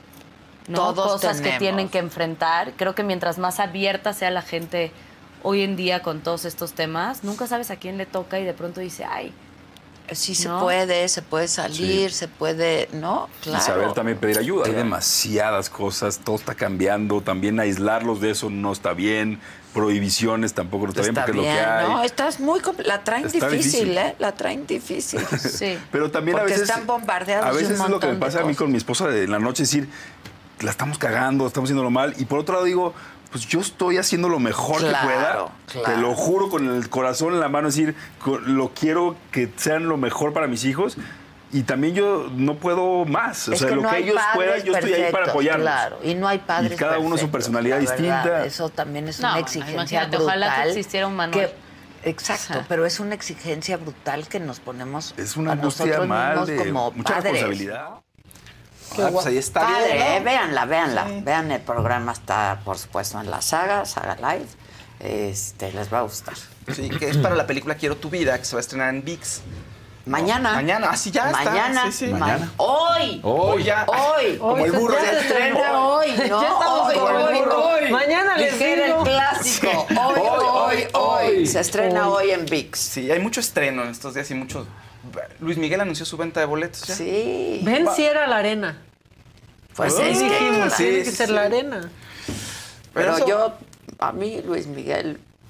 [SPEAKER 5] Todos
[SPEAKER 21] cosas que
[SPEAKER 5] tenemos.
[SPEAKER 21] tienen que enfrentar. Creo que mientras más abierta sea la gente hoy en día con todos estos temas, nunca sabes a quién le toca y de pronto dice, ay,
[SPEAKER 5] Sí
[SPEAKER 21] ¿no?
[SPEAKER 5] se puede salir, se puede, ¿no? Claro.
[SPEAKER 2] Y saber también pedir ayuda. Hay demasiadas cosas, todo está cambiando. También aislarlos de eso no está bien. Prohibiciones tampoco no está bien porque es lo que hay.
[SPEAKER 5] No, estás muy... La traen
[SPEAKER 2] Está
[SPEAKER 5] difícil,
[SPEAKER 2] difícil.
[SPEAKER 5] ¿eh? La traen difícil.
[SPEAKER 21] Sí.
[SPEAKER 2] Pero también
[SPEAKER 5] Porque
[SPEAKER 2] a veces...
[SPEAKER 5] están bombardeados
[SPEAKER 2] A
[SPEAKER 5] de un
[SPEAKER 2] veces es lo que me
[SPEAKER 5] montón de
[SPEAKER 2] pasa a mí
[SPEAKER 5] cosas.
[SPEAKER 2] con mi esposa en la noche, decir, la estamos cagando, estamos haciéndolo mal. Y por otro lado digo, pues yo estoy haciendo lo mejor
[SPEAKER 5] Claro,
[SPEAKER 2] que pueda.
[SPEAKER 5] claro.
[SPEAKER 2] Te lo juro con el corazón en la mano, decir, lo quiero que sean lo mejor para mis hijos. Y también yo no puedo más. O
[SPEAKER 5] Es
[SPEAKER 2] sea,
[SPEAKER 5] que
[SPEAKER 2] lo
[SPEAKER 5] no
[SPEAKER 2] que
[SPEAKER 5] hay
[SPEAKER 2] ellos puedan,
[SPEAKER 5] padres
[SPEAKER 2] yo estoy ahí para
[SPEAKER 5] perfectos,
[SPEAKER 2] apoyarlos.
[SPEAKER 5] Claro, y no hay padres
[SPEAKER 2] Y cada uno su
[SPEAKER 5] perfectos,
[SPEAKER 2] personalidad
[SPEAKER 5] la verdad.
[SPEAKER 2] distinta.
[SPEAKER 5] Eso también es
[SPEAKER 21] No,
[SPEAKER 5] una
[SPEAKER 21] bueno,
[SPEAKER 5] exigencia
[SPEAKER 21] imagínate,
[SPEAKER 5] brutal.
[SPEAKER 21] ojalá que existiera un manual.
[SPEAKER 5] Exacto, pero es una exigencia brutal que nos ponemos
[SPEAKER 2] Es una
[SPEAKER 5] a
[SPEAKER 2] angustia
[SPEAKER 5] nosotros
[SPEAKER 2] mal
[SPEAKER 5] mismos
[SPEAKER 2] de
[SPEAKER 5] como
[SPEAKER 2] mucha
[SPEAKER 5] padres.
[SPEAKER 2] responsabilidad.
[SPEAKER 11] Pues ahí está.
[SPEAKER 5] Padre,
[SPEAKER 11] ¿no?
[SPEAKER 5] véanla. Vean el programa, está por supuesto en la Saga Live. Les va a gustar.
[SPEAKER 11] Sí, que es para la película Quiero tu vida, que se va a estrenar en ViX.
[SPEAKER 5] Mañana.
[SPEAKER 11] Mañana, así ya está.
[SPEAKER 5] Mañana.
[SPEAKER 11] Sí, sí.
[SPEAKER 2] Mañana.
[SPEAKER 5] Hoy.
[SPEAKER 11] Hoy ya.
[SPEAKER 5] Hoy.
[SPEAKER 11] Como el burro.
[SPEAKER 5] Se estrena hoy, ¿no?
[SPEAKER 13] Ya estamos
[SPEAKER 5] Hoy,
[SPEAKER 13] como el burro.
[SPEAKER 5] hoy.
[SPEAKER 13] Mañana les
[SPEAKER 5] Dijera
[SPEAKER 13] digo.
[SPEAKER 5] el clásico. Hoy. Se estrena hoy en ViX.
[SPEAKER 11] Sí, hay mucho estreno en estos días y mucho. Luis Miguel anunció su venta de boletos ya.
[SPEAKER 5] Sí.
[SPEAKER 13] Ven si era la arena.
[SPEAKER 5] Pues
[SPEAKER 13] Así
[SPEAKER 5] es que,
[SPEAKER 13] dijimos,
[SPEAKER 11] sí,
[SPEAKER 13] tiene que
[SPEAKER 11] sí,
[SPEAKER 13] ser
[SPEAKER 11] sí.
[SPEAKER 13] la arena.
[SPEAKER 5] Pero
[SPEAKER 11] eso-
[SPEAKER 5] yo, a mí Luis Miguel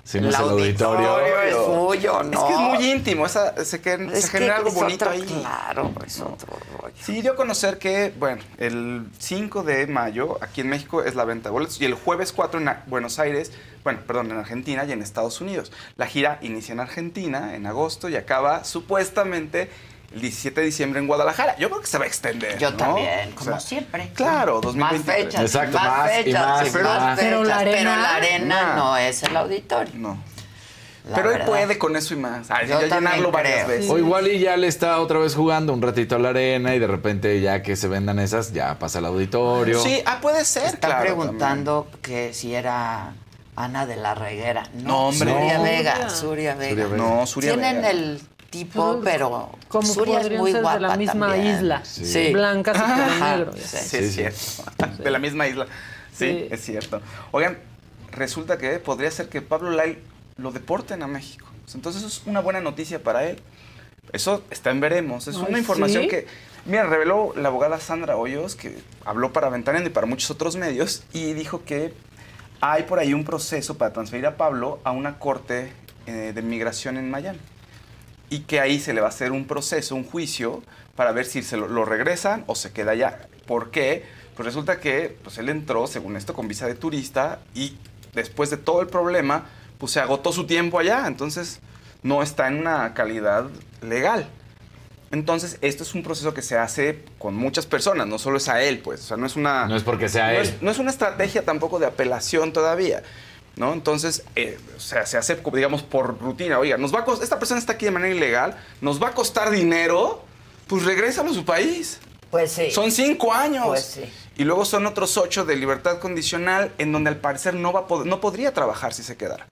[SPEAKER 14] Si no es el auditorio.
[SPEAKER 5] es suyo, ¿no?
[SPEAKER 11] Es que es muy íntimo, se genera algo bonito ahí.
[SPEAKER 5] Claro, es otro rollo.
[SPEAKER 11] Sí, dio a conocer que, bueno, el 5 de mayo aquí en México es la venta de boletos y el jueves 4 en Buenos Aires, en Argentina y en Estados Unidos. La gira inicia en Argentina en agosto y acaba supuestamente el 17 de diciembre en Guadalajara. Yo creo que se va a extender.
[SPEAKER 5] Yo
[SPEAKER 11] ¿no?
[SPEAKER 5] también, como siempre.
[SPEAKER 11] Claro, 2023.
[SPEAKER 5] Más fechas.
[SPEAKER 14] Exacto,
[SPEAKER 5] más fechas.
[SPEAKER 13] Pero la
[SPEAKER 5] arena no es el auditorio.
[SPEAKER 11] No.
[SPEAKER 5] La
[SPEAKER 11] Pero
[SPEAKER 5] verdad.
[SPEAKER 11] él puede con eso y más.
[SPEAKER 5] Yo
[SPEAKER 11] ya
[SPEAKER 5] también
[SPEAKER 11] llenarlo varias
[SPEAKER 5] creo.
[SPEAKER 11] veces.
[SPEAKER 14] O igual y ya le está otra vez jugando un ratito a la arena y de repente ya que se vendan esas, ya pasa al auditorio.
[SPEAKER 11] Sí, puede ser.
[SPEAKER 5] Está
[SPEAKER 11] claro,
[SPEAKER 5] preguntando que si era Ana de la Reguera.
[SPEAKER 11] No, hombre.
[SPEAKER 5] Suria
[SPEAKER 11] No.
[SPEAKER 5] Vega. Suria Vega.
[SPEAKER 11] No, Suria
[SPEAKER 5] Tienen
[SPEAKER 11] Vega.
[SPEAKER 5] el tipo, pero
[SPEAKER 13] Como
[SPEAKER 5] Suria es
[SPEAKER 13] podrían
[SPEAKER 5] muy
[SPEAKER 13] ser
[SPEAKER 5] guapa
[SPEAKER 13] de la misma
[SPEAKER 5] también.
[SPEAKER 13] isla.
[SPEAKER 5] Sí.
[SPEAKER 13] Blancas y con
[SPEAKER 5] Ajá,
[SPEAKER 13] negro.
[SPEAKER 11] Sí, es cierto. De la misma isla. Sí, es cierto. Oigan, resulta que podría ser que Pablo Lyle lo deporten a México. Entonces eso es una buena noticia para él. Eso está en veremos. Es una información que, mira, reveló la abogada Sandra Hoyos, que habló para Ventaneando y para muchos otros medios, y dijo que hay por ahí un proceso para transferir a Pablo a una corte de migración en Miami. Y que ahí se le va a hacer un proceso, un juicio, para ver si se lo regresan o se queda allá. ¿Por qué? Pues resulta que él entró, según esto, con visa de turista y después de todo el problema, pues se agotó su tiempo allá. Entonces, no está en una calidad legal. Entonces, esto es un proceso que se hace con muchas personas, no solo es a él, pues. O sea, no es una...
[SPEAKER 14] No es porque sea él.
[SPEAKER 11] No es una estrategia tampoco de apelación todavía, ¿no? Entonces, se hace, digamos, por rutina. Oiga, esta persona está aquí de manera ilegal, nos va a costar dinero, pues regrésalo a su país.
[SPEAKER 5] Pues sí.
[SPEAKER 11] Son 5 años.
[SPEAKER 5] Pues sí.
[SPEAKER 11] Y luego son otros 8 de libertad condicional, en donde al parecer no podría trabajar si se quedara.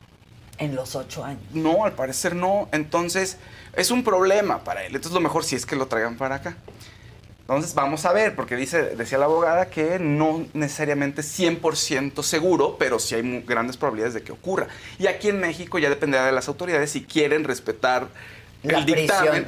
[SPEAKER 5] En los 8 años.
[SPEAKER 11] No, al parecer no. Entonces, es un problema para él. Entonces, lo mejor sí es que lo traigan para acá. Entonces, vamos a ver, porque decía la abogada que no necesariamente 100% seguro, pero sí hay grandes probabilidades de que ocurra. Y aquí en México ya dependerá de las autoridades si quieren respetar el dictamen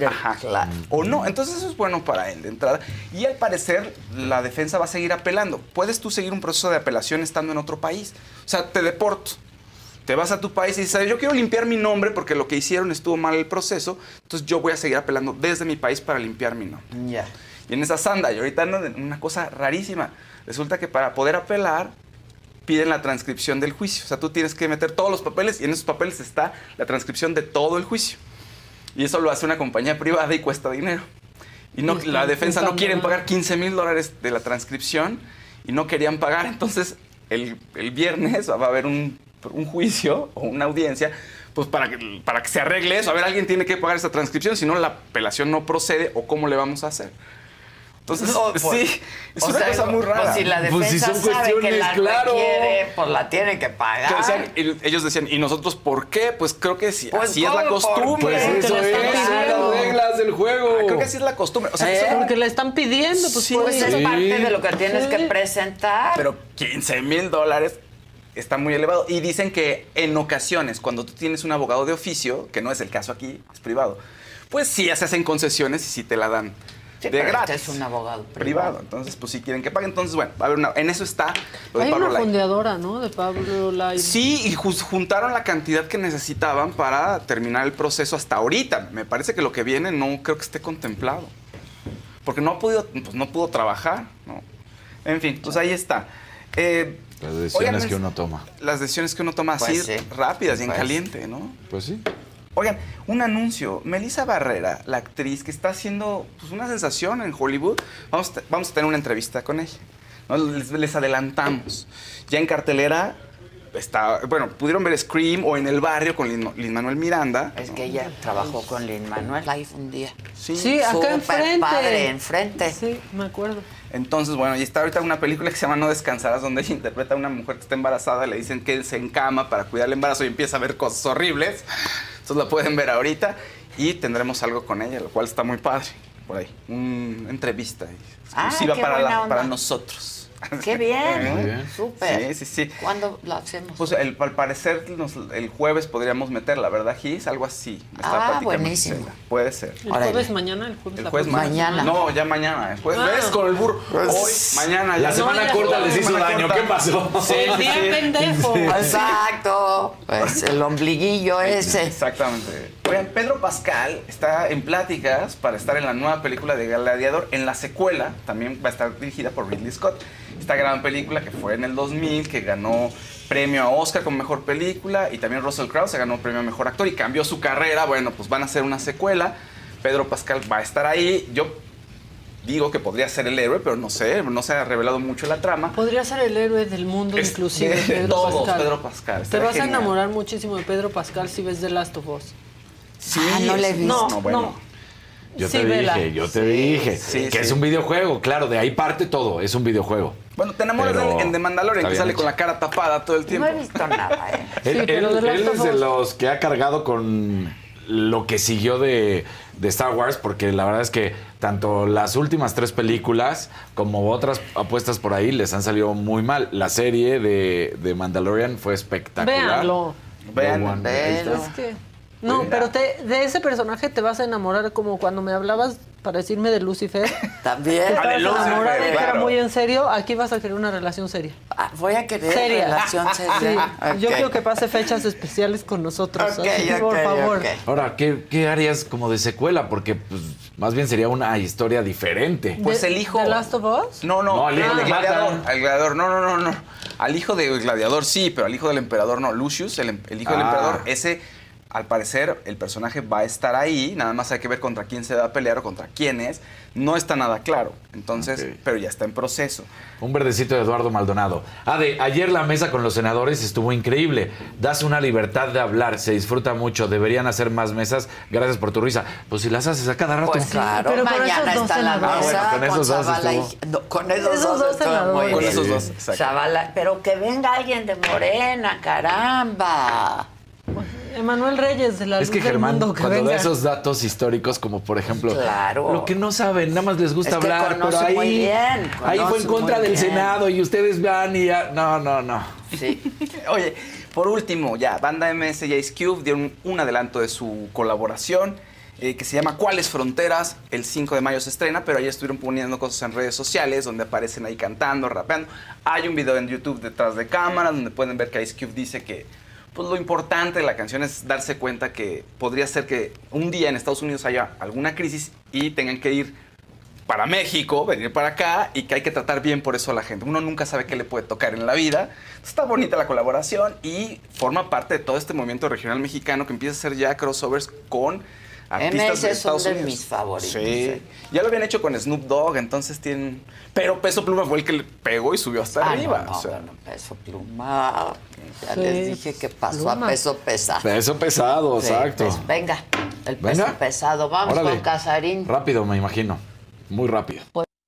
[SPEAKER 11] o no. Entonces, eso es bueno para él de entrada. Y al parecer, la defensa va a seguir apelando. Puedes tú seguir un proceso de apelación estando en otro país. O sea, te deporto. Te vas a tu país y dices, yo quiero limpiar mi nombre porque lo que hicieron estuvo mal el proceso, entonces yo voy a seguir apelando desde mi país para limpiar mi nombre.
[SPEAKER 5] Ya.
[SPEAKER 11] Y en esa sanda, y ahorita ando en una cosa rarísima. Resulta que para poder apelar, piden la transcripción del juicio. O sea, tú tienes que meter todos los papeles y en esos papeles está la transcripción de todo el juicio. Y eso lo hace una compañía privada y cuesta dinero. Y no, la defensa no quieren pagar $15,000 de la transcripción y no querían pagar. Entonces, el viernes va a haber un juicio o una audiencia, pues para que se arregle eso. A ver, alguien tiene que pagar esa transcripción, si no la apelación no procede o cómo le vamos a hacer. Entonces, sí, es una cosa muy rara.
[SPEAKER 5] Pues si la defensa sabe que la requiere, pues la tiene que pagar.
[SPEAKER 11] Ellos decían, ¿y nosotros por qué? Pues creo que sí,
[SPEAKER 5] pues
[SPEAKER 11] así es la costumbre.
[SPEAKER 14] Pues eso es, las reglas del juego.
[SPEAKER 11] Creo que así es la costumbre. O sea,
[SPEAKER 13] porque le están pidiendo, pues,
[SPEAKER 5] sí, pues es parte de lo que tienes que presentar.
[SPEAKER 11] Pero $15,000 está muy elevado. Y dicen que en ocasiones, cuando tú tienes un abogado de oficio, que no es el caso aquí, es privado, pues sí se hacen concesiones y sí te la dan de gratis.
[SPEAKER 5] Este es un abogado
[SPEAKER 11] privado. Entonces, pues si quieren que pague. Entonces, bueno, va a haber en eso está lo de
[SPEAKER 13] Hay
[SPEAKER 11] Pablo
[SPEAKER 13] una
[SPEAKER 11] Lyle.
[SPEAKER 13] fondeadora, ¿no? De Pablo Lyle.
[SPEAKER 11] Sí, y juntaron la cantidad que necesitaban para terminar el proceso hasta ahorita. Me parece que lo que viene no creo que esté contemplado. Porque no pudo trabajar, ¿no? En fin, pues ahí está.
[SPEAKER 14] Las decisiones que uno toma.
[SPEAKER 11] Las decisiones que uno toma
[SPEAKER 5] Pues
[SPEAKER 11] así,
[SPEAKER 5] sí.
[SPEAKER 11] rápidas y en
[SPEAKER 5] Pues.
[SPEAKER 11] caliente, ¿no?
[SPEAKER 14] Pues sí.
[SPEAKER 11] Oigan, un anuncio. Melissa Barrera, la actriz que está haciendo pues, una sensación en Hollywood, vamos a tener una entrevista con ella, ¿no? Les adelantamos. Ya en cartelera está, bueno, pudieron ver Scream o En el barrio con Lin-Manuel Miranda.
[SPEAKER 5] Es que ella trabajó con Lin-Manuel ahí un día.
[SPEAKER 13] Sí, acá
[SPEAKER 5] Súper
[SPEAKER 13] enfrente.
[SPEAKER 5] padre, enfrente.
[SPEAKER 13] Sí, me acuerdo.
[SPEAKER 11] Entonces, bueno, y está ahorita una película que se llama No Descansarás, donde ella interpreta a una mujer que está embarazada, le dicen que él se encama para cuidar el embarazo y empieza a ver cosas horribles. Entonces la pueden ver ahorita y tendremos algo con ella, lo cual está muy padre. Por ahí, una entrevista exclusiva
[SPEAKER 5] qué buena onda.
[SPEAKER 11] para nosotros.
[SPEAKER 5] ¡Qué bien!
[SPEAKER 14] Muy bien.
[SPEAKER 5] Súper.
[SPEAKER 11] Sí.
[SPEAKER 5] ¿Cuándo lo hacemos?
[SPEAKER 11] Pues al parecer el jueves podríamos meterla, ¿verdad, Gis? Algo así.
[SPEAKER 5] Buenísimo.
[SPEAKER 11] Gisela. Puede ser.
[SPEAKER 13] ¿El jueves mañana? ¿El jueves
[SPEAKER 5] mañana?
[SPEAKER 11] No, ya mañana. ¿Ves con el burro? Hoy, mañana.
[SPEAKER 14] La semana corta les hizo daño. ¿Qué pasó?
[SPEAKER 11] Sí,
[SPEAKER 13] pendejo.
[SPEAKER 5] Exacto. Pues el ombliguillo ese.
[SPEAKER 11] Exactamente. Oigan, Pedro Pascal está en pláticas para estar en la nueva película de Gladiador. En la secuela también va a estar dirigida por Ridley Scott. Esta gran película que fue en el 2000, que ganó premio a Oscar como mejor película, y también Russell Crowe se ganó premio a mejor actor y cambió su carrera. Bueno, pues van a hacer una secuela. Pedro Pascal va a estar ahí. Yo digo que podría ser el héroe, pero no sé, no se ha revelado mucho la trama.
[SPEAKER 13] Podría ser el héroe del mundo, inclusive Pedro
[SPEAKER 11] todos,
[SPEAKER 13] Pascal.
[SPEAKER 11] Pedro Pascal.
[SPEAKER 13] Te vas
[SPEAKER 11] genial.
[SPEAKER 13] a enamorar muchísimo de Pedro Pascal si ves The Last of Us.
[SPEAKER 11] Sí,
[SPEAKER 5] no le he visto.
[SPEAKER 11] No, bueno.
[SPEAKER 14] Yo
[SPEAKER 13] Sí,
[SPEAKER 14] te
[SPEAKER 13] vela.
[SPEAKER 14] dije que es un videojuego, claro, de ahí parte todo, es un videojuego.
[SPEAKER 11] Bueno, te enamoras
[SPEAKER 14] Pero
[SPEAKER 11] de él en The Mandalorian,
[SPEAKER 14] está
[SPEAKER 11] que
[SPEAKER 14] bien
[SPEAKER 11] sale
[SPEAKER 14] hecho.
[SPEAKER 11] con la cara tapada todo el tiempo.
[SPEAKER 5] No he visto nada, ¿eh?
[SPEAKER 14] Él es de los que ha cargado con lo que siguió de Star Wars, porque la verdad es que tanto las últimas 3 películas como otras apuestas por ahí les han salido muy mal. La serie de Mandalorian fue espectacular.
[SPEAKER 13] Véanlo.
[SPEAKER 11] Vean.
[SPEAKER 13] Es que... No, pero de ese personaje te vas a enamorar como cuando me hablabas para decirme de Lucifer.
[SPEAKER 5] También.
[SPEAKER 13] Te estabas enamorada y que era
[SPEAKER 11] claro.
[SPEAKER 13] muy en serio. Aquí vas a querer una relación seria.
[SPEAKER 5] Voy a querer
[SPEAKER 13] Seria.
[SPEAKER 5] relación seria.
[SPEAKER 13] Sí.
[SPEAKER 5] Ok.
[SPEAKER 13] Yo quiero que pase fechas especiales con nosotros.
[SPEAKER 5] Ok,
[SPEAKER 13] así, por
[SPEAKER 5] ok,
[SPEAKER 13] favor.
[SPEAKER 5] ok.
[SPEAKER 14] Ahora, ¿qué harías como de secuela? Porque pues, más bien sería una historia diferente.
[SPEAKER 11] Pues el hijo.
[SPEAKER 13] ¿The Last of Us?
[SPEAKER 11] No,
[SPEAKER 14] al hijo
[SPEAKER 11] de
[SPEAKER 14] lo
[SPEAKER 11] Gladiador.
[SPEAKER 14] matan.
[SPEAKER 11] Al Gladiador, no. Al hijo del Gladiador sí, pero al hijo del emperador no. Lucius, el hijo del emperador, ese, al parecer, el personaje va a estar ahí. Nada más hay que ver contra quién se va a pelear o contra quién es. No está nada claro. Entonces, pero ya está en proceso.
[SPEAKER 14] Un verdecito de Eduardo Maldonado. Ayer la mesa con los senadores estuvo increíble. Das una libertad de hablar, se disfruta mucho. Deberían hacer más mesas. Gracias por tu risa. Pues si las haces a cada rato.
[SPEAKER 5] Pues claro,
[SPEAKER 13] pero por
[SPEAKER 5] mañana
[SPEAKER 13] esos dos
[SPEAKER 5] está la
[SPEAKER 13] senadores.
[SPEAKER 5] mesa
[SPEAKER 14] con esos dos
[SPEAKER 5] Zavala
[SPEAKER 14] estuvo.
[SPEAKER 5] con esos
[SPEAKER 13] Esos dos
[SPEAKER 5] dos estuvo
[SPEAKER 13] senadores.
[SPEAKER 5] muy
[SPEAKER 11] Con
[SPEAKER 5] bien.
[SPEAKER 11] esos dos, exacto.
[SPEAKER 5] Zavala, pero que venga alguien de Morena, caramba.
[SPEAKER 13] Emanuel Reyes de la
[SPEAKER 14] Es que
[SPEAKER 13] Luz del
[SPEAKER 14] Germán,
[SPEAKER 13] Mundo, que
[SPEAKER 14] cuando
[SPEAKER 13] venga.
[SPEAKER 14] da esos datos históricos, como por ejemplo,
[SPEAKER 5] Claro.
[SPEAKER 14] lo que no saben, nada más les gusta
[SPEAKER 5] Es que
[SPEAKER 14] hablar, pero
[SPEAKER 5] conoce
[SPEAKER 14] ahí,
[SPEAKER 5] muy bien,
[SPEAKER 14] ahí fue
[SPEAKER 5] conoce
[SPEAKER 14] en contra
[SPEAKER 5] muy
[SPEAKER 14] del
[SPEAKER 5] bien.
[SPEAKER 14] Senado y ustedes van y ya. No.
[SPEAKER 5] Sí.
[SPEAKER 11] Oye, por último, ya, Banda MS y Ice Cube dieron un adelanto de su colaboración que se llama ¿Cuáles fronteras? El 5 de mayo se estrena, pero ahí estuvieron poniendo cosas en redes sociales donde aparecen ahí cantando, rapeando. Hay un video en YouTube detrás de cámaras donde pueden ver que Ice Cube dice que pues lo importante de la canción es darse cuenta que podría ser que un día en Estados Unidos haya alguna crisis y tengan que ir para México, venir para acá, y que hay que tratar bien por eso a la gente. Uno nunca sabe qué le puede tocar en la vida. Está bonita la colaboración y forma parte de todo este movimiento regional mexicano que empieza a hacer ya crossovers con artistas
[SPEAKER 5] MS
[SPEAKER 11] de
[SPEAKER 5] son
[SPEAKER 11] Estados
[SPEAKER 5] de
[SPEAKER 11] Unidos.
[SPEAKER 5] mis favoritos.
[SPEAKER 11] Sí. Ya lo habían hecho con Snoop Dogg, entonces tienen... Pero Peso Pluma fue el que le pegó y subió hasta arriba.
[SPEAKER 5] No,
[SPEAKER 11] o sea.
[SPEAKER 5] bueno, Peso Pluma. Ya
[SPEAKER 13] Sí,
[SPEAKER 5] les dije que pasó
[SPEAKER 13] Pluma.
[SPEAKER 5] a peso pesado.
[SPEAKER 14] Peso pesado,
[SPEAKER 5] Sí,
[SPEAKER 14] exacto.
[SPEAKER 5] pues, venga, el peso
[SPEAKER 14] Venga.
[SPEAKER 5] pesado. Vamos
[SPEAKER 14] Órale.
[SPEAKER 5] con Casarín.
[SPEAKER 14] Rápido, me imagino. Muy rápido.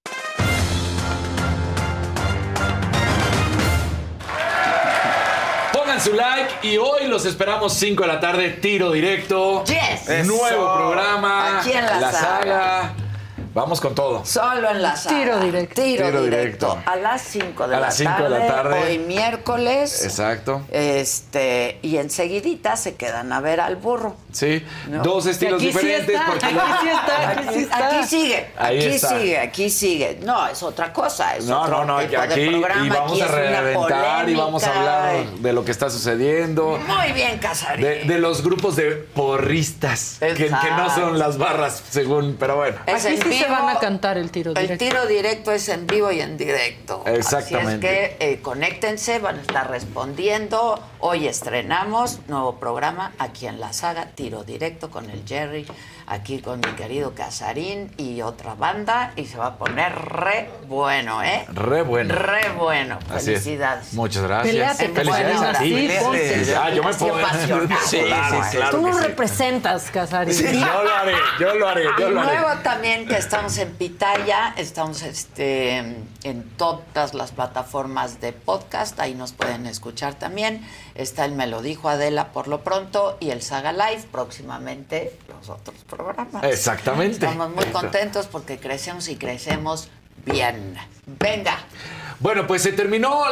[SPEAKER 14] Pongan su like y hoy los esperamos 5 de la tarde, tiro directo.
[SPEAKER 5] Yes.
[SPEAKER 14] Nuevo
[SPEAKER 11] Eso.
[SPEAKER 14] programa.
[SPEAKER 5] Aquí en la
[SPEAKER 14] saga. Vamos con todo.
[SPEAKER 5] Solo en la sala.
[SPEAKER 13] Tiro directo.
[SPEAKER 5] Tiro
[SPEAKER 14] Tiro
[SPEAKER 5] directo.
[SPEAKER 14] directo.
[SPEAKER 5] A las 5 de,
[SPEAKER 14] A
[SPEAKER 5] la
[SPEAKER 14] las 5
[SPEAKER 5] tarde.
[SPEAKER 14] de la tarde.
[SPEAKER 5] Hoy miércoles.
[SPEAKER 14] Exacto.
[SPEAKER 5] Y enseguidita se quedan a ver al burro.
[SPEAKER 14] Sí.
[SPEAKER 5] No.
[SPEAKER 14] Dos estilos
[SPEAKER 13] Aquí sí
[SPEAKER 14] diferentes.
[SPEAKER 13] está,
[SPEAKER 14] porque
[SPEAKER 13] aquí sí está, aquí sí está.
[SPEAKER 5] Aquí sigue,
[SPEAKER 14] Ahí
[SPEAKER 5] aquí
[SPEAKER 14] está.
[SPEAKER 5] sigue, aquí sigue. No, es otra cosa. Es otro
[SPEAKER 14] que
[SPEAKER 5] tipo de
[SPEAKER 14] aquí
[SPEAKER 5] programa.
[SPEAKER 14] y vamos
[SPEAKER 5] Aquí
[SPEAKER 14] a
[SPEAKER 5] es una
[SPEAKER 14] reventar y vamos a hablar
[SPEAKER 5] polémica.
[SPEAKER 14] de lo que está sucediendo.
[SPEAKER 5] Muy bien, Casarín.
[SPEAKER 14] De los grupos de porristas, que no son las barras, según, pero bueno.
[SPEAKER 5] Es
[SPEAKER 13] Aquí
[SPEAKER 5] en
[SPEAKER 13] sí se
[SPEAKER 5] vivo.
[SPEAKER 13] van a cantar el tiro directo.
[SPEAKER 5] El tiro directo es en vivo y en directo.
[SPEAKER 14] Exactamente.
[SPEAKER 5] Así es que conéctense, van a estar respondiendo. Hoy estrenamos nuevo programa aquí en la saga Tiro Directo con el Jerry, aquí con mi querido Casarín y otra banda, y se va a poner re bueno, ¿eh?
[SPEAKER 14] Re bueno.
[SPEAKER 5] Re bueno.
[SPEAKER 14] Así es.
[SPEAKER 5] Felicidades.
[SPEAKER 14] Muchas gracias.
[SPEAKER 13] Peleate,
[SPEAKER 14] Felicidades
[SPEAKER 13] bueno,
[SPEAKER 14] a ti.
[SPEAKER 13] sí, ponte.
[SPEAKER 14] Ah, yo me puedo.
[SPEAKER 5] Apasionado.
[SPEAKER 11] Sí, claro
[SPEAKER 13] Tú
[SPEAKER 11] que
[SPEAKER 13] nos
[SPEAKER 11] sí.
[SPEAKER 13] representas, Casarín.
[SPEAKER 14] Yo lo haré.
[SPEAKER 5] Y luego también que estamos en Pitaya, estamos en todas las plataformas de podcast, ahí nos pueden escuchar también. Está el Me lo dijo Adela por lo pronto y el Saga Live, próximamente los otros programas.
[SPEAKER 14] Exactamente.
[SPEAKER 5] Estamos muy contentos porque crecemos y crecemos bien. Venga.
[SPEAKER 14] Bueno, pues se terminó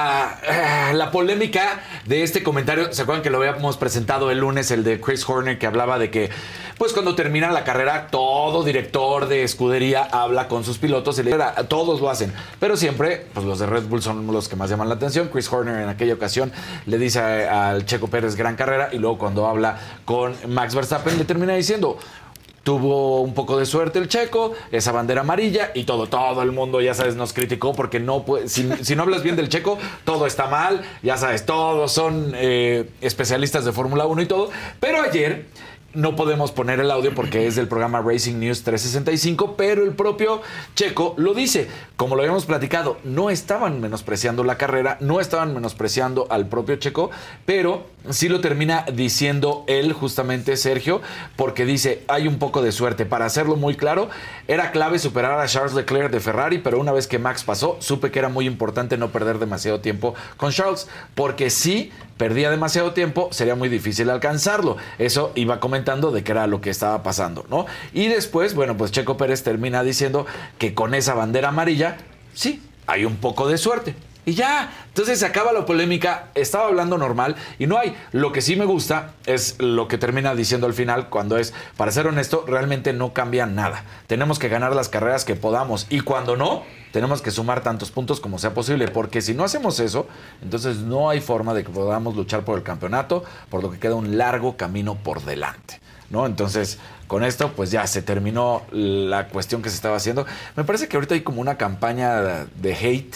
[SPEAKER 14] la polémica de este comentario. ¿Se acuerdan que lo habíamos presentado el lunes, el de Chris Horner, que hablaba de que, pues cuando termina la carrera, todo director de escudería habla con sus pilotos y todos lo hacen. Pero siempre, pues los de Red Bull son los que más llaman la atención. Chris Horner en aquella ocasión le dice al Checo Pérez gran carrera, y luego cuando habla con Max Verstappen le termina diciendo: tuvo un poco de suerte el Checo, esa bandera amarilla, y todo el mundo, ya sabes, nos criticó porque no puede, si no hablas bien del Checo, todo está mal, ya sabes, todos son especialistas de Fórmula 1 y todo. Pero ayer no podemos poner el audio porque es del programa Racing News 365, pero el propio Checo lo dice. Como lo habíamos platicado, no estaban menospreciando la carrera, no estaban menospreciando al propio Checo, pero sí lo termina diciendo él, justamente Sergio, porque dice: hay un poco de suerte. Para hacerlo muy claro, era clave superar a Charles Leclerc de Ferrari, pero una vez que Max pasó, supe que era muy importante no perder demasiado tiempo con Charles, porque si perdía demasiado tiempo, sería muy difícil alcanzarlo. Eso iba comentando de que era lo que estaba pasando, ¿no? Y después, bueno, pues Checo Pérez termina diciendo que con esa bandera amarilla, sí, hay un poco de suerte. Y ya, entonces se acaba la polémica, estaba hablando normal y no hay. Lo que sí me gusta es lo que termina diciendo al final, cuando es, para ser honesto, realmente no cambia nada. Tenemos que ganar las carreras que podamos, y cuando no, tenemos que sumar tantos puntos como sea posible, porque si no hacemos eso, entonces no hay forma de que podamos luchar por el campeonato, por lo que queda un largo camino por delante, ¿no? Entonces, con esto, pues ya se terminó la cuestión que se estaba haciendo. Me parece que ahorita hay como una campaña de hate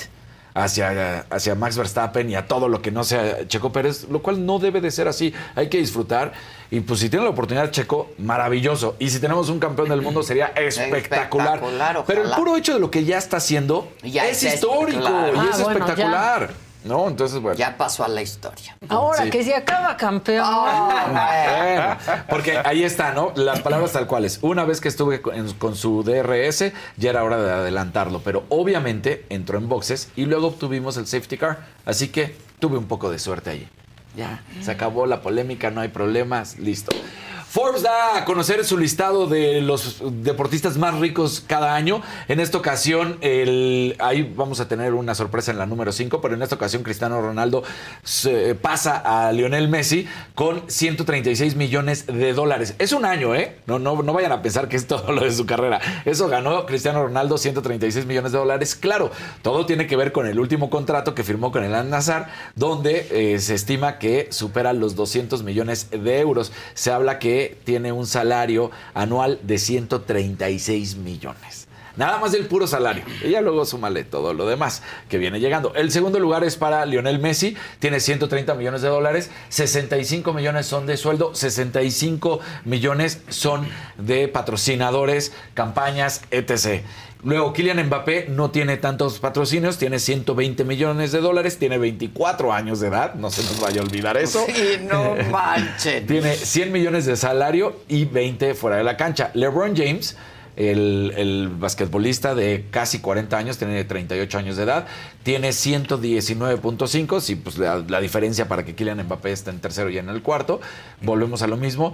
[SPEAKER 14] hacia Max Verstappen y a todo lo que no sea Checo Pérez, lo cual no debe de ser así. Hay que disfrutar, y pues si tiene la oportunidad Checo, maravilloso, y si tenemos un campeón del mundo sería espectacular. Pero el puro hecho de lo que ya está haciendo ya es histórico, claro, y es espectacular. Ya. ¿No? Entonces, bueno.
[SPEAKER 5] Ya pasó a la historia.
[SPEAKER 13] Ahora sí, que se acaba campeón.
[SPEAKER 14] Bueno, porque ahí está, ¿no? Las palabras tal cuales. Una vez que estuve con su DRS, ya era hora de adelantarlo. Pero obviamente entró en boxes y luego obtuvimos el safety car. Así que tuve un poco de suerte allí. Ya, se acabó la polémica, no hay problemas, listo. Forbes da a conocer su listado de los deportistas más ricos cada año. En esta ocasión, ahí vamos a tener una sorpresa en la número 5, pero en esta ocasión Cristiano Ronaldo pasa a Lionel Messi con $136 millones. Es un año, ¿eh? No vayan a pensar que es todo lo de su carrera. Eso ganó Cristiano Ronaldo, $136 millones. Claro, todo tiene que ver con el último contrato que firmó con el Al-Nassr, donde se estima que supera los 200 millones de euros. Se habla que tiene un salario anual de 136 millones. Nada más del puro salario. Y ya luego súmale todo lo demás que viene llegando. El segundo lugar es para Lionel Messi. Tiene $130 millones. 65 millones son de sueldo. 65 millones son de patrocinadores, campañas, etc. Luego, Kylian Mbappé no tiene tantos patrocinios, tiene $120 millones, tiene 24 años de edad, no se nos vaya a olvidar eso.
[SPEAKER 5] Sí, no manchen.
[SPEAKER 14] Tiene 100 millones de salario y 20 fuera de la cancha. LeBron James, el basquetbolista de casi 40 años, tiene 38 años de edad, tiene 119.5, sí, pues la diferencia para que Kylian Mbappé esté en tercero y en el cuarto, volvemos a lo mismo,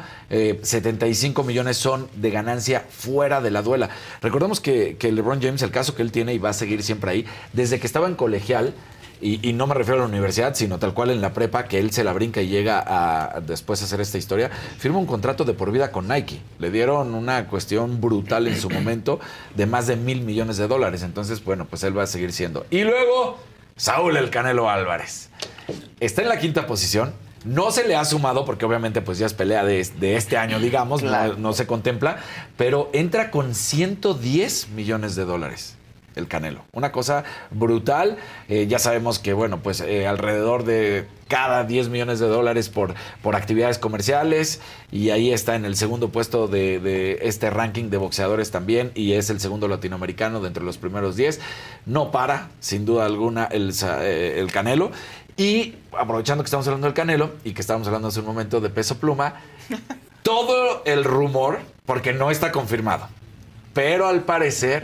[SPEAKER 14] 75 millones son de ganancia fuera de la duela. Recordemos que LeBron James, el caso que él tiene y va a seguir siempre ahí, desde que estaba en colegial, y no me refiero a la universidad, sino tal cual en la prepa, que él se la brinca y llega a después hacer esta historia, firma un contrato de por vida con Nike. Le dieron una cuestión brutal en su momento de más de $1,000 millones. Entonces, bueno, pues él va a seguir siendo. Y luego, Saúl El Canelo Álvarez. Está en la quinta posición. No se le ha sumado porque obviamente pues ya es pelea de este año, digamos, claro. no se contempla, pero entra con $110 millones. El Canelo. Una cosa brutal. Ya sabemos que, bueno, pues alrededor de cada $10 millones por actividades comerciales, y ahí está en el segundo puesto de este ranking de boxeadores también, y es el segundo latinoamericano de entre los primeros 10. No para, sin duda alguna, el Canelo. Y aprovechando que estamos hablando del Canelo y que estábamos hablando hace un momento de Peso Pluma, todo el rumor, porque no está confirmado, pero al parecer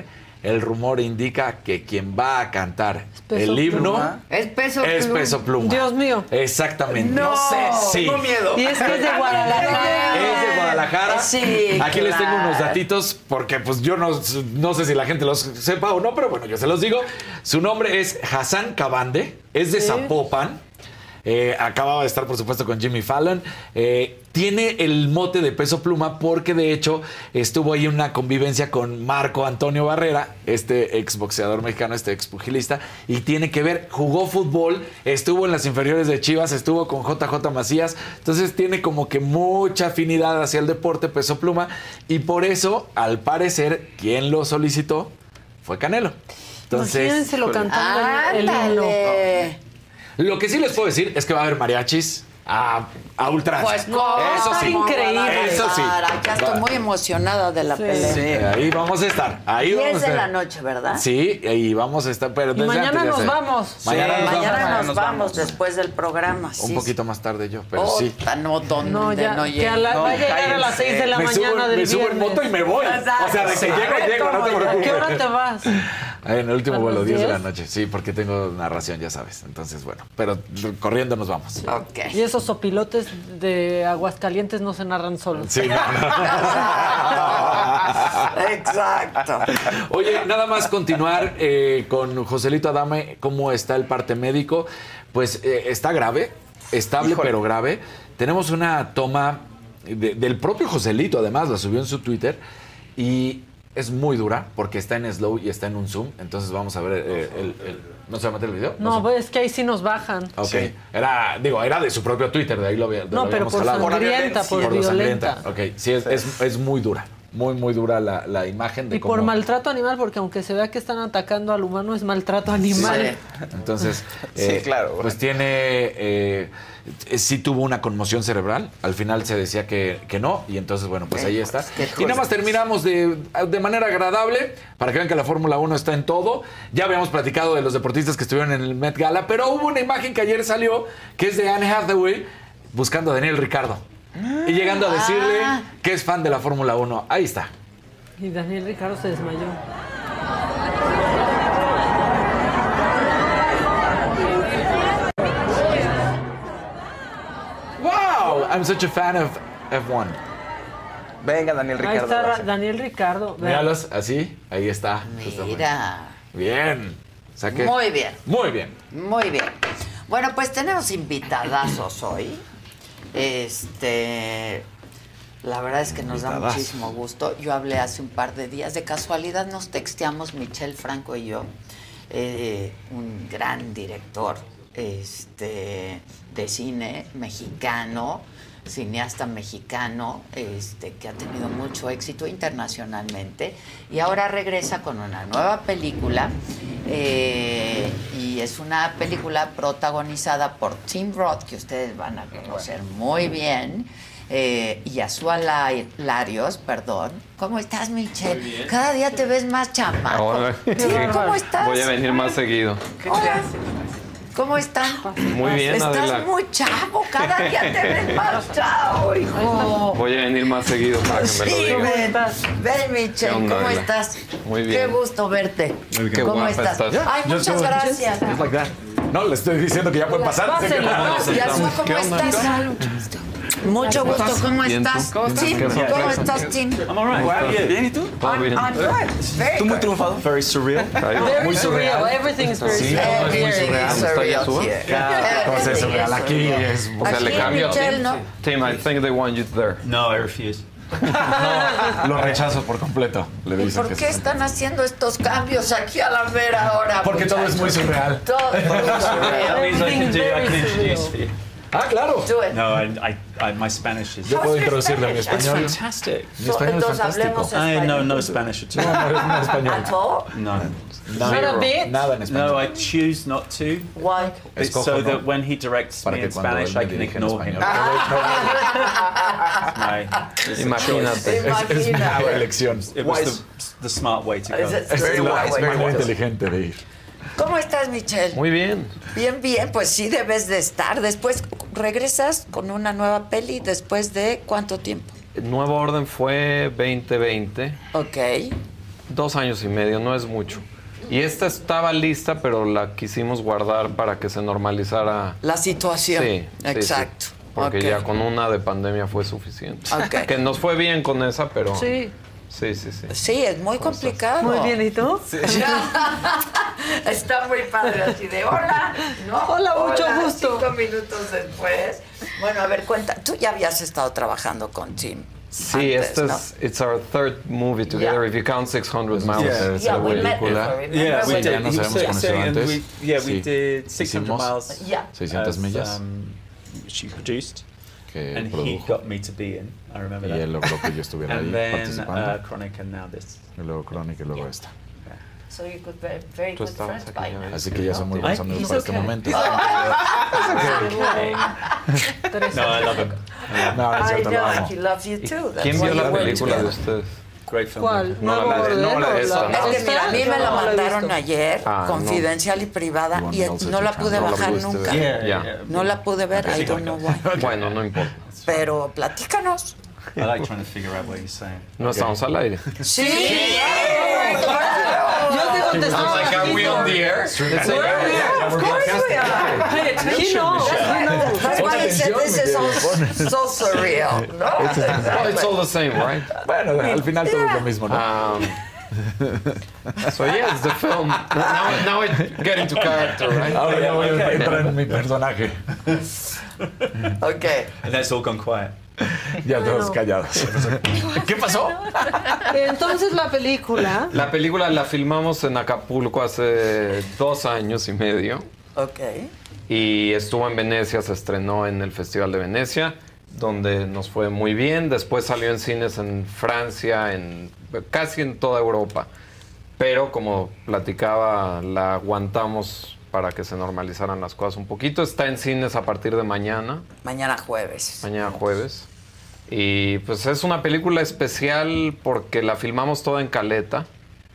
[SPEAKER 14] el rumor indica que quien va a cantar
[SPEAKER 5] Peso
[SPEAKER 14] el himno
[SPEAKER 5] Pluma. Es
[SPEAKER 14] Peso Pluma.
[SPEAKER 13] Dios mío.
[SPEAKER 14] Exactamente.
[SPEAKER 5] No sé,
[SPEAKER 14] sí.
[SPEAKER 5] tengo miedo.
[SPEAKER 13] Y es que es de Guadalajara.
[SPEAKER 14] Es de Guadalajara.
[SPEAKER 5] Sí,
[SPEAKER 14] Aquí les tengo unos datitos porque pues yo no sé si la gente los sepa o no, pero bueno, yo se los digo. Su nombre es Hassan Cabande, es de Zapopan. Acababa de estar, por supuesto, con Jimmy Fallon. Tiene el mote de Peso Pluma porque, de hecho, estuvo ahí en una convivencia con Marco Antonio Barrera, este exboxeador mexicano, este expugilista, y tiene que ver, jugó fútbol, estuvo en las inferiores de Chivas, estuvo con JJ Macías, entonces tiene como que mucha afinidad hacia el deporte Peso Pluma, y por eso, al parecer, quien lo solicitó fue Canelo. Entonces,
[SPEAKER 13] Imagínenselo cantando el himno.
[SPEAKER 14] Lo que sí les puedo decir es que va a haber mariachis a ultranza.
[SPEAKER 5] Pues no,
[SPEAKER 14] eso sí.
[SPEAKER 5] increíble.
[SPEAKER 14] Eso sí.
[SPEAKER 5] Ya estoy muy emocionada de la pelea.
[SPEAKER 14] Sí, ahí vamos a estar. Ahí
[SPEAKER 5] 10
[SPEAKER 14] vamos a estar.
[SPEAKER 5] de la noche, ¿verdad?
[SPEAKER 14] Sí, ahí vamos a estar. Pero
[SPEAKER 13] Y mañana nos vamos.
[SPEAKER 14] Mañana
[SPEAKER 5] nos vamos después del programa.
[SPEAKER 14] Un poquito más tarde yo, pero sí.
[SPEAKER 5] No, ¿dónde
[SPEAKER 13] No, ya,
[SPEAKER 5] no
[SPEAKER 13] que
[SPEAKER 5] llego?
[SPEAKER 13] va a llegar a las 6 de la mañana del
[SPEAKER 14] Me subo en
[SPEAKER 13] viernes.
[SPEAKER 14] moto y me voy. O sea, de que llego, no te preocupes.
[SPEAKER 13] ¿A qué hora te vas?
[SPEAKER 14] En el último
[SPEAKER 13] ¿A
[SPEAKER 14] vuelo,
[SPEAKER 13] las
[SPEAKER 14] 10 de la
[SPEAKER 13] 10?
[SPEAKER 14] noche. Sí, porque tengo narración, ya sabes. Entonces, bueno, pero corriendo nos vamos.
[SPEAKER 13] Y esos sopilotes de Aguascalientes no se narran solos.
[SPEAKER 14] Sí, no.
[SPEAKER 5] Exacto.
[SPEAKER 14] Oye, nada más continuar con Joselito Adame, cómo está el parte médico. Pues está grave, estable pero grave. Tenemos una toma del propio Joselito, además, la subió en su Twitter y es muy dura porque está en slow y está en un zoom. Entonces vamos a ver ¿no se va a meter el video?
[SPEAKER 13] No, pues es que ahí sí nos bajan.
[SPEAKER 14] Ok.
[SPEAKER 13] Sí.
[SPEAKER 14] Era de su propio Twitter, de ahí lo habíamos
[SPEAKER 13] No, pero por sangrienta, por violenta.
[SPEAKER 14] Ok, sí, es muy dura. Muy dura la imagen de
[SPEAKER 13] Y por maltrato animal, porque aunque se vea que están atacando al humano, es maltrato animal.
[SPEAKER 14] Sí. Entonces,
[SPEAKER 11] sí, claro.
[SPEAKER 14] Pues tiene... sí tuvo una conmoción cerebral. Al final se decía que no. Y entonces, bueno, pues ahí está. Y nada más terminamos de manera agradable para que vean que la Fórmula 1 está en todo. Ya habíamos platicado de los deportistas que estuvieron en el Met Gala, pero hubo una imagen que ayer salió que es de Anne Hathaway buscando a Daniel Ricciardo. Y llegando a decirle que es fan de la Fórmula 1. Ahí está.
[SPEAKER 13] Y Daniel Ricciardo se desmayó.
[SPEAKER 14] Wow, I'm such a fan of F1.
[SPEAKER 11] Venga, Daniel
[SPEAKER 13] Ahí
[SPEAKER 11] Ricciardo.
[SPEAKER 13] está Daniel Ricciardo.
[SPEAKER 14] Míralos, así, ahí está.
[SPEAKER 5] Mira.
[SPEAKER 14] Bien. O sea que-
[SPEAKER 5] Muy bien.
[SPEAKER 14] Muy bien.
[SPEAKER 5] Muy bien. Bueno, pues tenemos invitadazos hoy. La verdad es que nos da
[SPEAKER 14] Invitadazo.
[SPEAKER 5] muchísimo gusto. Yo hablé hace un par de días. De casualidad nos texteamos Michel Franco y yo. Un gran director de cine mexicano, cineasta mexicano, que ha tenido mucho éxito internacionalmente y ahora regresa con una nueva película y es una película protagonizada por Tim Roth, que ustedes van a conocer muy bien, y Azúa Larios, perdón. ¿Cómo estás, Michelle?
[SPEAKER 4] Muy bien.
[SPEAKER 5] Cada día te ves más chamaco.
[SPEAKER 4] Ahora-
[SPEAKER 5] Sí, ¿cómo estás?
[SPEAKER 4] Voy a venir más seguido.
[SPEAKER 5] Hola. ¿Cómo están?
[SPEAKER 4] Muy bien,
[SPEAKER 5] Estás
[SPEAKER 4] Adela.
[SPEAKER 5] muy chavo, cada día te ves más chavo, hijo.
[SPEAKER 4] Voy a venir más seguido para que me lo
[SPEAKER 5] Sí,
[SPEAKER 4] digas.
[SPEAKER 5] ven, Michelle,
[SPEAKER 4] ¿Qué onda,
[SPEAKER 5] ¿cómo
[SPEAKER 4] Adela?
[SPEAKER 5] estás?
[SPEAKER 4] Muy bien.
[SPEAKER 5] Qué gusto verte.
[SPEAKER 4] Qué
[SPEAKER 5] ¿Cómo
[SPEAKER 4] guapa
[SPEAKER 5] estás?
[SPEAKER 4] estás.
[SPEAKER 5] Ay, muchas gracias.
[SPEAKER 14] No, le estoy diciendo que ya pueden pasar.
[SPEAKER 5] Pásale, y Azúa, ¿cómo estás? Mucho gusto, ¿cómo
[SPEAKER 4] Bien, ¿tú?
[SPEAKER 5] estás?
[SPEAKER 4] ¿Cómo estás?
[SPEAKER 5] Tim,
[SPEAKER 4] Qué
[SPEAKER 5] ¿cómo
[SPEAKER 4] sorpresa.
[SPEAKER 5] estás, Tim?
[SPEAKER 4] I'm all right.
[SPEAKER 11] Bien, ¿y tú?
[SPEAKER 4] Todo bien.
[SPEAKER 5] I'm good. Very
[SPEAKER 11] Tú muy
[SPEAKER 5] good.
[SPEAKER 11] triunfado.
[SPEAKER 10] Very surreal.
[SPEAKER 13] Very surreal. Everything is very surreal.
[SPEAKER 5] Everything is surreal here.
[SPEAKER 14] Entonces,
[SPEAKER 5] Everything is
[SPEAKER 14] real, aquí
[SPEAKER 5] surreal.
[SPEAKER 14] es...
[SPEAKER 4] O sea, le
[SPEAKER 5] Aquí,
[SPEAKER 4] cambio a
[SPEAKER 5] Michelle,
[SPEAKER 4] Tim.
[SPEAKER 5] ¿no?
[SPEAKER 4] Tim, I think they want you there.
[SPEAKER 10] No, I refuse.
[SPEAKER 14] Lo rechazo por completo. Le
[SPEAKER 5] ¿Y
[SPEAKER 14] dicen
[SPEAKER 5] por
[SPEAKER 14] que
[SPEAKER 5] qué
[SPEAKER 14] sí.
[SPEAKER 5] están haciendo estos cambios aquí a la mera hora?
[SPEAKER 14] Porque todo es muy surreal.
[SPEAKER 5] Todo es muy surreal.
[SPEAKER 10] That means I can do. I can
[SPEAKER 13] Very
[SPEAKER 10] introduce
[SPEAKER 13] surreal.
[SPEAKER 10] you.
[SPEAKER 14] Ah, claro.
[SPEAKER 5] Do it.
[SPEAKER 10] No, my Spanish is.
[SPEAKER 14] Yo puedo introducirle a mi
[SPEAKER 10] It's
[SPEAKER 14] español.
[SPEAKER 10] fantastic.
[SPEAKER 14] Mi español es
[SPEAKER 5] Entonces hablemos
[SPEAKER 14] fantástico.
[SPEAKER 10] I
[SPEAKER 5] español.
[SPEAKER 10] know no Spanish at all.
[SPEAKER 14] No, español.
[SPEAKER 5] At all?
[SPEAKER 10] No.
[SPEAKER 13] Not a bit.
[SPEAKER 14] Nada en español.
[SPEAKER 10] No, I choose not to.
[SPEAKER 5] Why?
[SPEAKER 10] It's
[SPEAKER 14] Escojo
[SPEAKER 10] so
[SPEAKER 14] no.
[SPEAKER 10] that when he directs
[SPEAKER 14] Para
[SPEAKER 10] me
[SPEAKER 14] que
[SPEAKER 10] in
[SPEAKER 14] cuando
[SPEAKER 10] Spanish,
[SPEAKER 14] él me
[SPEAKER 10] I can
[SPEAKER 14] dirige en
[SPEAKER 10] ignore him.
[SPEAKER 14] español.
[SPEAKER 10] It's a
[SPEAKER 4] Imagínate.
[SPEAKER 10] choice.
[SPEAKER 14] Es mi elección.
[SPEAKER 10] It was the smart way to go.
[SPEAKER 5] It's very wise.
[SPEAKER 14] Es muy inteligente de ir.
[SPEAKER 5] ¿Cómo estás, Michelle?
[SPEAKER 4] Muy bien.
[SPEAKER 5] Bien, bien, pues sí debes de estar. Después regresas con una nueva peli después de ¿cuánto tiempo?
[SPEAKER 4] Nuevo Orden fue 2020.
[SPEAKER 5] Ok.
[SPEAKER 4] 2 años y medio, no es mucho. Y esta estaba lista, pero la quisimos guardar para que se normalizara.
[SPEAKER 5] La situación.
[SPEAKER 4] Sí,
[SPEAKER 5] exacto.
[SPEAKER 4] Sí. Porque ya con una de pandemia fue suficiente. Que nos fue bien con esa, pero...
[SPEAKER 5] Sí.
[SPEAKER 4] Sí.
[SPEAKER 5] Sí, es muy complicado.
[SPEAKER 13] Muy bien, ¿y tú?
[SPEAKER 5] Sí. Está muy padre así de hola. No,
[SPEAKER 13] hola, mucho gusto.
[SPEAKER 5] 5 minutos después. Bueno, a ver, cuenta. Tú ya habías estado trabajando con Tim.
[SPEAKER 4] Sí,
[SPEAKER 5] antes,
[SPEAKER 4] este es it's our third movie together. If you count 600 Miles,
[SPEAKER 5] Yeah, we met before.
[SPEAKER 14] Yeah, we did. Nos habíamos conocido antes.
[SPEAKER 7] We did 600 miles.
[SPEAKER 5] Yeah.
[SPEAKER 14] 600 millas.
[SPEAKER 7] She produced.
[SPEAKER 14] Que
[SPEAKER 7] and
[SPEAKER 14] produjo.
[SPEAKER 7] he got me to be in. I remember that.
[SPEAKER 14] Y él logró que yo estuviera
[SPEAKER 7] and
[SPEAKER 14] ahí
[SPEAKER 7] then,
[SPEAKER 14] participando.
[SPEAKER 7] Chronic and now this.
[SPEAKER 14] Y luego Chronic y luego esta.
[SPEAKER 5] So you could be very good friends by now.
[SPEAKER 14] Así que ya son muy buenos amigos para este momento.
[SPEAKER 7] No, I love him.
[SPEAKER 14] No, es cierto, lo amo.
[SPEAKER 5] He loves you too.
[SPEAKER 4] ¿Quién vio la película de ustedes?
[SPEAKER 7] Great film.
[SPEAKER 13] ¿Cuál?
[SPEAKER 4] No, la esta.
[SPEAKER 5] Es que mira, a mí me la mandaron ayer,
[SPEAKER 4] Ah,
[SPEAKER 5] confidencial y privada, y no la pude bajar nunca. No la pude ver, I don't know why.
[SPEAKER 4] Bueno, no importa.
[SPEAKER 5] Pero platícanos.
[SPEAKER 7] I like trying to figure out what you're saying.
[SPEAKER 4] No estamos al aire.
[SPEAKER 5] Sí.
[SPEAKER 13] Yo te contestaba.
[SPEAKER 4] Like, are we on the air?
[SPEAKER 13] Of course we are.
[SPEAKER 7] Pay attention,
[SPEAKER 13] He knows.
[SPEAKER 7] Michelle.
[SPEAKER 5] That's why I said this is so surreal. No,
[SPEAKER 4] Well, it's all the same, right?
[SPEAKER 14] Bueno, al final todo es lo mismo, ¿no?
[SPEAKER 4] So yeah, it's the film. Now I get into character, right?
[SPEAKER 14] Ahora ya voy a entrar en mi personaje.
[SPEAKER 5] Okay.
[SPEAKER 7] And that's all gone quiet.
[SPEAKER 14] Ya todos callados. ¿Qué pasó?
[SPEAKER 13] Entonces la película.
[SPEAKER 4] La película la filmamos en Acapulco hace 2 años y medio.
[SPEAKER 5] Ok.
[SPEAKER 4] Y estuvo en Venecia, se estrenó en el Festival de Venecia, donde nos fue muy bien. Después salió en cines en Francia, casi en toda Europa. Pero como platicaba, la aguantamos para que se normalizaran las cosas un poquito. Está en cines a partir de mañana.
[SPEAKER 5] Mañana jueves.
[SPEAKER 4] Mañana jueves. Y pues es una película especial porque la filmamos toda en Caleta.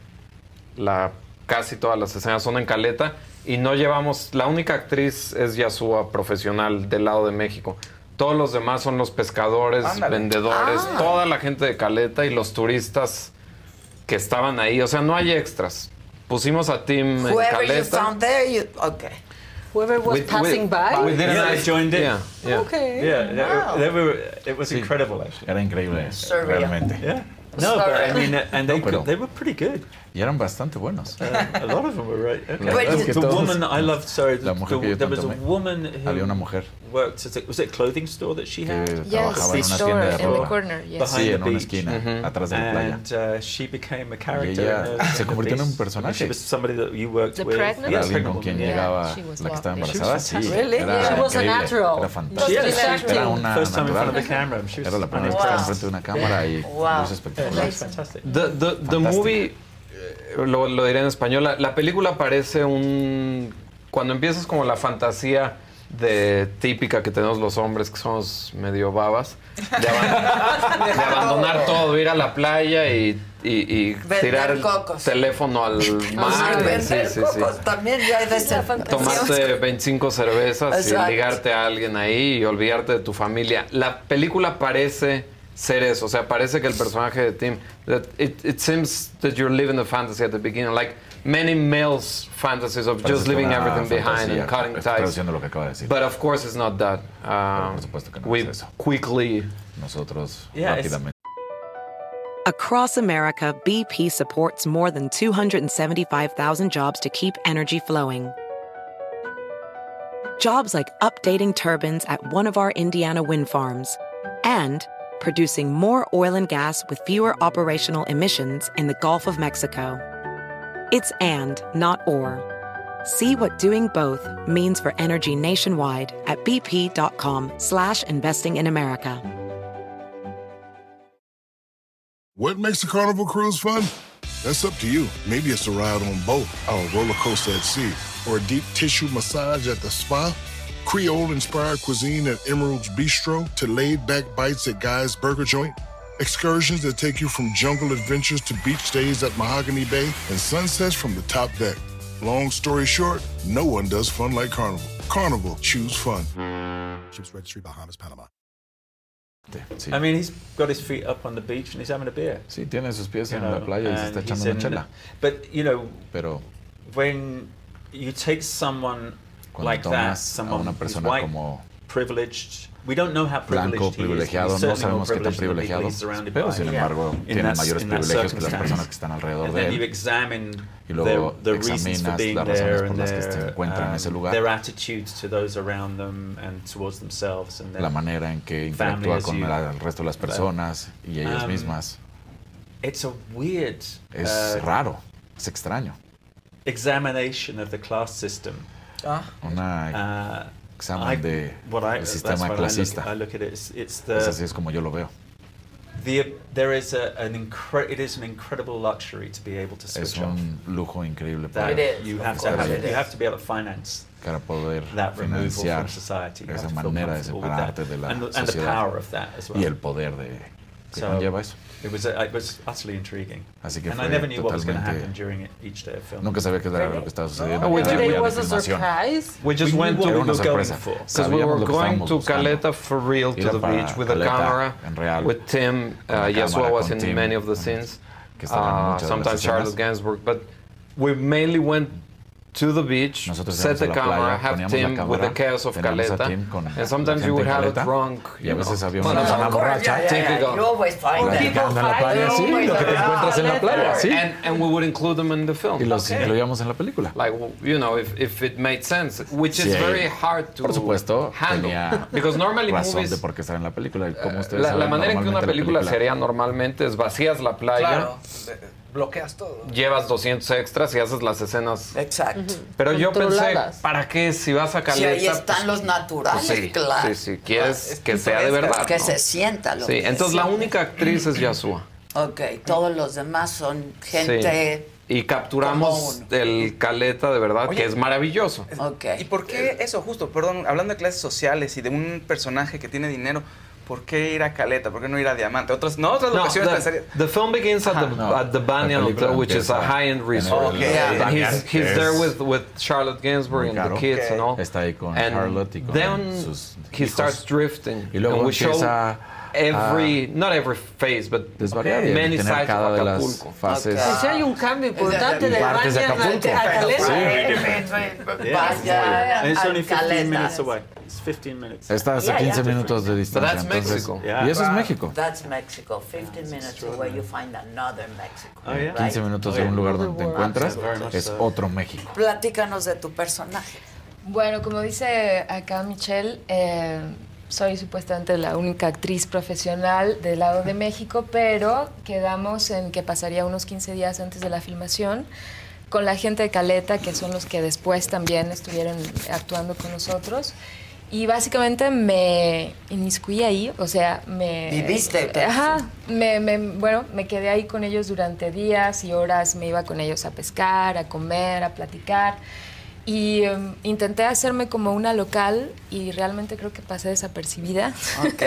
[SPEAKER 4] Casi todas las escenas son en Caleta. Y no llevamos... La única actriz es Yasúa, profesional del lado de México. Todos los demás son los pescadores, vendedores, toda la gente de Caleta y los turistas que estaban ahí. O sea, no hay extras. Pusimos a Tim en
[SPEAKER 5] Whoever you
[SPEAKER 4] Caleta.
[SPEAKER 5] found there, okay.
[SPEAKER 13] Whoever was passing by.
[SPEAKER 4] We didn't
[SPEAKER 7] Yeah, they joined in.
[SPEAKER 4] Yeah.
[SPEAKER 13] Okay.
[SPEAKER 7] Yeah, they were. It was incredible, actually.
[SPEAKER 14] Era increíble,
[SPEAKER 5] Surreal.
[SPEAKER 14] realmente.
[SPEAKER 7] Yeah. No, but I mean, and they were pretty good.
[SPEAKER 14] Y eran bastante buenos.
[SPEAKER 7] A lot of them were right. Okay.
[SPEAKER 14] La verdad es que
[SPEAKER 7] The
[SPEAKER 14] todos-
[SPEAKER 7] woman I loved, sorry,
[SPEAKER 14] La mujer que yo
[SPEAKER 7] there was a
[SPEAKER 14] tanto me-
[SPEAKER 7] woman who
[SPEAKER 14] Había una mujer
[SPEAKER 7] worked at was it a clothing store that she had?
[SPEAKER 14] que trabajaba en una tienda de ropa. Sí,
[SPEAKER 7] Behind
[SPEAKER 14] en
[SPEAKER 7] the
[SPEAKER 14] una
[SPEAKER 7] beach.
[SPEAKER 14] esquina, atrás de la playa.
[SPEAKER 7] And she became a character.
[SPEAKER 14] Y ella
[SPEAKER 7] in the
[SPEAKER 14] se convirtió en un
[SPEAKER 7] piece.
[SPEAKER 14] personaje.
[SPEAKER 7] She was somebody that you worked
[SPEAKER 21] The
[SPEAKER 7] with.
[SPEAKER 21] pregnant?
[SPEAKER 14] Era
[SPEAKER 7] Yeah,
[SPEAKER 14] alguien con
[SPEAKER 7] pregnant
[SPEAKER 14] quien
[SPEAKER 7] woman, yeah.
[SPEAKER 14] llegaba
[SPEAKER 21] She was
[SPEAKER 14] la que estaba
[SPEAKER 21] lovely.
[SPEAKER 14] embarazada.
[SPEAKER 7] She
[SPEAKER 14] Sí,
[SPEAKER 7] was
[SPEAKER 5] Really?
[SPEAKER 14] era
[SPEAKER 13] She was a
[SPEAKER 14] increíble,
[SPEAKER 13] natural.
[SPEAKER 14] era fantástico.
[SPEAKER 7] Yeah,
[SPEAKER 14] Era una
[SPEAKER 7] first time in front of the
[SPEAKER 14] natural.
[SPEAKER 7] camera. She was
[SPEAKER 14] Era la primera vez que estaba enfrente de una cámara y
[SPEAKER 5] Wow.
[SPEAKER 14] luces espectaculares.
[SPEAKER 7] fantastic.
[SPEAKER 4] The movie, lo diré en español, la película parece cuando empiezas como la fantasía típica que tenemos los hombres que somos medio babas, de abandonar todo, ir a la playa y tirar el
[SPEAKER 5] cocos.
[SPEAKER 4] teléfono al mar.
[SPEAKER 5] Vender cocos también ya hay de esa fantasía.
[SPEAKER 4] Tomarte 25 cervezas
[SPEAKER 5] Exacto.
[SPEAKER 4] y ligarte a alguien ahí y olvidarte de tu familia. La película parece ser eso, o sea, parece que el personaje de Tim, it seems that you're living the fantasy at the beginning, like many males' fantasies of just leaving everything behind and cutting ties.
[SPEAKER 14] Traduciendo lo que acaba de decir.
[SPEAKER 4] But of course it's not that.
[SPEAKER 14] Por supuesto que no
[SPEAKER 4] We
[SPEAKER 14] es eso.
[SPEAKER 4] quickly...
[SPEAKER 14] Nosotros
[SPEAKER 7] Yeah, it's-
[SPEAKER 14] rápidamente.
[SPEAKER 1] Across America, BP supports more than 275,000 jobs to keep energy flowing. Jobs like updating turbines at one of our Indiana wind farms and producing more oil and gas with fewer operational emissions in the Gulf of Mexico. It's and, not or. See what doing both means for energy nationwide at bp.com/investing in America.
[SPEAKER 2] What makes a Carnival cruise fun? That's up to you. Maybe it's a ride on boat, a roller coaster at sea, or a deep tissue massage at the spa. Creole-inspired cuisine at Emerald's Bistro to laid-back bites at Guy's Burger Joint. Excursions that take you from jungle adventures to beach stays at Mahogany Bay and sunsets from the top deck. Long story short, no one does fun like Carnival. Carnival, choose fun.
[SPEAKER 3] Ships Registry, Bahamas, Panama.
[SPEAKER 14] Sí.
[SPEAKER 7] I mean, he's got his feet up on the beach and he's having a beer.
[SPEAKER 14] Sí, tiene sus pies
[SPEAKER 7] You
[SPEAKER 14] en
[SPEAKER 7] know,
[SPEAKER 14] la playa y se está
[SPEAKER 7] and
[SPEAKER 14] echando
[SPEAKER 7] he's
[SPEAKER 14] una chela.
[SPEAKER 7] But, you know,
[SPEAKER 14] Pero
[SPEAKER 7] when you take someone
[SPEAKER 14] cuando
[SPEAKER 7] like that,
[SPEAKER 14] tomas a
[SPEAKER 7] someone
[SPEAKER 14] una
[SPEAKER 7] who's
[SPEAKER 14] persona
[SPEAKER 7] white,
[SPEAKER 14] como
[SPEAKER 7] privileged, we don't know how
[SPEAKER 14] blanco,
[SPEAKER 7] privileged he is.
[SPEAKER 14] privilegiado,
[SPEAKER 7] He's
[SPEAKER 14] no
[SPEAKER 7] certainly more
[SPEAKER 14] sabemos qué tan
[SPEAKER 7] privileged than the people
[SPEAKER 14] privilegiado,
[SPEAKER 7] he's surrounded
[SPEAKER 14] pero
[SPEAKER 7] by.
[SPEAKER 14] sin embargo
[SPEAKER 7] In
[SPEAKER 14] tiene
[SPEAKER 7] that-
[SPEAKER 14] mayores
[SPEAKER 7] in that
[SPEAKER 14] privilegios que las
[SPEAKER 7] circumstance.
[SPEAKER 14] personas que están alrededor
[SPEAKER 7] And
[SPEAKER 14] de
[SPEAKER 7] then you
[SPEAKER 14] él.
[SPEAKER 7] examine
[SPEAKER 14] Y luego
[SPEAKER 7] the reasons for
[SPEAKER 14] examinas
[SPEAKER 7] being
[SPEAKER 14] las razones
[SPEAKER 7] there
[SPEAKER 14] por
[SPEAKER 7] and
[SPEAKER 14] las que se encuentran en ese lugar,
[SPEAKER 7] their attitudes to those around them and towards themselves and their
[SPEAKER 14] la manera en que
[SPEAKER 7] family
[SPEAKER 14] interactúa
[SPEAKER 7] as
[SPEAKER 14] con
[SPEAKER 7] you-
[SPEAKER 14] el resto de las personas y ellas mismas.
[SPEAKER 7] It's a weird
[SPEAKER 14] Es raro, es extraño.
[SPEAKER 7] examination of the class system.
[SPEAKER 14] Una examen del sistema
[SPEAKER 7] that's
[SPEAKER 14] clasista.
[SPEAKER 7] I look at it. It's
[SPEAKER 14] Es así es como yo lo veo.
[SPEAKER 7] There is it is an incredible luxury to be able to
[SPEAKER 14] Es
[SPEAKER 7] switch off.
[SPEAKER 14] un lujo increíble
[SPEAKER 7] That
[SPEAKER 14] para
[SPEAKER 7] you have to be able to finance
[SPEAKER 14] para poder
[SPEAKER 7] that removal
[SPEAKER 14] financiar
[SPEAKER 7] from society. You
[SPEAKER 14] esa
[SPEAKER 7] have to feel
[SPEAKER 14] manera de
[SPEAKER 7] comfortable with that.
[SPEAKER 14] separarte de la
[SPEAKER 7] and the
[SPEAKER 14] sociedad
[SPEAKER 7] power of that as well.
[SPEAKER 14] y el poder que conlleva eso.
[SPEAKER 7] It was utterly intriguing.
[SPEAKER 14] Así que
[SPEAKER 7] and
[SPEAKER 14] fue
[SPEAKER 7] I never knew what was going to
[SPEAKER 14] totalmente-
[SPEAKER 7] happen during each day of filming.
[SPEAKER 14] Nunca sabía qué era lo que estaba sucediendo.
[SPEAKER 4] No,
[SPEAKER 14] cada día de
[SPEAKER 13] was a
[SPEAKER 14] filmación.
[SPEAKER 13] surprise.
[SPEAKER 4] We just
[SPEAKER 7] We
[SPEAKER 4] went
[SPEAKER 7] knew
[SPEAKER 4] to
[SPEAKER 14] Era
[SPEAKER 7] what
[SPEAKER 14] una
[SPEAKER 7] we were going
[SPEAKER 14] sorpresa.
[SPEAKER 7] for.
[SPEAKER 4] because we
[SPEAKER 14] Sabíamos
[SPEAKER 4] were
[SPEAKER 14] lo que
[SPEAKER 4] going
[SPEAKER 14] estábamos
[SPEAKER 4] to
[SPEAKER 14] buscando.
[SPEAKER 4] Caleta for real to
[SPEAKER 14] Ir
[SPEAKER 4] the
[SPEAKER 14] para
[SPEAKER 4] beach with a
[SPEAKER 14] Caleta,
[SPEAKER 4] camera,
[SPEAKER 14] en real,
[SPEAKER 4] with Tim.
[SPEAKER 14] con la
[SPEAKER 4] Yeshua
[SPEAKER 14] cámara,
[SPEAKER 4] was
[SPEAKER 14] con
[SPEAKER 4] in
[SPEAKER 14] Tim,
[SPEAKER 4] many of the scenes.
[SPEAKER 14] que estaba en muchas de las
[SPEAKER 4] Sometimes
[SPEAKER 14] escenas.
[SPEAKER 4] Charlotte Gainsbourg, but we mainly went to the beach,
[SPEAKER 14] Nosotros
[SPEAKER 4] set
[SPEAKER 14] íbamos
[SPEAKER 4] the
[SPEAKER 14] a la
[SPEAKER 4] camera,
[SPEAKER 14] playa,
[SPEAKER 4] have
[SPEAKER 14] poníamos
[SPEAKER 4] Tim
[SPEAKER 14] la
[SPEAKER 4] with the
[SPEAKER 14] cámara,
[SPEAKER 4] chaos of
[SPEAKER 14] teníamos a
[SPEAKER 4] Caleta,
[SPEAKER 14] Tim con
[SPEAKER 4] and
[SPEAKER 14] la
[SPEAKER 4] sometimes
[SPEAKER 14] gente
[SPEAKER 4] you would
[SPEAKER 14] en
[SPEAKER 4] have a
[SPEAKER 14] Caleta,
[SPEAKER 4] drunk.
[SPEAKER 14] y a veces había
[SPEAKER 4] Bueno,
[SPEAKER 14] una persona borracha
[SPEAKER 4] Típico.
[SPEAKER 5] You always find that.
[SPEAKER 14] platicando en la playa, sí, lo que te encuentras en la playa, sí.
[SPEAKER 4] And we would include them in the film.
[SPEAKER 14] Y los incluíamos en la película.
[SPEAKER 4] Like, you know, if it made sense, which is
[SPEAKER 14] Sí,
[SPEAKER 4] very hard to
[SPEAKER 14] por supuesto,
[SPEAKER 4] handle.
[SPEAKER 14] tenía
[SPEAKER 4] Because normally
[SPEAKER 14] razón
[SPEAKER 4] movies,
[SPEAKER 14] de por qué estar en la película. Y como ustedes
[SPEAKER 4] la
[SPEAKER 14] saben,
[SPEAKER 4] manera en que una
[SPEAKER 14] normalmente la
[SPEAKER 4] película se haría normalmente es vacías la playa,
[SPEAKER 9] Claro, bloqueas todo.
[SPEAKER 4] llevas 200 extras y haces las escenas.
[SPEAKER 5] Exacto.
[SPEAKER 4] Pero yo pensé,
[SPEAKER 13] Controladas.
[SPEAKER 4] ¿para qué? Si vas a
[SPEAKER 5] Si
[SPEAKER 4] Caleta.
[SPEAKER 5] ahí están los naturales,
[SPEAKER 4] pues sí,
[SPEAKER 5] claro.
[SPEAKER 4] sí, quieres que sea de verdad.
[SPEAKER 5] Que
[SPEAKER 4] ¿no?
[SPEAKER 5] se sienta lo
[SPEAKER 4] Sí,
[SPEAKER 5] que
[SPEAKER 4] entonces la
[SPEAKER 5] sienta.
[SPEAKER 4] única actriz es Yasua.
[SPEAKER 5] Ok, todos los demás son gente...
[SPEAKER 4] Sí. Y capturamos
[SPEAKER 5] común.
[SPEAKER 4] el Caleta de verdad,
[SPEAKER 11] Oye,
[SPEAKER 4] que es maravilloso.
[SPEAKER 5] Ok.
[SPEAKER 11] ¿Y por qué eso, justo? Perdón, hablando de clases sociales y de un personaje que tiene dinero, ¿por qué ir a Caleta? ¿Por qué no ir a Diamante? Otras locaciones pensaría...
[SPEAKER 4] the film begins at the Banyan Hotel, which is a high-end resort.
[SPEAKER 14] Okay.
[SPEAKER 4] And he's
[SPEAKER 14] Que
[SPEAKER 4] there
[SPEAKER 14] es
[SPEAKER 4] with Charlotte Gainsbourg and
[SPEAKER 14] caro.
[SPEAKER 4] the kids and all.
[SPEAKER 14] Está ahí con
[SPEAKER 4] And
[SPEAKER 14] Charlotte y con
[SPEAKER 4] then
[SPEAKER 14] sus
[SPEAKER 4] he
[SPEAKER 14] hijos.
[SPEAKER 4] starts drifting.
[SPEAKER 14] Y luego
[SPEAKER 4] and we show
[SPEAKER 14] empieza
[SPEAKER 4] not every phase, but
[SPEAKER 14] desvariar y
[SPEAKER 4] many
[SPEAKER 14] tener
[SPEAKER 4] sides
[SPEAKER 14] cada
[SPEAKER 4] of
[SPEAKER 14] de las
[SPEAKER 4] Acapulco.
[SPEAKER 14] fases.
[SPEAKER 13] Sí hay un cambio importante de
[SPEAKER 14] Partes de
[SPEAKER 13] Banyan
[SPEAKER 14] Acapulco.
[SPEAKER 13] a Caleta.
[SPEAKER 5] Vaya
[SPEAKER 7] And it's only 15
[SPEAKER 5] Caleta.
[SPEAKER 7] minutes away. It's 15 minutes.
[SPEAKER 14] Está hasta 15 minutos de distancia.
[SPEAKER 4] that's
[SPEAKER 14] entonces-
[SPEAKER 4] Mexico.
[SPEAKER 14] Y eso es México.
[SPEAKER 5] That's Mexico. 15 minutes away you find another Mexico.
[SPEAKER 7] Oh, yeah.
[SPEAKER 14] 15 minutos de un lugar donde te encuentras
[SPEAKER 7] Very much
[SPEAKER 14] es
[SPEAKER 7] so.
[SPEAKER 14] otro México.
[SPEAKER 5] Platícanos de tu personaje.
[SPEAKER 8] Bueno, como dice acá Michelle, soy supuestamente la única actriz profesional del lado de México, pero quedamos en que pasaría unos 15 días antes de la filmación con la gente de Caleta, que son los que después también estuvieron actuando con nosotros. Y básicamente me inmiscuí ahí, o sea,
[SPEAKER 5] ¿Viviste?
[SPEAKER 8] Ajá, bueno, me quedé ahí con ellos durante días y horas, me iba con ellos a pescar, a comer, a platicar. Y intenté hacerme como una local y realmente creo que pasé desapercibida.
[SPEAKER 5] Ok.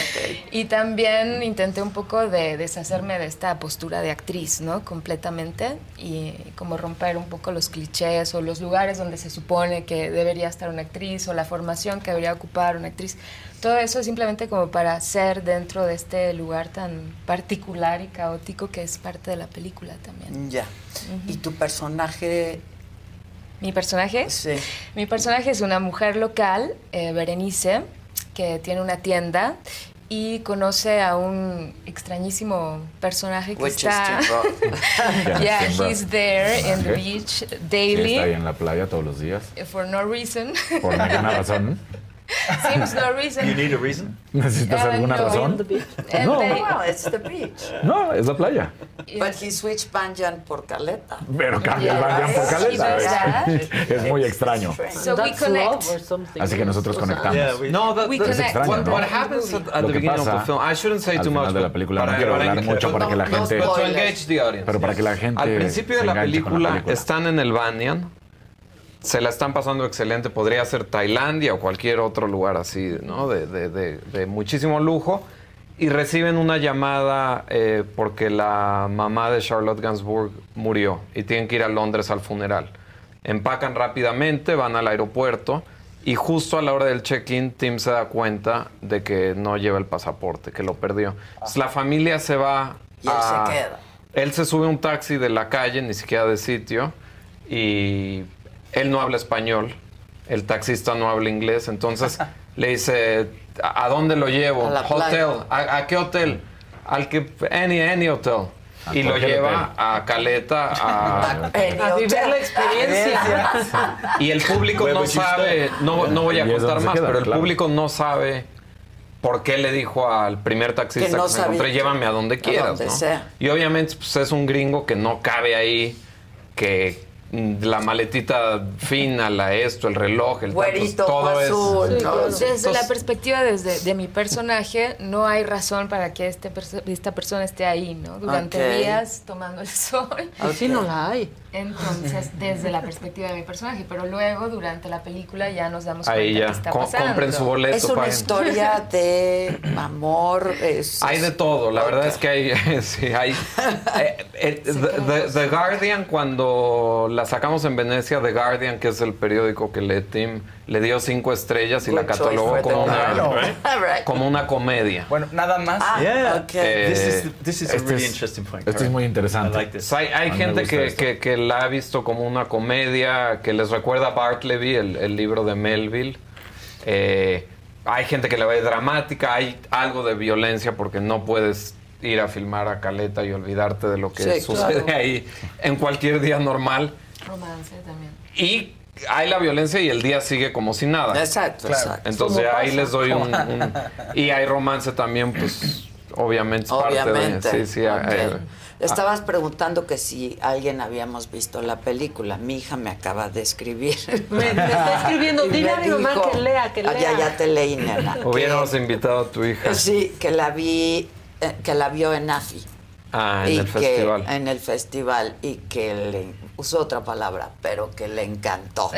[SPEAKER 8] Y también intenté un poco de deshacerme de esta postura de actriz, ¿no? Completamente. Y como romper un poco los clichés o los lugares donde se supone que debería estar una actriz o la formación que debería ocupar una actriz. Todo eso simplemente como para ser dentro de este lugar tan particular y caótico que es parte de la película también.
[SPEAKER 5] Ya. ¿Y tu personaje?
[SPEAKER 8] ¿Mi personaje?
[SPEAKER 5] Sí.
[SPEAKER 8] Mi personaje es una mujer local, Berenice, que tiene una tienda y conoce a un extrañísimo personaje que
[SPEAKER 5] Which
[SPEAKER 8] está...
[SPEAKER 5] is Tim Roth.
[SPEAKER 8] Yeah,
[SPEAKER 14] Tim Roth.
[SPEAKER 8] he's there in the
[SPEAKER 14] Ok.
[SPEAKER 8] beach
[SPEAKER 14] Sí,
[SPEAKER 8] daily
[SPEAKER 14] está ahí en la playa todos los días.
[SPEAKER 8] for no reason.
[SPEAKER 14] Por ninguna razón.
[SPEAKER 8] Seems no reason.
[SPEAKER 7] You need a reason?
[SPEAKER 14] ¿Necesitas alguna
[SPEAKER 8] no.
[SPEAKER 14] razón?
[SPEAKER 8] And
[SPEAKER 14] No.
[SPEAKER 8] they-
[SPEAKER 5] Well, it's the beach.
[SPEAKER 14] No, es la playa.
[SPEAKER 5] But he switched Banyan por Caleta.
[SPEAKER 14] Pero cambia el Banyan por
[SPEAKER 8] He
[SPEAKER 14] Caleta.
[SPEAKER 8] does that.
[SPEAKER 14] Es muy extraño.
[SPEAKER 8] So we
[SPEAKER 13] That's
[SPEAKER 8] connect.
[SPEAKER 13] love or something.
[SPEAKER 14] Así que nosotros conectamos.
[SPEAKER 7] Yeah, we,
[SPEAKER 4] No,
[SPEAKER 8] We
[SPEAKER 14] Es
[SPEAKER 8] connect.
[SPEAKER 14] extraño,
[SPEAKER 4] what,
[SPEAKER 14] ¿no?
[SPEAKER 4] what happens at
[SPEAKER 14] Lo
[SPEAKER 4] the
[SPEAKER 14] que
[SPEAKER 4] beginning of the
[SPEAKER 14] pasa
[SPEAKER 4] film, I shouldn't say
[SPEAKER 14] al
[SPEAKER 4] too
[SPEAKER 14] final
[SPEAKER 4] much,
[SPEAKER 14] de la
[SPEAKER 4] but
[SPEAKER 14] película, no
[SPEAKER 4] para-
[SPEAKER 14] quiero
[SPEAKER 4] para
[SPEAKER 14] hablar
[SPEAKER 4] que-
[SPEAKER 14] mucho para que la
[SPEAKER 5] no
[SPEAKER 14] gente...
[SPEAKER 4] But to
[SPEAKER 5] spoilers.
[SPEAKER 4] engage the audience.
[SPEAKER 14] Pero para que la gente
[SPEAKER 4] Al principio de
[SPEAKER 14] se
[SPEAKER 4] la
[SPEAKER 14] enganche con
[SPEAKER 4] película están en el Banyan, se la están pasando excelente, podría ser Tailandia o cualquier otro lugar así, ¿no? De muchísimo lujo, y reciben una llamada porque la mamá de Charlotte Gainsbourg murió y tienen que ir a Londres al funeral. Empacan rápidamente, van al aeropuerto Y justo a la hora del check-in, Tim se da cuenta de que no lleva el pasaporte, que lo perdió. Entonces, la familia se va
[SPEAKER 5] Y él se queda.
[SPEAKER 4] Él se sube a un taxi de la calle, ni siquiera de sitio, y él no habla español. El taxista no habla inglés, entonces le dice, ¿a dónde lo llevo?
[SPEAKER 5] A la
[SPEAKER 4] Hotel.
[SPEAKER 5] playa.
[SPEAKER 4] ¿A qué hotel? Al que... Any hotel. Y lo lleva a Caleta a
[SPEAKER 13] vivir la experiencia.
[SPEAKER 4] Y el público no sabe, no voy a
[SPEAKER 14] Y es
[SPEAKER 4] contar
[SPEAKER 14] donde se
[SPEAKER 4] más,
[SPEAKER 14] queda,
[SPEAKER 4] pero el
[SPEAKER 14] claro.
[SPEAKER 4] público no sabe por qué le dijo al primer taxista
[SPEAKER 5] Que no
[SPEAKER 4] que se encontré,
[SPEAKER 5] sabía
[SPEAKER 4] llévame a donde quieras,
[SPEAKER 5] donde
[SPEAKER 4] ¿no?
[SPEAKER 5] sea.
[SPEAKER 4] Y obviamente pues, es un gringo que no cabe ahí, que la maletita fina, el reloj, el
[SPEAKER 5] Güerito,
[SPEAKER 4] todo
[SPEAKER 5] azul,
[SPEAKER 4] es...
[SPEAKER 5] todo.
[SPEAKER 8] Desde la perspectiva de mi personaje, no hay razón para que esta persona esté ahí, ¿no? Durante
[SPEAKER 5] Ok.
[SPEAKER 8] días tomando el sol.
[SPEAKER 13] Así no la hay.
[SPEAKER 8] Entonces, desde la perspectiva de mi personaje, pero luego, durante la película, ya nos damos
[SPEAKER 4] Ahí
[SPEAKER 8] cuenta
[SPEAKER 4] ya,
[SPEAKER 8] que está pasando.
[SPEAKER 4] compren su boleto.
[SPEAKER 5] Es una
[SPEAKER 4] paguen.
[SPEAKER 5] historia de amor.
[SPEAKER 4] Hay de todo, la verdad es que hay... sí, hay The Guardian, cuando la sacamos en Venecia, The Guardian, que es el periódico que lee Tim, le dio 5 estrellas y la catalogó como una comedia.
[SPEAKER 11] Bueno, nada más.
[SPEAKER 7] This is a really interesting point.
[SPEAKER 14] Este es muy interesante.
[SPEAKER 7] I like this.
[SPEAKER 4] Hay gente que la ha visto como una comedia, que les recuerda a Bartleby, el libro de Melville. Hay gente que la ve dramática, hay algo de violencia porque no puedes ir a filmar a Caleta y olvidarte de lo que
[SPEAKER 5] Sí,
[SPEAKER 4] sucede
[SPEAKER 5] claro.
[SPEAKER 4] ahí en cualquier día normal.
[SPEAKER 8] Romance también.
[SPEAKER 4] Y hay la violencia y el día sigue como si nada.
[SPEAKER 5] Exacto, exacto.
[SPEAKER 4] Entonces
[SPEAKER 5] ¿Cómo
[SPEAKER 4] ahí
[SPEAKER 5] pasa?
[SPEAKER 4] les doy un... Y hay romance también, pues obviamente es
[SPEAKER 5] Obviamente.
[SPEAKER 4] parte de... Sí,
[SPEAKER 5] Ok. Estabas preguntando que si alguien habíamos visto la película. Mi hija me acaba de escribir.
[SPEAKER 13] Me está escribiendo.
[SPEAKER 5] Y
[SPEAKER 13] Dile
[SPEAKER 5] me
[SPEAKER 13] a mi mamá
[SPEAKER 5] dijo-
[SPEAKER 13] que lea, que lea.
[SPEAKER 5] Ya te leí, nena.
[SPEAKER 4] Hubiéramos invitado a tu hija.
[SPEAKER 5] Sí, que la vio en AFI.
[SPEAKER 4] En
[SPEAKER 5] y
[SPEAKER 4] el festival.
[SPEAKER 5] En el festival y que le usó otra palabra, pero que le encantó.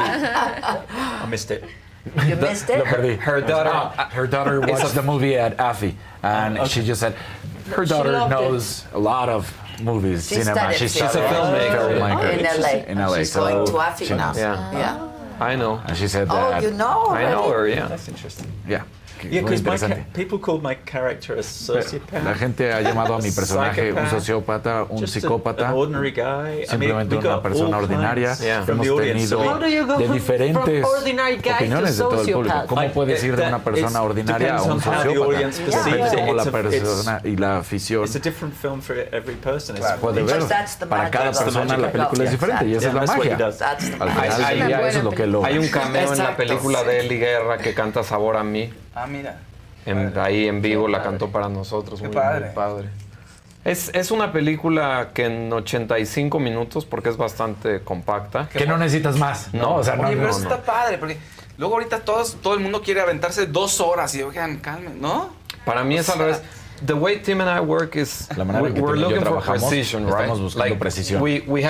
[SPEAKER 7] I missed it.
[SPEAKER 5] You missed it?
[SPEAKER 14] Lo perdí. Her daughter
[SPEAKER 4] It's
[SPEAKER 14] watched the movie at AFI, and she just said her
[SPEAKER 5] She
[SPEAKER 14] daughter
[SPEAKER 5] loved
[SPEAKER 14] knows a lot of movies,
[SPEAKER 5] She
[SPEAKER 14] cinema.
[SPEAKER 5] studied
[SPEAKER 14] She's
[SPEAKER 5] film.
[SPEAKER 14] a filmmaker
[SPEAKER 5] In LA.
[SPEAKER 14] In LA.
[SPEAKER 5] She's going to AFI
[SPEAKER 14] she
[SPEAKER 5] now.
[SPEAKER 14] knows.
[SPEAKER 4] Yeah. I know.
[SPEAKER 14] And she said
[SPEAKER 5] Oh,
[SPEAKER 14] that.
[SPEAKER 5] you know
[SPEAKER 4] I know
[SPEAKER 5] already?
[SPEAKER 4] her, yeah.
[SPEAKER 7] That's interesting.
[SPEAKER 14] Yeah.
[SPEAKER 7] Yeah,
[SPEAKER 14] Muy
[SPEAKER 7] because
[SPEAKER 14] interesante.
[SPEAKER 7] people called my character a sociopath.
[SPEAKER 14] La gente ha llamado a mi personaje un
[SPEAKER 7] Psychopath.
[SPEAKER 14] sociópata, un
[SPEAKER 7] Just
[SPEAKER 14] psicópata,
[SPEAKER 7] an ordinary guy.
[SPEAKER 14] simplemente
[SPEAKER 7] we
[SPEAKER 14] una
[SPEAKER 7] got
[SPEAKER 14] persona
[SPEAKER 7] all
[SPEAKER 14] ordinaria.
[SPEAKER 7] kinds from
[SPEAKER 14] Hemos
[SPEAKER 7] the audience.
[SPEAKER 14] tenido
[SPEAKER 7] So
[SPEAKER 13] How do you go
[SPEAKER 14] de diferentes
[SPEAKER 13] from ordinary guy
[SPEAKER 14] opiniones de
[SPEAKER 13] to
[SPEAKER 14] todo el público.
[SPEAKER 13] sociopath?
[SPEAKER 14] ¿Cómo puedes ir de una persona ordinaria a un sociópata? Depende cómo la persona y la afición
[SPEAKER 7] It's a different film for every person.
[SPEAKER 14] puede ver. Para cada persona la película es diferente y esa es la magia. Al final del día eso es lo que logra.
[SPEAKER 4] Hay un cameo en la
[SPEAKER 5] Exacto.
[SPEAKER 4] película de Eli Guerra que canta Sabor a mí.
[SPEAKER 11] Ah, mira.
[SPEAKER 4] Ahí en vivo la cantó para nosotros. Muy
[SPEAKER 11] padre.
[SPEAKER 4] muy padre. Es una película que en 85 minutos, porque es bastante compacta.
[SPEAKER 14] Que no necesitas más, ¿no? O sea, no,
[SPEAKER 11] Oye, pero
[SPEAKER 14] no,
[SPEAKER 11] eso
[SPEAKER 14] no.
[SPEAKER 11] está padre, porque luego ahorita todo el mundo quiere aventarse 2 horas y oigan, calmen, ¿no?
[SPEAKER 4] Para mí es al revés. The way Tim and I work is
[SPEAKER 14] La manera en que
[SPEAKER 4] we're
[SPEAKER 14] Tim y yo
[SPEAKER 4] looking for
[SPEAKER 14] trabajamos,
[SPEAKER 4] precision,
[SPEAKER 14] estamos
[SPEAKER 4] right?
[SPEAKER 14] buscando precisión.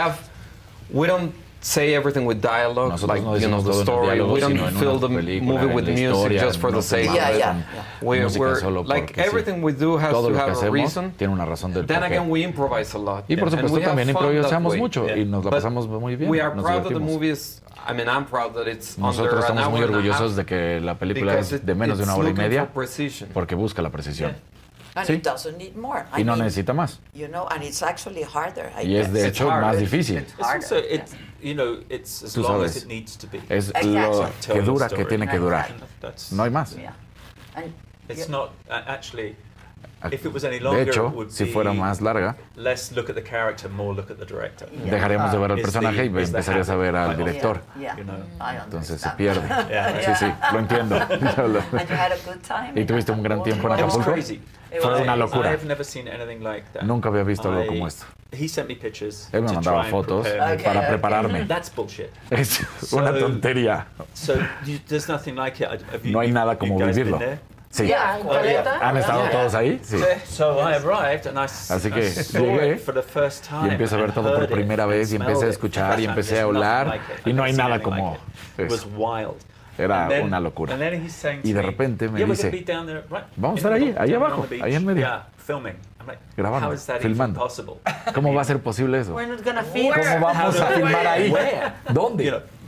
[SPEAKER 4] We don't say everything with dialogue,
[SPEAKER 14] Nosotros
[SPEAKER 4] like
[SPEAKER 14] no
[SPEAKER 4] the
[SPEAKER 14] decimos todo en
[SPEAKER 4] story.
[SPEAKER 14] diálogo,
[SPEAKER 4] We don't
[SPEAKER 14] sino en
[SPEAKER 4] fill
[SPEAKER 14] una
[SPEAKER 4] the
[SPEAKER 14] película,
[SPEAKER 4] movie
[SPEAKER 14] en
[SPEAKER 4] with
[SPEAKER 14] la
[SPEAKER 4] music
[SPEAKER 14] historia,
[SPEAKER 4] just for
[SPEAKER 14] no
[SPEAKER 4] the sake of
[SPEAKER 14] filmamos
[SPEAKER 4] it.
[SPEAKER 5] Yeah.
[SPEAKER 14] música
[SPEAKER 4] We're
[SPEAKER 14] solo
[SPEAKER 4] like
[SPEAKER 14] porque sí.
[SPEAKER 4] everything we do has
[SPEAKER 14] Todo
[SPEAKER 4] to
[SPEAKER 14] lo que
[SPEAKER 4] have a
[SPEAKER 14] hacemos
[SPEAKER 4] reason.
[SPEAKER 14] tiene una razón del
[SPEAKER 4] Then
[SPEAKER 14] porqué.
[SPEAKER 4] again, we improvise a lot.
[SPEAKER 14] Y por
[SPEAKER 4] And
[SPEAKER 14] supuesto
[SPEAKER 4] we have
[SPEAKER 14] también
[SPEAKER 4] fun that
[SPEAKER 14] improvisamos
[SPEAKER 4] way.
[SPEAKER 14] mucho y nos la
[SPEAKER 4] But
[SPEAKER 14] pasamos muy bien.
[SPEAKER 4] We are
[SPEAKER 14] Nos
[SPEAKER 4] proud that the
[SPEAKER 14] divertimos.
[SPEAKER 4] movie is. I mean, I'm proud that it's
[SPEAKER 14] Nosotros
[SPEAKER 4] under an
[SPEAKER 14] estamos muy
[SPEAKER 4] hour and a
[SPEAKER 14] orgullosos
[SPEAKER 4] half
[SPEAKER 14] de que la película
[SPEAKER 4] because
[SPEAKER 14] es de menos de una
[SPEAKER 4] it's
[SPEAKER 14] hora y
[SPEAKER 4] looking
[SPEAKER 14] media
[SPEAKER 4] for precision.
[SPEAKER 14] porque busca la precisión.
[SPEAKER 5] And
[SPEAKER 14] Sí.
[SPEAKER 5] it doesn't need more.
[SPEAKER 14] Y no necesita más.
[SPEAKER 5] You know, and it's actually harder. I
[SPEAKER 14] Y es de
[SPEAKER 5] guess.
[SPEAKER 14] hecho más difícil.
[SPEAKER 7] It's also, it's as
[SPEAKER 14] Tú
[SPEAKER 7] long
[SPEAKER 14] sabes.
[SPEAKER 7] as it needs to be.
[SPEAKER 14] Es
[SPEAKER 5] Exactly.
[SPEAKER 14] lo
[SPEAKER 7] Tell
[SPEAKER 14] que
[SPEAKER 7] the
[SPEAKER 14] dura que
[SPEAKER 7] story.
[SPEAKER 14] tiene que durar.
[SPEAKER 7] That's,
[SPEAKER 14] No hay más.
[SPEAKER 5] Yeah. And
[SPEAKER 7] it's not, actually, if it was any
[SPEAKER 14] De
[SPEAKER 7] longer,
[SPEAKER 14] hecho,
[SPEAKER 7] it would
[SPEAKER 14] si
[SPEAKER 7] be
[SPEAKER 14] fuera más larga,
[SPEAKER 7] less look at the character, more look at the director.
[SPEAKER 14] dejaríamos de ver al
[SPEAKER 7] Is
[SPEAKER 14] personaje y
[SPEAKER 7] the
[SPEAKER 14] empezarías a ver al
[SPEAKER 7] habit,
[SPEAKER 14] director.
[SPEAKER 5] Yeah.
[SPEAKER 7] you know.
[SPEAKER 14] Entonces se pierde.
[SPEAKER 7] Yeah.
[SPEAKER 14] Sí, sí, lo entiendo.
[SPEAKER 5] And you had a good time.
[SPEAKER 14] ¿Y tuviste un gran tiempo en
[SPEAKER 7] It was
[SPEAKER 14] Acapulco?
[SPEAKER 7] crazy.
[SPEAKER 14] Fue una
[SPEAKER 7] I
[SPEAKER 14] locura.
[SPEAKER 7] have never seen anything like that.
[SPEAKER 14] Nunca había visto algo como esto.
[SPEAKER 7] He sent me pictures
[SPEAKER 14] Él me
[SPEAKER 7] to
[SPEAKER 14] mandaba
[SPEAKER 7] try and
[SPEAKER 14] fotos
[SPEAKER 7] prepare me.
[SPEAKER 14] para prepararme.
[SPEAKER 7] That's bullshit.
[SPEAKER 14] Es una tontería.
[SPEAKER 7] So there's nothing like it. Have you,
[SPEAKER 14] No hay nada
[SPEAKER 7] you
[SPEAKER 14] como
[SPEAKER 7] guys
[SPEAKER 14] vivirlo.
[SPEAKER 7] been there?
[SPEAKER 14] Sí.
[SPEAKER 13] Yeah,
[SPEAKER 7] Oh, yeah.
[SPEAKER 14] ¿Han estado todos ahí? Sí.
[SPEAKER 7] So I arrived and I
[SPEAKER 14] Así que
[SPEAKER 7] saw
[SPEAKER 14] llegué
[SPEAKER 7] it for the first time
[SPEAKER 14] y empiezo a ver
[SPEAKER 7] and
[SPEAKER 14] todo por
[SPEAKER 7] heard it
[SPEAKER 14] primera vez y
[SPEAKER 7] and
[SPEAKER 14] empecé a
[SPEAKER 7] smelled it.
[SPEAKER 14] escuchar y empecé a
[SPEAKER 7] There's nothing
[SPEAKER 14] hablar
[SPEAKER 7] like it.
[SPEAKER 14] y no
[SPEAKER 7] I've
[SPEAKER 14] hay
[SPEAKER 7] never
[SPEAKER 14] nada
[SPEAKER 7] seen anything
[SPEAKER 14] como
[SPEAKER 7] like it. It was
[SPEAKER 14] eso.
[SPEAKER 7] wild.
[SPEAKER 14] Era
[SPEAKER 7] And then-
[SPEAKER 14] una locura.
[SPEAKER 7] and then he's saying to
[SPEAKER 14] Y de
[SPEAKER 7] me,
[SPEAKER 14] repente me
[SPEAKER 7] "Yeah, we're
[SPEAKER 14] dice,
[SPEAKER 7] gonna be down there, right,
[SPEAKER 14] vamos a
[SPEAKER 7] in
[SPEAKER 14] estar
[SPEAKER 7] the
[SPEAKER 14] ahí,
[SPEAKER 7] boat,
[SPEAKER 14] ahí
[SPEAKER 7] down
[SPEAKER 14] abajo,
[SPEAKER 7] on the
[SPEAKER 14] ahí en
[SPEAKER 7] beach."
[SPEAKER 14] medio.
[SPEAKER 7] Yeah, filming. I'm like,
[SPEAKER 14] Grabando,
[SPEAKER 7] how is that even
[SPEAKER 14] filmando.
[SPEAKER 7] possible?
[SPEAKER 14] ¿Cómo va a ser posible eso?
[SPEAKER 13] We're not gonna film.
[SPEAKER 14] ¿Cómo vamos a filmar ahí?
[SPEAKER 7] Where?
[SPEAKER 14] ¿Dónde?
[SPEAKER 7] You know,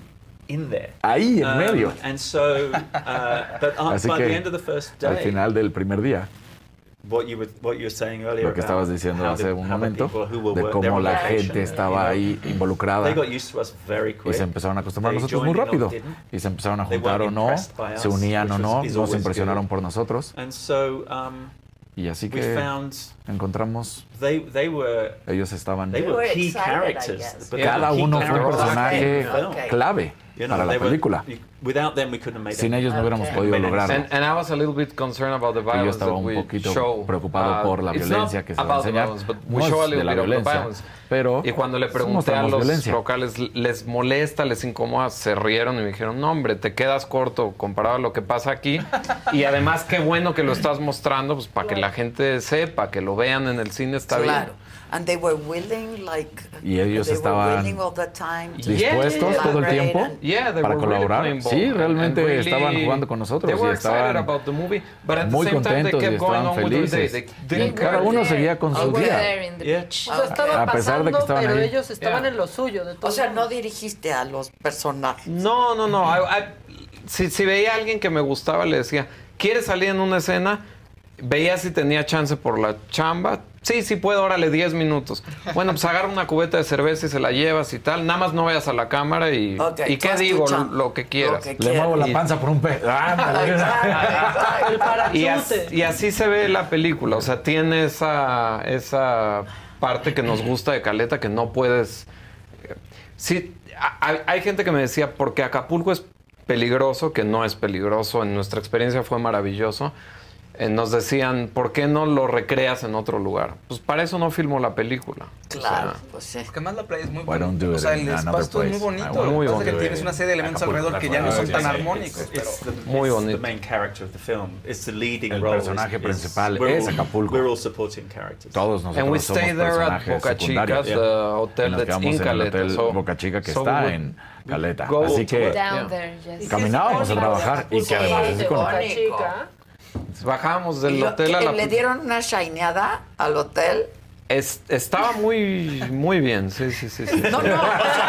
[SPEAKER 7] in there.
[SPEAKER 14] Ahí en medio.
[SPEAKER 7] And so, but
[SPEAKER 14] Así
[SPEAKER 7] by
[SPEAKER 14] que,
[SPEAKER 7] the end of the first day,
[SPEAKER 14] al final del primer día,
[SPEAKER 7] what you were saying earlier,
[SPEAKER 14] lo que estabas diciendo hace un momento, de cómo la gente estaba ahí involucrada
[SPEAKER 7] they got used to us very quick.
[SPEAKER 14] y se empezaron a acostumbrar a
[SPEAKER 7] They
[SPEAKER 14] nosotros muy
[SPEAKER 7] joined in or
[SPEAKER 14] rápido.
[SPEAKER 7] didn't.
[SPEAKER 14] Y se empezaron a
[SPEAKER 7] They
[SPEAKER 14] juntar o
[SPEAKER 7] weren't
[SPEAKER 14] no,
[SPEAKER 7] impressed by
[SPEAKER 14] se
[SPEAKER 7] us,
[SPEAKER 14] unían o
[SPEAKER 7] which
[SPEAKER 14] no,
[SPEAKER 7] is
[SPEAKER 14] nos
[SPEAKER 7] always
[SPEAKER 14] impresionaron
[SPEAKER 7] good.
[SPEAKER 14] por nosotros.
[SPEAKER 7] And so,
[SPEAKER 14] Y así
[SPEAKER 7] we
[SPEAKER 14] que
[SPEAKER 7] found
[SPEAKER 14] encontramos,
[SPEAKER 7] they
[SPEAKER 14] ellos estaban,
[SPEAKER 7] were key characters. but
[SPEAKER 14] cada
[SPEAKER 7] they were
[SPEAKER 14] uno
[SPEAKER 7] key
[SPEAKER 14] fue un
[SPEAKER 7] characters
[SPEAKER 14] personaje
[SPEAKER 7] in the film.
[SPEAKER 14] clave
[SPEAKER 7] You know,
[SPEAKER 14] para la
[SPEAKER 7] they were-
[SPEAKER 14] película.
[SPEAKER 7] Without them, we couldn't have made
[SPEAKER 14] Sin
[SPEAKER 7] it.
[SPEAKER 14] ellos no hubiéramos podido lograrlo.
[SPEAKER 4] And I was a little bit concerned about the
[SPEAKER 14] Y yo
[SPEAKER 4] violence
[SPEAKER 14] estaba
[SPEAKER 4] that
[SPEAKER 14] un
[SPEAKER 4] we
[SPEAKER 14] poquito
[SPEAKER 4] show.
[SPEAKER 14] preocupado por la
[SPEAKER 4] It's
[SPEAKER 14] violencia
[SPEAKER 4] not
[SPEAKER 14] que se va a
[SPEAKER 4] about the
[SPEAKER 14] enseñar.
[SPEAKER 4] violence, but
[SPEAKER 14] No
[SPEAKER 4] we show a
[SPEAKER 14] es de
[SPEAKER 4] little
[SPEAKER 14] la
[SPEAKER 4] bit of the
[SPEAKER 14] violencia,
[SPEAKER 4] violence.
[SPEAKER 14] pero
[SPEAKER 4] Y cuando le pregunté a
[SPEAKER 14] mostramos
[SPEAKER 4] los
[SPEAKER 14] violencia.
[SPEAKER 4] locales, ¿les molesta, les incomoda? Se rieron y me dijeron, no, hombre, te quedas corto comparado a lo que pasa aquí. Y además, qué bueno que lo estás mostrando, pues para que la gente sepa, que lo vean en el cine, está
[SPEAKER 5] Claro.
[SPEAKER 4] bien.
[SPEAKER 5] And they were willing, like,
[SPEAKER 14] Y ellos
[SPEAKER 5] they
[SPEAKER 14] estaban
[SPEAKER 5] were willing all the time to
[SPEAKER 14] dispuestos todo el
[SPEAKER 5] collaborate
[SPEAKER 14] tiempo
[SPEAKER 5] and-
[SPEAKER 14] para colaborar. Sí, realmente estaban jugando con nosotros y estaban muy contentos y estaban felices. Y cada uno seguía con su día.
[SPEAKER 13] O sea, estaba
[SPEAKER 14] A pesar de que
[SPEAKER 13] pasando,
[SPEAKER 14] estaban
[SPEAKER 13] pero
[SPEAKER 14] ahí.
[SPEAKER 13] ellos estaban en lo suyo. De todo.
[SPEAKER 5] O sea, no dirigiste a los personajes.
[SPEAKER 4] No. Si veía a alguien que me gustaba, le decía, ¿quieres salir en una escena? Veía si tenía chance por la chamba. Sí, puedo, órale, 10 minutos. Bueno, pues agarra una cubeta de cerveza y se la llevas y tal. Nada más no vayas a la cámara y,
[SPEAKER 5] Ok,
[SPEAKER 4] ¿y
[SPEAKER 5] tú
[SPEAKER 4] qué
[SPEAKER 5] haz tu
[SPEAKER 4] digo?
[SPEAKER 5] chamba.
[SPEAKER 4] Lo que quieras.
[SPEAKER 14] Le muevo la panza por un pez.
[SPEAKER 4] Y así se ve la película. O sea, tiene esa parte que nos gusta de Caleta que no puedes... Sí, hay gente que me decía, porque Acapulco es peligroso, que no es peligroso. En nuestra experiencia fue maravilloso. Nos decían, ¿por qué no lo recreas en otro lugar? Pues para eso no filmo la película.
[SPEAKER 5] Claro, pues sí.
[SPEAKER 11] Porque además la playa es muy
[SPEAKER 14] Why don't
[SPEAKER 11] bonita.
[SPEAKER 14] do
[SPEAKER 11] O
[SPEAKER 14] it
[SPEAKER 11] sea,
[SPEAKER 14] in
[SPEAKER 11] el
[SPEAKER 14] another
[SPEAKER 11] espacio es muy
[SPEAKER 14] place?
[SPEAKER 11] bonito.
[SPEAKER 4] Muy
[SPEAKER 11] Lo que pasa es que
[SPEAKER 4] bonito.
[SPEAKER 11] tienes una serie de elementos
[SPEAKER 7] Acapulco,
[SPEAKER 11] alrededor que ya no son tan armónicos.
[SPEAKER 7] It's
[SPEAKER 11] Pero
[SPEAKER 4] Muy
[SPEAKER 7] it's
[SPEAKER 4] bonito.
[SPEAKER 7] the main character of the film. It's the leading
[SPEAKER 14] El
[SPEAKER 7] role.
[SPEAKER 14] personaje principal
[SPEAKER 7] we're
[SPEAKER 14] es
[SPEAKER 7] all-
[SPEAKER 14] Acapulco.
[SPEAKER 7] We're all supporting characters.
[SPEAKER 14] Todos nosotros
[SPEAKER 4] And we
[SPEAKER 14] somos
[SPEAKER 4] stay there at
[SPEAKER 14] personajes
[SPEAKER 4] Boca
[SPEAKER 14] secundarios.
[SPEAKER 4] Chica, the hotel
[SPEAKER 14] Y nos
[SPEAKER 4] that's
[SPEAKER 14] quedamos
[SPEAKER 4] in
[SPEAKER 14] en el
[SPEAKER 4] Caleta.
[SPEAKER 14] hotel
[SPEAKER 4] So-
[SPEAKER 14] Boca Chica que
[SPEAKER 4] so
[SPEAKER 14] está
[SPEAKER 4] we-
[SPEAKER 14] en Caleta.
[SPEAKER 4] go
[SPEAKER 14] Así que
[SPEAKER 8] Down there, yes.
[SPEAKER 14] caminábamos a trabajar y que además es icónico.
[SPEAKER 13] Boca Chica.
[SPEAKER 4] Bajábamos del
[SPEAKER 5] Y lo-
[SPEAKER 4] hotel a la...
[SPEAKER 5] ¿Le dieron una shineada al hotel?
[SPEAKER 4] Estaba muy bien, sí.
[SPEAKER 5] No, no.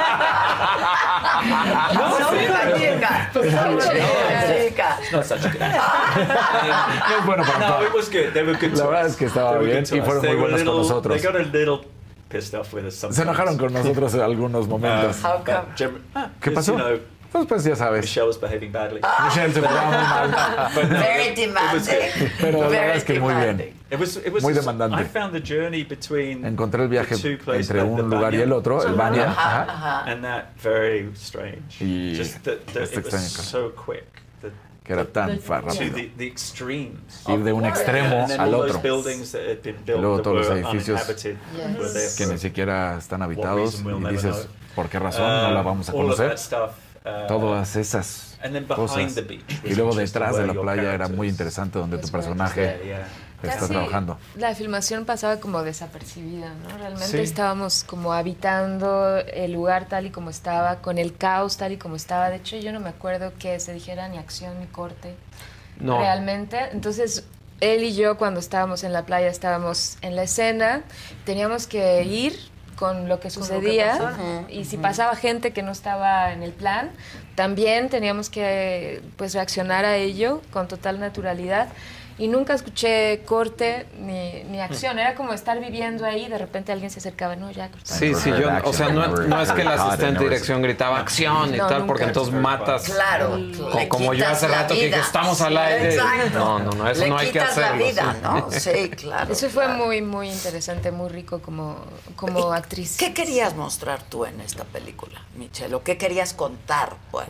[SPEAKER 5] No me la digas.
[SPEAKER 7] Not such a good
[SPEAKER 14] No es bueno para
[SPEAKER 7] No,
[SPEAKER 14] todos.
[SPEAKER 7] it was good. They were good
[SPEAKER 14] La
[SPEAKER 7] to
[SPEAKER 14] verdad
[SPEAKER 7] us.
[SPEAKER 14] es que estaba
[SPEAKER 7] They were
[SPEAKER 14] bien
[SPEAKER 7] good to
[SPEAKER 14] y
[SPEAKER 7] us.
[SPEAKER 14] fueron
[SPEAKER 7] They
[SPEAKER 14] muy
[SPEAKER 7] were
[SPEAKER 14] buenos con
[SPEAKER 7] little-
[SPEAKER 14] nosotros.
[SPEAKER 7] They got a little pissed off with us sometimes.
[SPEAKER 14] Se enojaron con nosotros en algunos momentos. ¿Qué pasó? Pues ya sabes.
[SPEAKER 7] Michelle was behaving badly.
[SPEAKER 14] Michelle se portaba muy mal.
[SPEAKER 7] But no,
[SPEAKER 5] Very
[SPEAKER 7] it was
[SPEAKER 5] demanding.
[SPEAKER 7] good.
[SPEAKER 14] Pero la verdad es que muy bien.
[SPEAKER 7] It was
[SPEAKER 14] Muy
[SPEAKER 7] I
[SPEAKER 14] demandante.
[SPEAKER 7] found the journey between
[SPEAKER 14] Encontré el viaje
[SPEAKER 7] the two places,
[SPEAKER 14] entre
[SPEAKER 7] the
[SPEAKER 14] un lugar y el otro, el Bania.
[SPEAKER 5] Ajá,
[SPEAKER 14] Ajá.
[SPEAKER 5] ajá.
[SPEAKER 7] and that very strange.
[SPEAKER 14] Y
[SPEAKER 7] Just that
[SPEAKER 14] este
[SPEAKER 7] it was
[SPEAKER 14] extraño
[SPEAKER 7] so quick.
[SPEAKER 14] que era tan
[SPEAKER 7] To
[SPEAKER 14] rápido.
[SPEAKER 7] the extremes.
[SPEAKER 14] Ir de un extremo
[SPEAKER 7] And then
[SPEAKER 14] al
[SPEAKER 7] all those
[SPEAKER 14] otro.
[SPEAKER 7] buildings that had been built
[SPEAKER 14] Y luego
[SPEAKER 7] that
[SPEAKER 14] todos los
[SPEAKER 7] were
[SPEAKER 14] edificios
[SPEAKER 7] uninhabited were there
[SPEAKER 14] que
[SPEAKER 7] for
[SPEAKER 14] ni siquiera están habitados
[SPEAKER 7] reason we'll
[SPEAKER 14] y
[SPEAKER 7] never
[SPEAKER 14] dices,
[SPEAKER 7] know.
[SPEAKER 14] ¿por qué razón no la vamos a
[SPEAKER 7] All of
[SPEAKER 14] conocer?
[SPEAKER 7] that stuff,
[SPEAKER 14] Todas esas
[SPEAKER 7] and then behind
[SPEAKER 14] cosas.
[SPEAKER 7] the beach was
[SPEAKER 14] Y luego
[SPEAKER 7] interesting
[SPEAKER 14] detrás de
[SPEAKER 7] where
[SPEAKER 14] la
[SPEAKER 7] your
[SPEAKER 14] playa era
[SPEAKER 7] characters-
[SPEAKER 14] muy interesante donde tu
[SPEAKER 8] That's
[SPEAKER 14] personaje está
[SPEAKER 8] Casi
[SPEAKER 14] trabajando.
[SPEAKER 8] La filmación pasaba como desapercibida, ¿no? Realmente
[SPEAKER 14] Sí.
[SPEAKER 8] estábamos como habitando el lugar tal y como estaba, con el caos tal y como estaba. De hecho, yo no me acuerdo que se dijera ni acción ni corte.
[SPEAKER 4] No.
[SPEAKER 8] Realmente. Entonces, él y yo cuando estábamos en la playa, estábamos en la escena, teníamos que ir con lo que sucedía
[SPEAKER 13] pasaba.
[SPEAKER 8] y si pasaba gente que no estaba en el plan, también teníamos que pues reaccionar a ello con total naturalidad. Y nunca escuché corte ni acción. Era como estar viviendo ahí y de repente alguien se acercaba. No, ya.
[SPEAKER 4] Sí, yo, o sea, no es que el asistente de dirección gritaba acción y
[SPEAKER 8] No,
[SPEAKER 4] tal,
[SPEAKER 8] nunca.
[SPEAKER 4] porque entonces matas.
[SPEAKER 5] Claro,
[SPEAKER 4] Como yo hace rato que dije, estamos al aire. No, eso no hay que hacerlo.
[SPEAKER 5] Le quitas la vida,
[SPEAKER 4] sí.
[SPEAKER 5] ¿no? Sí, claro.
[SPEAKER 8] Eso fue muy interesante, muy rico como actriz.
[SPEAKER 5] ¿Qué querías mostrar tú en esta película, Michelle? ¿O qué querías contar, pues?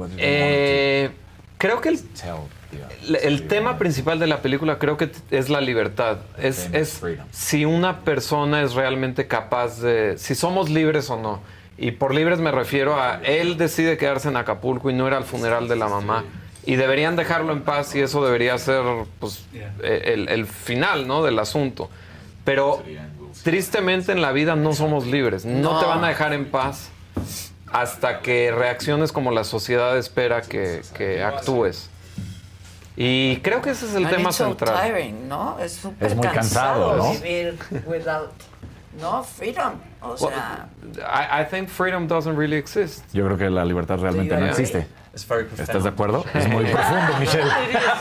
[SPEAKER 4] Creo que el tema principal de la película creo que es la libertad. Es si una persona es realmente capaz de... Si somos libres o no. Y por libres me refiero a... Él decide quedarse en Acapulco y no ir al funeral de la mamá. Y deberían dejarlo en paz y eso debería ser pues, el final, ¿no? Del asunto. Pero tristemente en la vida no somos libres. No te van a dejar en paz hasta que reacciones como la sociedad espera que actúes. Y creo que ese es el
[SPEAKER 5] And
[SPEAKER 4] tema
[SPEAKER 5] it's so
[SPEAKER 4] central.
[SPEAKER 5] tiring, ¿no? Es súper
[SPEAKER 14] Es muy cansado, ¿no?
[SPEAKER 5] vivir No, freedom. O sea,
[SPEAKER 4] I think freedom doesn't really exist.
[SPEAKER 14] Yo creo que la libertad realmente no existe. ¿Estás de acuerdo? Es muy profundo, Michelle.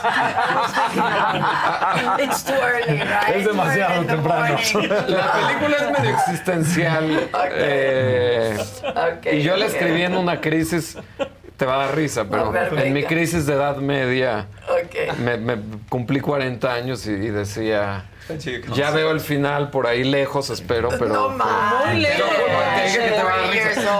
[SPEAKER 5] It's too early, right?
[SPEAKER 14] Es demasiado temprano.
[SPEAKER 4] La película es medio existencial. Y yo la escribí en una crisis, te va a dar risa, pero en mi crisis de edad media me cumplí 40 años y decía... Ya veo el final por ahí lejos, espero, pero...
[SPEAKER 5] No
[SPEAKER 13] muy lejos.
[SPEAKER 4] Te que te va a dar risa.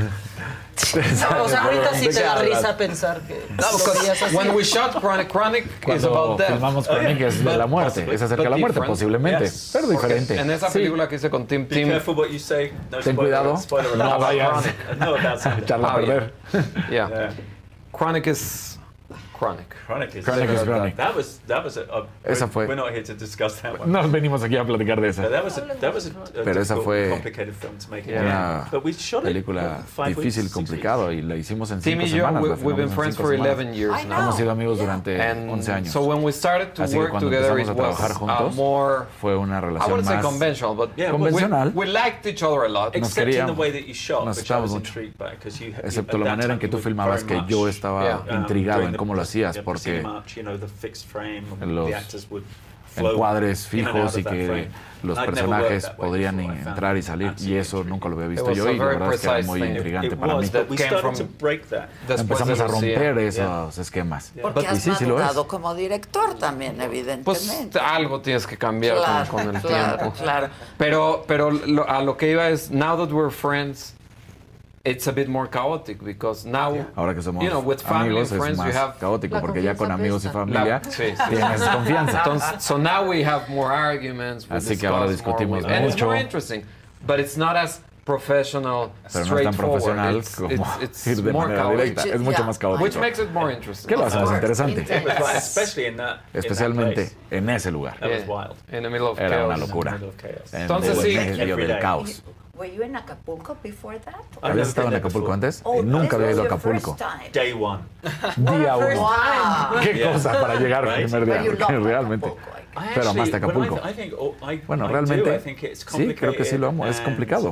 [SPEAKER 13] O sea, ahorita sí te da risa pensar que...
[SPEAKER 4] When we shot Chronic is about death.
[SPEAKER 14] Filmamos Chronic es de la muerte, es acerca de la muerte, posiblemente, pero diferente.
[SPEAKER 4] En esa película que hice con Tim...
[SPEAKER 14] Ten cuidado, no vayas a echarla a perder.
[SPEAKER 4] Yeah. Chronic is... Chronic.
[SPEAKER 14] Chronic is Chronic. Esa fue.
[SPEAKER 7] We're not here to discuss that one.
[SPEAKER 14] No venimos aquí a platicar de esa. Pero esa fue una película difícil, complicado, y la hicimos en 5 semanas.
[SPEAKER 4] We've been friends for 11 years now.
[SPEAKER 14] Hemos sido amigos durante 11 años.
[SPEAKER 4] So when we started to work together, it was more...
[SPEAKER 14] Fue una relación
[SPEAKER 4] I wouldn't say
[SPEAKER 14] más
[SPEAKER 4] conventional, but
[SPEAKER 14] convencional.
[SPEAKER 4] We liked each other a lot.
[SPEAKER 14] Nos queríamos, nos estábamos mucho. Excepto la manera en que tú filmabas, que yo estaba intrigado en cómo lo hacías, porque los encuadres fijos y que los personajes podrían entrar y salir, y eso nunca lo había visto yo, y la verdad es que era muy intrigante para mí. Empezamos a romper esos esquemas.
[SPEAKER 5] Porque has madurado como director también, evidentemente.
[SPEAKER 4] Pues algo tienes que cambiar con el tiempo.
[SPEAKER 5] Claro.
[SPEAKER 4] Pero a lo que iba es, now that we're friends, it's a bit more chaotic because now,
[SPEAKER 14] ahora que somos
[SPEAKER 4] with family
[SPEAKER 14] amigos,
[SPEAKER 4] and friends,
[SPEAKER 14] es más
[SPEAKER 4] you have
[SPEAKER 14] caótico, porque ya con amigos y familia tienes confianza.
[SPEAKER 4] Entonces, so now we have more arguments.
[SPEAKER 14] Así que ahora discutimos
[SPEAKER 4] and it's
[SPEAKER 14] mucho.
[SPEAKER 4] more interesting, but it's not as professional,
[SPEAKER 14] pero no es tan profesional como ir de manera directa. Es mucho más caótico.
[SPEAKER 4] Which makes it more interesting.
[SPEAKER 14] ¿Qué lo hace más interesante?
[SPEAKER 7] Especialmente
[SPEAKER 14] en ese lugar. Era una locura.
[SPEAKER 4] Entonces sí,
[SPEAKER 14] en medio del caos.
[SPEAKER 5] Were you in Acapulco before that?
[SPEAKER 14] ¿Habías estado en Acapulco antes? Nunca había ido a Acapulco.
[SPEAKER 7] Day one.
[SPEAKER 14] Día 1.
[SPEAKER 5] Wow.
[SPEAKER 14] Qué cosa para llegar el primer día, realmente. Pero amaste Acapulco. Bueno, realmente, sí, creo que sí lo amo. Es complicado.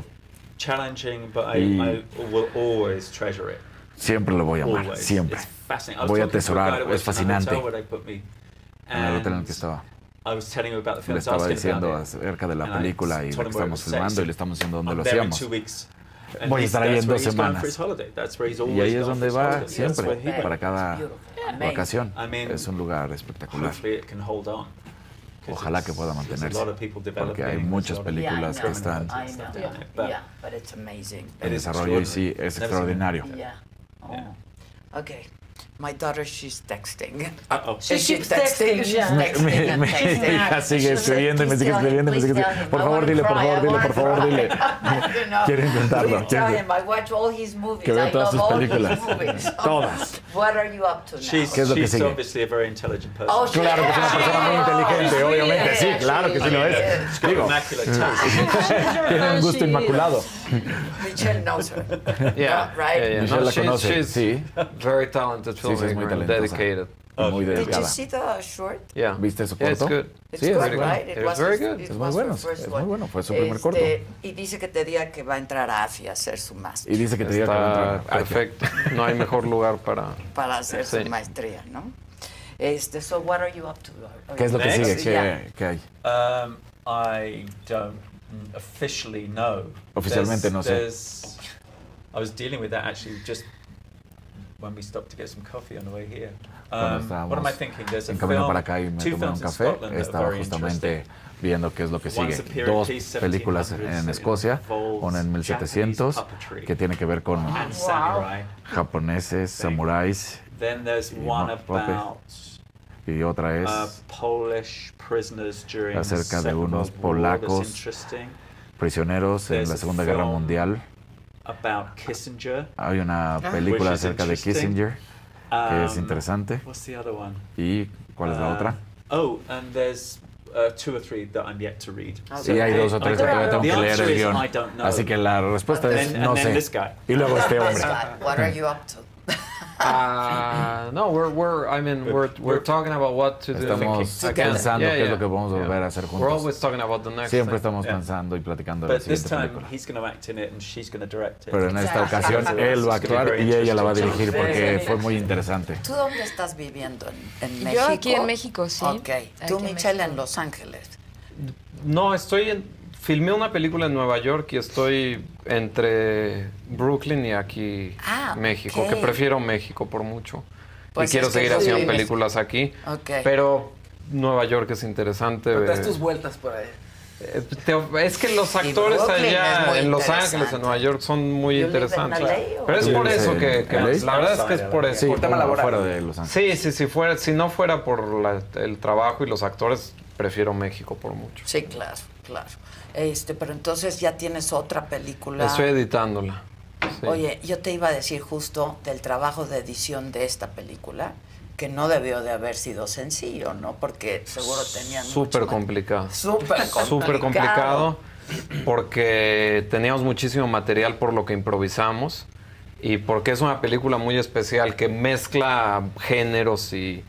[SPEAKER 14] Siempre lo voy a amar, siempre. Voy a atesorar, es fascinante. En el hotel en el que estaba. Le estaba diciendo acerca de la película y lo que estamos filmando, y le estamos diciendo dónde lo hacíamos. Voy a estar ahí en 2 semanas. Y ahí es donde va siempre, para cada vacación. Es un lugar espectacular. Ojalá que pueda mantenerse, porque hay muchas películas que están en desarrollo y sí, es extraordinario.
[SPEAKER 5] Okay. My daughter, she's texting.
[SPEAKER 13] She keeps texting.
[SPEAKER 14] Mi hija sigue escribiendo y me sigue escribiendo y me sigue escribiendo. Por favor, dile, por favor, dile, por favor, dile. Quiero intentarlo. Que vea todas sus películas. Todas.
[SPEAKER 5] What are you up to now?
[SPEAKER 14] ¿Qué es lo que sigue? Claro que es una persona muy inteligente, obviamente. Sí, claro que sí lo es. Digo, tiene un gusto inmaculado.
[SPEAKER 5] Michelle knows her.
[SPEAKER 4] Yeah,
[SPEAKER 5] right?
[SPEAKER 14] Michelle la conoce, sí.
[SPEAKER 4] Very talented filmmaker and dedicated.
[SPEAKER 14] Muy dedicada.
[SPEAKER 5] Did you see the short?
[SPEAKER 4] Yeah.
[SPEAKER 14] ¿Viste su
[SPEAKER 4] Yeah, it's
[SPEAKER 14] corto?
[SPEAKER 4] good.
[SPEAKER 14] Sí, es bueno.
[SPEAKER 5] Right?
[SPEAKER 4] It was very good.
[SPEAKER 14] Es muy bueno. Es muy bueno. Fue su primer corto.
[SPEAKER 5] Y dice que te diga que va a entrar a AFI a hacer su máster.
[SPEAKER 14] Y dice que te diga que va a entrar a AFI.
[SPEAKER 4] Perfecto. No hay mejor lugar
[SPEAKER 5] para hacer su maestría, ¿no? So what are you up to?
[SPEAKER 14] ¿Qué es lo que sigue? ¿Qué hay?
[SPEAKER 7] I don't officially know.
[SPEAKER 14] Oficialmente no sé.
[SPEAKER 7] I was dealing with that actually just when we stopped to get some coffee on the way here. What am I thinking? There's a
[SPEAKER 14] en camino
[SPEAKER 7] film,
[SPEAKER 14] para acá y me tomé un café. Estaba justamente viendo qué es lo que sigue. 2 películas en Escocia, una en 1700, que tiene que ver con japoneses, samuráis, y otra es acerca de unos polacos prisioneros en la Segunda Guerra Mundial. Hay una película acerca de Kissinger que es interesante. ¿Y cuál es la otra?
[SPEAKER 7] And there's 2 or 3 that I'm yet to read.
[SPEAKER 14] Sí, hay 2 o 3 que todavía tengo que leer el guión. Así que la respuesta es no sé. Y luego este hombre.
[SPEAKER 5] What are you up to?
[SPEAKER 4] No, we're talking about what to do.
[SPEAKER 14] Estamos pensando qué es lo que vamos a volver a hacer juntos.
[SPEAKER 4] We're always talking about the next
[SPEAKER 14] Siempre
[SPEAKER 4] thing.
[SPEAKER 14] estamos pensando y platicando de la
[SPEAKER 7] But this
[SPEAKER 14] siguiente
[SPEAKER 7] time
[SPEAKER 14] película.
[SPEAKER 7] he's going to act in it and she's going to direct it.
[SPEAKER 14] Pero en esta ocasión él va a actuar y ella la va a dirigir porque fue muy interesante.
[SPEAKER 5] ¿Tú dónde estás viviendo? ¿En México?
[SPEAKER 8] Yo aquí en México, sí.
[SPEAKER 5] Ok. ¿Tú,
[SPEAKER 8] Aquí en
[SPEAKER 5] Michelle,
[SPEAKER 8] México.
[SPEAKER 5] en Los Ángeles?
[SPEAKER 4] No, filmé una película en Nueva York y estoy entre Brooklyn y aquí México,
[SPEAKER 5] ok.
[SPEAKER 4] que prefiero México por mucho.
[SPEAKER 5] Pues
[SPEAKER 4] y quiero
[SPEAKER 5] es que
[SPEAKER 4] seguir
[SPEAKER 5] tú
[SPEAKER 4] haciendo
[SPEAKER 5] vives-
[SPEAKER 4] películas aquí.
[SPEAKER 5] Ok.
[SPEAKER 4] Pero Nueva York es interesante.
[SPEAKER 9] Das tus vueltas por ahí.
[SPEAKER 4] Es que los
[SPEAKER 5] Y
[SPEAKER 4] actores
[SPEAKER 5] Brooklyn es
[SPEAKER 4] allá
[SPEAKER 5] muy
[SPEAKER 4] en Los
[SPEAKER 5] interesante.
[SPEAKER 4] Ángeles, en Nueva York, son muy
[SPEAKER 5] You live in
[SPEAKER 4] interesantes.
[SPEAKER 5] LA, ¿o?
[SPEAKER 4] Pero es por eso que la verdad es que es por eso.
[SPEAKER 14] Sí, fuera de Los Ángeles.
[SPEAKER 4] Sí, si no fuera por el trabajo y los actores, prefiero México por mucho.
[SPEAKER 5] Sí, claro. Pero entonces ya tienes otra película.
[SPEAKER 4] Estoy editándola. Sí.
[SPEAKER 5] Oye, yo te iba a decir justo del trabajo de edición de esta película, que no debió de haber sido sencillo, ¿no? Porque seguro tenían
[SPEAKER 4] Súper complicado.
[SPEAKER 5] Súper
[SPEAKER 4] complicado porque teníamos muchísimo material por lo que improvisamos y porque es una película muy especial que mezcla géneros y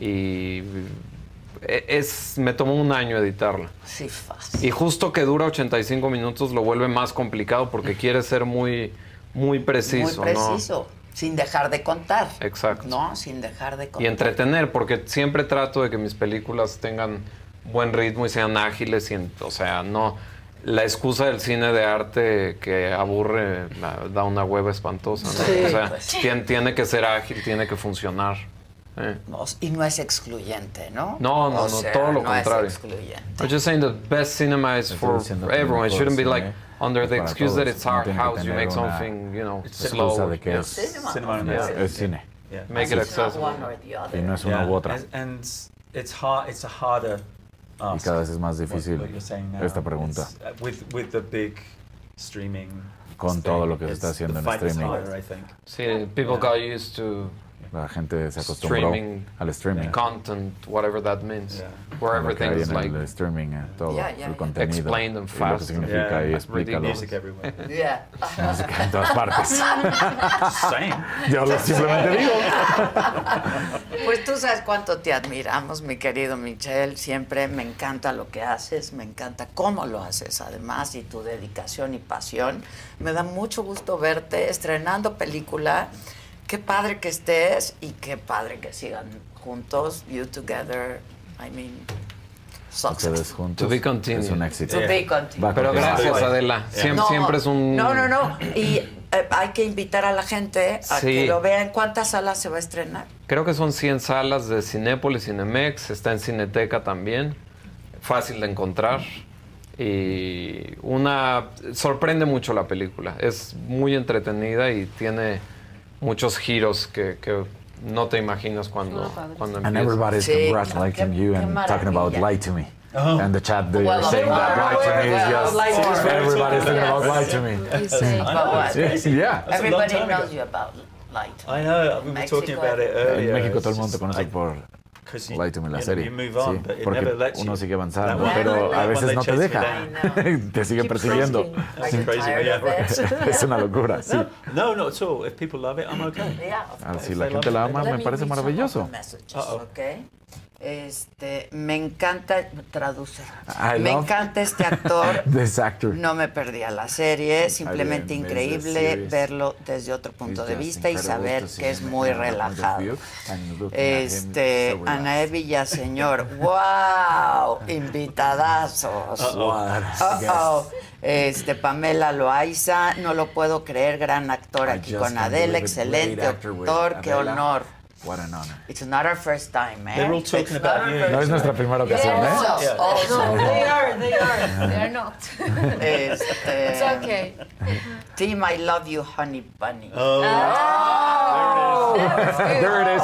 [SPEAKER 4] me tomó un año editarla.
[SPEAKER 5] Sí, fácil.
[SPEAKER 4] Y justo que dura 85 minutos lo vuelve más complicado porque quiere ser muy preciso.
[SPEAKER 5] Muy preciso, sin dejar de contar.
[SPEAKER 4] Exacto.
[SPEAKER 5] No, sin dejar de contar.
[SPEAKER 4] Y entretener, porque siempre trato de que mis películas tengan buen ritmo y sean ágiles. O sea, no... La excusa del cine de arte que aburre da una hueva espantosa, ¿no?
[SPEAKER 5] Sí,
[SPEAKER 4] o sea,
[SPEAKER 5] pues.
[SPEAKER 4] tiene que ser ágil, tiene que funcionar.
[SPEAKER 5] No, y no es excluyente, ¿no?
[SPEAKER 4] No,
[SPEAKER 5] O sea,
[SPEAKER 4] todo lo
[SPEAKER 5] no
[SPEAKER 4] contrario.
[SPEAKER 5] es excluyente.
[SPEAKER 4] I'm just saying the best cinema is for everyone. It shouldn't be like under the
[SPEAKER 14] para
[SPEAKER 4] excuse that
[SPEAKER 14] todos.
[SPEAKER 4] it's
[SPEAKER 14] No
[SPEAKER 4] art
[SPEAKER 14] tiene que
[SPEAKER 4] house, you
[SPEAKER 14] tener
[SPEAKER 4] make
[SPEAKER 14] una
[SPEAKER 4] something,
[SPEAKER 14] excusa
[SPEAKER 4] slow.
[SPEAKER 14] de que es cine.
[SPEAKER 4] Make it accessible.
[SPEAKER 14] Y no es una u otra.
[SPEAKER 7] And it's hard. It's a harder
[SPEAKER 14] Y cada vez es más difícil
[SPEAKER 7] what you're saying now.
[SPEAKER 14] esta pregunta.
[SPEAKER 7] It's, with the big streaming.
[SPEAKER 14] Con todo lo que se está haciendo en streaming.
[SPEAKER 4] Sí, people got used to
[SPEAKER 14] La gente se acostumbró
[SPEAKER 4] streaming
[SPEAKER 14] al streaming.
[SPEAKER 4] content, whatever that means, where
[SPEAKER 14] A lo que
[SPEAKER 4] everything
[SPEAKER 14] hay
[SPEAKER 4] is
[SPEAKER 14] en
[SPEAKER 4] like
[SPEAKER 14] el streaming, todo el contenido,
[SPEAKER 4] explained and
[SPEAKER 14] y lo que
[SPEAKER 4] fast.
[SPEAKER 14] significa y explícalo.
[SPEAKER 7] Music everywhere.
[SPEAKER 14] Música en todas partes.
[SPEAKER 7] Same.
[SPEAKER 14] Yo simplemente digo.
[SPEAKER 5] Pues tú sabes cuánto te admiramos, mi querido Michelle. Siempre me encanta lo que haces, me encanta cómo lo haces, además, y tu dedicación y pasión. Me da mucho gusto verte estrenando película. Qué padre que estés y qué padre que sigan juntos. You together, I mean,
[SPEAKER 14] Ustedes
[SPEAKER 5] success.
[SPEAKER 14] juntos.
[SPEAKER 4] To be continued.
[SPEAKER 14] Es un éxito.
[SPEAKER 5] To be continued.
[SPEAKER 14] Va a
[SPEAKER 4] Pero
[SPEAKER 14] continuar.
[SPEAKER 4] gracias, Adela. Siempre es un...
[SPEAKER 5] No. Y hay que invitar a la gente a
[SPEAKER 4] Sí.
[SPEAKER 5] que lo vea. ¿En cuántas salas se va a estrenar?
[SPEAKER 4] Creo que son 100 salas de Cinépolis, Cinemex, está en Cineteca también, fácil de encontrar y sorprende mucho la película, es muy entretenida y tiene muchos giros que no te imaginas cuando
[SPEAKER 14] And
[SPEAKER 4] empieza.
[SPEAKER 14] everybody's congratulating you and talking about Lie to Me. And the chat, they were saying that Lie to Me is just... Everybody's talking about Lie to Me.
[SPEAKER 5] About what?
[SPEAKER 14] Yeah.
[SPEAKER 5] Everybody knows you about Light.
[SPEAKER 7] I know. We were talking about it earlier.
[SPEAKER 14] En México todo el mundo te conoce por Lie to Me, la serie. Sí, porque uno sigue avanzando, pero a veces no te deja. Te sigue persiguiendo. Es una locura, sí.
[SPEAKER 7] No, not at all. If people love it, I'm okay.
[SPEAKER 14] Si la gente la ama, me parece maravilloso.
[SPEAKER 5] Okay. Me encanta, traduce.
[SPEAKER 14] I
[SPEAKER 5] Me
[SPEAKER 14] love
[SPEAKER 5] encanta este actor.
[SPEAKER 14] This actor.
[SPEAKER 5] No me perdía la serie, simplemente
[SPEAKER 14] I didn't miss the
[SPEAKER 5] increíble
[SPEAKER 14] series.
[SPEAKER 5] verlo desde otro punto
[SPEAKER 14] It's
[SPEAKER 5] de
[SPEAKER 14] just
[SPEAKER 5] vista y
[SPEAKER 14] incredible
[SPEAKER 5] saber
[SPEAKER 14] to see
[SPEAKER 5] que es
[SPEAKER 14] him
[SPEAKER 5] muy
[SPEAKER 14] in another point of
[SPEAKER 5] relajado.
[SPEAKER 14] view and looking at him so relaxed.
[SPEAKER 5] Anaé Villaseñor, wow, invitadazos. Pamela Loaiza, no lo puedo creer, gran actor aquí
[SPEAKER 14] just
[SPEAKER 5] con
[SPEAKER 14] can't
[SPEAKER 5] Adela,
[SPEAKER 14] believe it.
[SPEAKER 5] excelente
[SPEAKER 14] Great actor with
[SPEAKER 5] actor, qué
[SPEAKER 14] Adela.
[SPEAKER 5] honor.
[SPEAKER 14] What an honor.
[SPEAKER 5] It's not our first time, eh?
[SPEAKER 7] They're all talking about you.
[SPEAKER 14] No es nuestra primera ocasión, ¿eh?
[SPEAKER 8] No, they are not. It's okay.
[SPEAKER 5] Team, I love you, honey bunny.
[SPEAKER 14] There it is.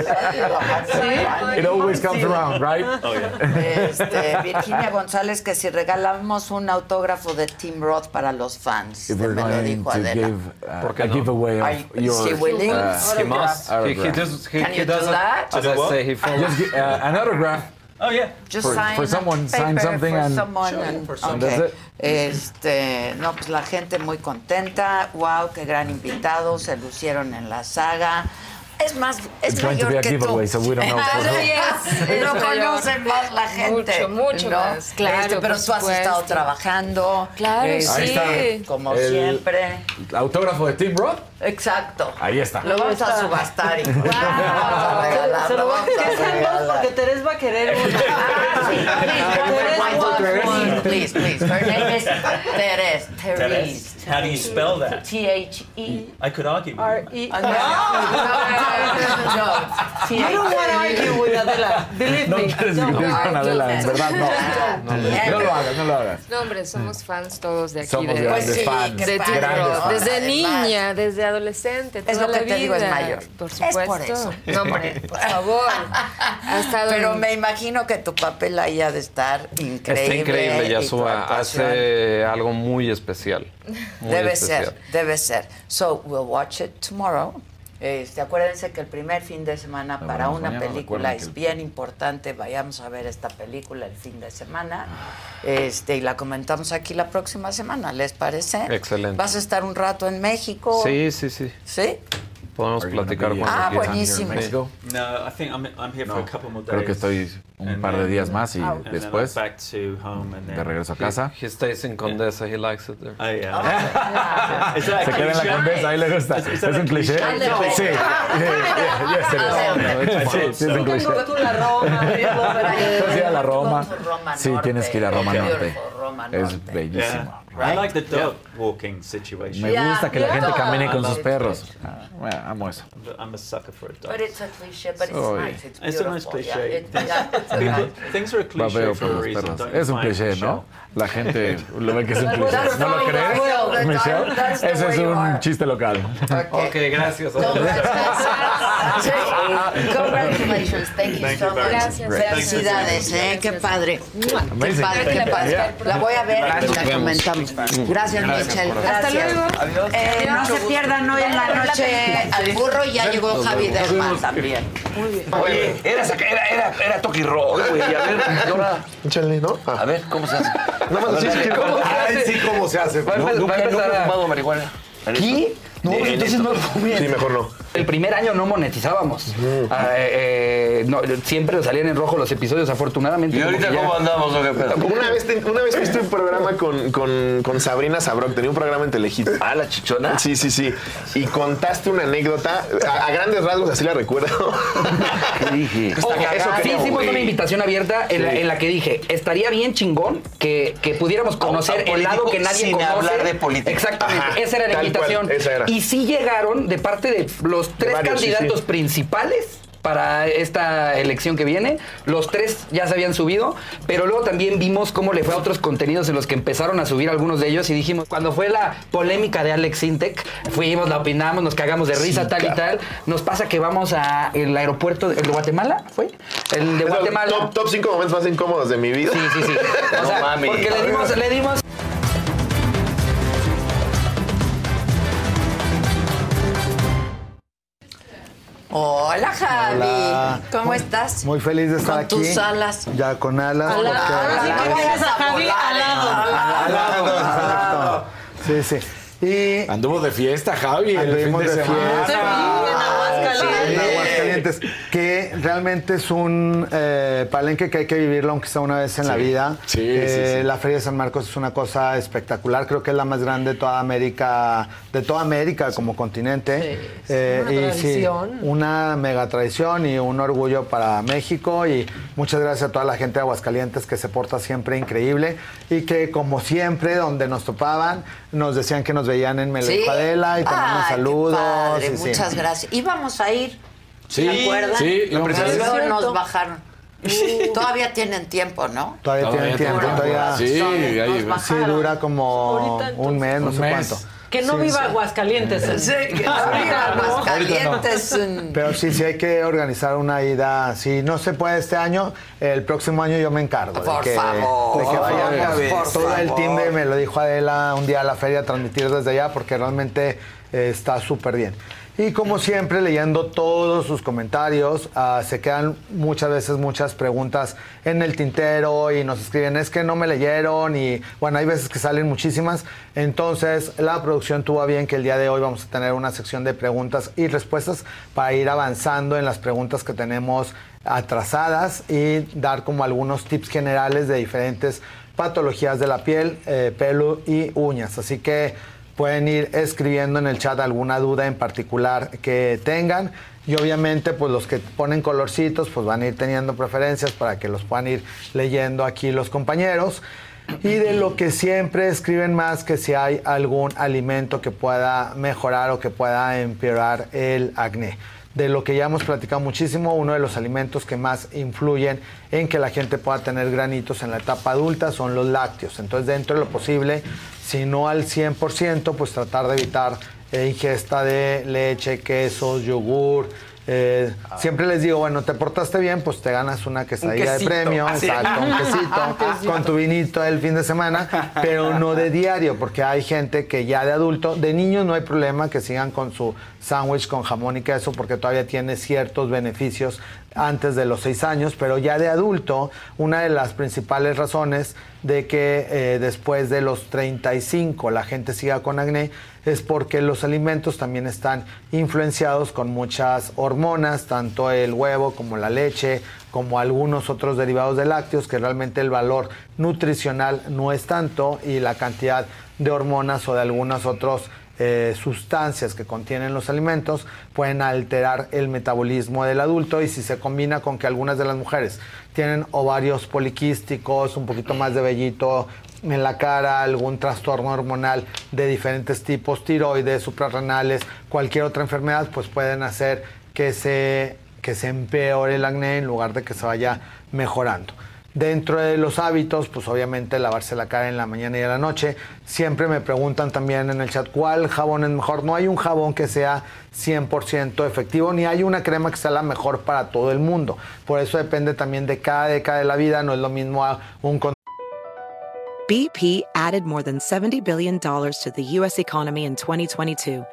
[SPEAKER 14] It always comes around, right?
[SPEAKER 7] Oh, yeah.
[SPEAKER 5] Virginia González, que si regalamos un autógrafo de Tim Roth para los fans.
[SPEAKER 14] If we're
[SPEAKER 5] me lo
[SPEAKER 14] going
[SPEAKER 5] dijo
[SPEAKER 14] to
[SPEAKER 5] Adela.
[SPEAKER 14] give a giveaway of your...
[SPEAKER 5] Is he willing?
[SPEAKER 4] He must.
[SPEAKER 14] autograph.
[SPEAKER 4] He does.
[SPEAKER 5] Can you do that?
[SPEAKER 4] As I say, he follows.
[SPEAKER 14] Just an autograph.
[SPEAKER 7] Oh, yeah.
[SPEAKER 5] Just
[SPEAKER 14] For
[SPEAKER 5] sign
[SPEAKER 14] someone,
[SPEAKER 5] a
[SPEAKER 14] sign
[SPEAKER 5] paper
[SPEAKER 14] something
[SPEAKER 5] for
[SPEAKER 14] and-
[SPEAKER 5] someone
[SPEAKER 7] Sure,
[SPEAKER 5] and-
[SPEAKER 7] for
[SPEAKER 5] okay.
[SPEAKER 7] someone.
[SPEAKER 5] No, pues la gente muy contenta. Wow, qué gran invitado. Se lucieron en la saga. Es más, es
[SPEAKER 14] It's going to
[SPEAKER 5] mayor
[SPEAKER 14] be a
[SPEAKER 5] que
[SPEAKER 14] giveaway,
[SPEAKER 5] tú.
[SPEAKER 14] so we don't know.
[SPEAKER 8] Así es.
[SPEAKER 5] Lo
[SPEAKER 8] Es mayor.
[SPEAKER 5] conoce más la gente.
[SPEAKER 8] Mucho
[SPEAKER 5] ¿no?
[SPEAKER 8] más. Claro,
[SPEAKER 5] Pero
[SPEAKER 8] por
[SPEAKER 5] tú has
[SPEAKER 8] supuesto.
[SPEAKER 5] estado trabajando.
[SPEAKER 8] Claro,
[SPEAKER 14] Ahí está.
[SPEAKER 5] Como
[SPEAKER 14] El
[SPEAKER 5] siempre.
[SPEAKER 14] autógrafo de Tim Roth.
[SPEAKER 5] Exacto.
[SPEAKER 14] Ahí está.
[SPEAKER 5] Lo vamos a subastar. Y vamos a regalar,
[SPEAKER 13] Se lo va a quedar porque Teresa va a querer uno.
[SPEAKER 5] Please. Her name is Teres.
[SPEAKER 7] Teres. How do you spell that?
[SPEAKER 5] T-H-E.
[SPEAKER 7] I could argue with you.
[SPEAKER 13] R-E.
[SPEAKER 5] No.
[SPEAKER 13] You don't want to argue with Adela. Believe
[SPEAKER 14] No
[SPEAKER 13] me.
[SPEAKER 14] quieres
[SPEAKER 13] Don't.
[SPEAKER 14] discutir con Adela, en verdad, no. No lo hagas, no lo hagas.
[SPEAKER 8] No, hombre, somos fans todos de aquí.
[SPEAKER 14] Somos
[SPEAKER 8] de,
[SPEAKER 14] grandes
[SPEAKER 5] sí,
[SPEAKER 14] fans.
[SPEAKER 5] qué
[SPEAKER 8] de
[SPEAKER 5] padre.
[SPEAKER 8] Tim
[SPEAKER 14] Grandes
[SPEAKER 8] Roth.
[SPEAKER 14] fans.
[SPEAKER 8] Desde
[SPEAKER 5] Además,
[SPEAKER 8] niña, desde adolescente,
[SPEAKER 5] Es
[SPEAKER 8] toda
[SPEAKER 5] lo que
[SPEAKER 8] la
[SPEAKER 5] te digo, es
[SPEAKER 8] vida.
[SPEAKER 5] mayor.
[SPEAKER 8] Por
[SPEAKER 5] Es
[SPEAKER 8] supuesto.
[SPEAKER 5] por eso.
[SPEAKER 8] No, hombre, por favor. Ha estado
[SPEAKER 5] Pero
[SPEAKER 8] en-
[SPEAKER 5] me imagino que tu papel ahí ha de estar increíble.
[SPEAKER 4] Está increíble,
[SPEAKER 5] y tu
[SPEAKER 4] Yasuba.
[SPEAKER 5] actuación.
[SPEAKER 4] Hace algo muy especial. Muy
[SPEAKER 5] Debe
[SPEAKER 4] especial.
[SPEAKER 5] ser. So, we'll watch it tomorrow. Acuérdense que el primer fin de semana para
[SPEAKER 14] bueno,
[SPEAKER 5] una
[SPEAKER 14] mañana
[SPEAKER 5] película
[SPEAKER 14] recuerden
[SPEAKER 5] es
[SPEAKER 14] que-
[SPEAKER 5] bien importante. Vayamos a ver esta película el fin de semana. Y la comentamos aquí la próxima semana, ¿les parece?
[SPEAKER 4] Excelente.
[SPEAKER 5] ¿Vas a estar un rato en México?
[SPEAKER 4] Sí.
[SPEAKER 5] ¿Sí?
[SPEAKER 4] Podemos platicar cuando
[SPEAKER 5] Ah,
[SPEAKER 4] quieran.
[SPEAKER 5] buenísimo.
[SPEAKER 14] México.
[SPEAKER 7] No, I think I'm here for a couple more days.
[SPEAKER 14] Creo que estoy un par de días más y
[SPEAKER 7] And then
[SPEAKER 14] después
[SPEAKER 7] I'm back to home and then
[SPEAKER 14] de regreso a casa.
[SPEAKER 4] He stays in Condesa, he likes it there.
[SPEAKER 7] Oh yeah. Is that a
[SPEAKER 14] Se queda en la
[SPEAKER 7] cliché?
[SPEAKER 14] Condesa, ahí le gusta.
[SPEAKER 7] Is
[SPEAKER 14] ¿Es
[SPEAKER 7] that a
[SPEAKER 14] un cliché?
[SPEAKER 7] cliché?
[SPEAKER 14] Sí. Sí, es un cliché.
[SPEAKER 13] Tú la Roma.
[SPEAKER 14] Entonces ir a la Roma.
[SPEAKER 5] Roma
[SPEAKER 14] Sí,
[SPEAKER 5] Norte.
[SPEAKER 14] tienes que ir a Roma Norte.
[SPEAKER 5] Beautiful, Roma
[SPEAKER 14] Es
[SPEAKER 5] Norte.
[SPEAKER 14] bellísimo.
[SPEAKER 7] I like the dog walking situation.
[SPEAKER 14] Me gusta que la gente camine con
[SPEAKER 7] I
[SPEAKER 14] sus
[SPEAKER 7] love
[SPEAKER 14] perros. Bueno, amo eso.
[SPEAKER 7] I'm a sucker for a dog.
[SPEAKER 5] But it's a cliché, but it's
[SPEAKER 14] Oy.
[SPEAKER 5] nice. It's
[SPEAKER 7] It's a nice
[SPEAKER 5] beautiful.
[SPEAKER 7] cliché.
[SPEAKER 5] It's nice.
[SPEAKER 7] Things are a cliché
[SPEAKER 14] Babeo
[SPEAKER 7] for
[SPEAKER 14] por
[SPEAKER 7] a
[SPEAKER 14] los
[SPEAKER 7] reason.
[SPEAKER 14] perros.
[SPEAKER 7] Don't
[SPEAKER 14] Es un
[SPEAKER 7] you find,
[SPEAKER 14] cliché, ¿no?
[SPEAKER 7] Michelle?
[SPEAKER 14] La gente lo ve que es un cliché.
[SPEAKER 5] That's
[SPEAKER 14] ¿No lo
[SPEAKER 5] how
[SPEAKER 14] crees,
[SPEAKER 5] you feel.
[SPEAKER 14] Michelle?
[SPEAKER 5] That's the
[SPEAKER 14] Ese
[SPEAKER 5] way
[SPEAKER 14] es
[SPEAKER 5] you
[SPEAKER 14] un
[SPEAKER 5] are.
[SPEAKER 14] chiste local.
[SPEAKER 4] Ok, gracias.
[SPEAKER 5] Congratulations. Thank you so much.
[SPEAKER 8] Gracias.
[SPEAKER 5] Felicidades, qué padre. Qué
[SPEAKER 14] Amazing.
[SPEAKER 5] padre, qué padre. La voy a ver y la comentamos. Gracias, Michelle.
[SPEAKER 8] Hasta
[SPEAKER 5] Gracias.
[SPEAKER 8] luego.
[SPEAKER 5] No se pierdan hoy en la noche al burro y ya llegó Javi Derman también.
[SPEAKER 12] Oye, era Toki Rock, güey. A ver, ahora.
[SPEAKER 10] Échale, ¿no?
[SPEAKER 12] A ver, ¿cómo se hace?
[SPEAKER 10] No más así,
[SPEAKER 12] ¿Cómo se
[SPEAKER 10] Ay,
[SPEAKER 12] hace?
[SPEAKER 10] sí, ¿cómo se hace?
[SPEAKER 12] Nunca he fumado marihuana.
[SPEAKER 9] ¿Qué? No,
[SPEAKER 12] En
[SPEAKER 9] entonces
[SPEAKER 12] esto.
[SPEAKER 9] no lo comían.
[SPEAKER 10] Sí, mejor no.
[SPEAKER 9] El primer año no monetizábamos. No, siempre salían en rojo los episodios, afortunadamente.
[SPEAKER 12] ¿Y ahorita
[SPEAKER 9] como que
[SPEAKER 12] cómo andamos o qué pedo?
[SPEAKER 10] Una vez fuiste un programa con Sabrina Sabrok, tenía un programa en Telehit.
[SPEAKER 12] Ah, la chichona.
[SPEAKER 10] Sí. Y contaste una anécdota, a grandes rasgos así la recuerdo.
[SPEAKER 9] ¿Qué dije?
[SPEAKER 10] Ojo, eso
[SPEAKER 9] Sí,
[SPEAKER 10] quería,
[SPEAKER 9] hicimos
[SPEAKER 10] güey.
[SPEAKER 9] una invitación abierta en la que dije, estaría bien chingón que pudiéramos conocer el lado que nadie
[SPEAKER 12] sin
[SPEAKER 9] conoce.
[SPEAKER 12] hablar de política.
[SPEAKER 9] Exactamente,
[SPEAKER 10] Ajá,
[SPEAKER 9] esa era la
[SPEAKER 10] tal
[SPEAKER 9] invitación.
[SPEAKER 10] cual, esa era.
[SPEAKER 9] Y sí llegaron de parte de los tres
[SPEAKER 10] varios, sí,
[SPEAKER 9] candidatos
[SPEAKER 10] sí.
[SPEAKER 9] principales para esta elección que viene. Los tres ya se habían subido, pero luego también vimos cómo le fue a otros contenidos en los que empezaron a subir algunos de ellos y dijimos, cuando fue la polémica de Alex Intec, fuimos, la opinamos, nos cagamos de risa, tal y tal. Nos pasa que vamos al aeropuerto de Guatemala, ¿fue? El de Guatemala.
[SPEAKER 10] Top 5 momentos más incómodos de mi vida.
[SPEAKER 9] Sí. O sea,
[SPEAKER 12] mami.
[SPEAKER 9] porque le dimos.
[SPEAKER 5] Hola, Javi.
[SPEAKER 22] Hola.
[SPEAKER 5] ¿Cómo estás?
[SPEAKER 22] Muy feliz de estar
[SPEAKER 5] Con
[SPEAKER 22] aquí.
[SPEAKER 5] tus alas.
[SPEAKER 22] Ya con alas. porque-
[SPEAKER 13] Ahora sí que vayas a Javi al lado.
[SPEAKER 22] Al lado. Sí. Y
[SPEAKER 14] Anduvo de fiesta, Javi, el fin
[SPEAKER 22] anduvimos
[SPEAKER 14] de
[SPEAKER 22] de
[SPEAKER 14] semana.
[SPEAKER 22] fiesta.
[SPEAKER 13] En Aguascalientes.
[SPEAKER 22] En Aguascalientes, que realmente es un palenque que hay que vivirlo aunque sea una vez en la vida.
[SPEAKER 14] Sí.
[SPEAKER 22] La Feria de San Marcos es una cosa espectacular, creo que es la más grande de toda América como continente.
[SPEAKER 13] una tradición.
[SPEAKER 22] Una mega tradición y un orgullo para México, y muchas gracias a toda la gente de Aguascalientes que se porta siempre increíble y que, como siempre, donde nos topaban, nos decían que nos veían en Melodela y te mandan
[SPEAKER 5] Ay, qué
[SPEAKER 22] saludos.
[SPEAKER 5] padre,
[SPEAKER 22] y sí.
[SPEAKER 5] muchas gracias. Íbamos a ir.
[SPEAKER 14] Sí,
[SPEAKER 5] ¿Se acuerdan?
[SPEAKER 14] sí,
[SPEAKER 22] la
[SPEAKER 5] Y
[SPEAKER 22] presentación.
[SPEAKER 5] luego nos bajaron. Todavía tienen tiempo, ¿no?
[SPEAKER 22] Todavía tienen tiempo, todavía.
[SPEAKER 14] Sí, ahí
[SPEAKER 5] Nos
[SPEAKER 22] Sí,
[SPEAKER 5] bajaron.
[SPEAKER 22] dura como
[SPEAKER 13] Ahorita, entonces.
[SPEAKER 22] un mes, no
[SPEAKER 14] Un
[SPEAKER 22] sé
[SPEAKER 14] mes.
[SPEAKER 22] cuánto.
[SPEAKER 13] Que no
[SPEAKER 22] Sí,
[SPEAKER 13] viva
[SPEAKER 22] sí.
[SPEAKER 13] Aguascalientes.
[SPEAKER 5] Sí, que no
[SPEAKER 13] Ahorita
[SPEAKER 5] viva
[SPEAKER 13] no.
[SPEAKER 5] Aguascalientes.
[SPEAKER 22] Pero sí hay que organizar una ida. Si no se puede este año, el próximo año yo me encargo.
[SPEAKER 5] Por
[SPEAKER 22] de que
[SPEAKER 5] favor,
[SPEAKER 22] vayamos.
[SPEAKER 5] por
[SPEAKER 22] Todo el
[SPEAKER 5] favor.
[SPEAKER 22] team me lo dijo Adela un día a la feria, transmitir desde allá, porque realmente está súper bien. Y como siempre, leyendo todos sus comentarios, se quedan muchas veces muchas preguntas en el tintero y nos escriben, es que no me leyeron, y bueno, hay veces que salen muchísimas. Entonces, la producción tuvo a bien que el día de hoy vamos a tener una sección de preguntas y respuestas para ir avanzando en las preguntas que tenemos atrasadas y dar como algunos tips generales de diferentes patologías de la piel, pelo y uñas. Así que pueden ir escribiendo en el chat alguna duda en particular que tengan, y obviamente pues los que ponen colorcitos pues van a ir teniendo preferencias para que los puedan ir leyendo aquí los compañeros. Y de lo que siempre escriben más, que si hay algún alimento que pueda mejorar o que pueda empeorar el acné. De lo que ya hemos platicado muchísimo, uno de los alimentos que más influyen en que la gente pueda tener granitos en la etapa adulta son los lácteos. Entonces, dentro de lo posible, si no al 100%, pues tratar de evitar ingesta de leche, quesos, yogur. Siempre les digo, bueno, te portaste bien, pues te ganas una quesadilla de premio, exacto, un quesito con tu vinito el fin de semana, pero no de diario, porque hay gente que ya de adulto, de niños no hay problema que sigan con su sándwich con jamón y queso, porque todavía tiene ciertos beneficios antes de los 6 años, pero ya de adulto, una de las principales razones de que después de los 35 la gente siga con acné es porque los alimentos también están influenciados con muchas hormonas, tanto el huevo como la leche, como algunos otros derivados de lácteos, que realmente el valor nutricional no es tanto, y la cantidad de hormonas o de algunos otros sustancias que contienen los alimentos pueden alterar el metabolismo del adulto, y si se combina con que algunas de las mujeres tienen ovarios poliquísticos, un poquito más de vellito en la cara, algún trastorno hormonal de diferentes tipos, tiroides, suprarrenales, cualquier otra enfermedad, pues pueden hacer que se empeore el acné en lugar de que se vaya mejorando. Dentro de los hábitos, pues obviamente lavarse la cara en la mañana y en la noche. Siempre me preguntan también en el chat, ¿cuál jabón es mejor? No hay un jabón que sea 100% efectivo, ni hay una crema que sea la mejor para todo el mundo. Por eso depende también de cada década de la vida, no es lo mismo a un...
[SPEAKER 1] BP added more than $70 billion to the U.S. economy in 2022.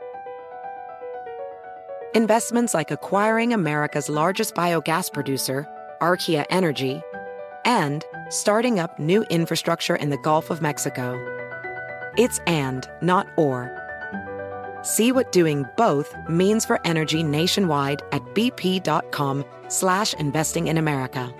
[SPEAKER 1] Investments like acquiring America's largest biogas producer, Archaea Energy, and starting up new infrastructure in the Gulf of Mexico. It's and, not or. See what doing both means for energy nationwide at bp.com/investing in America.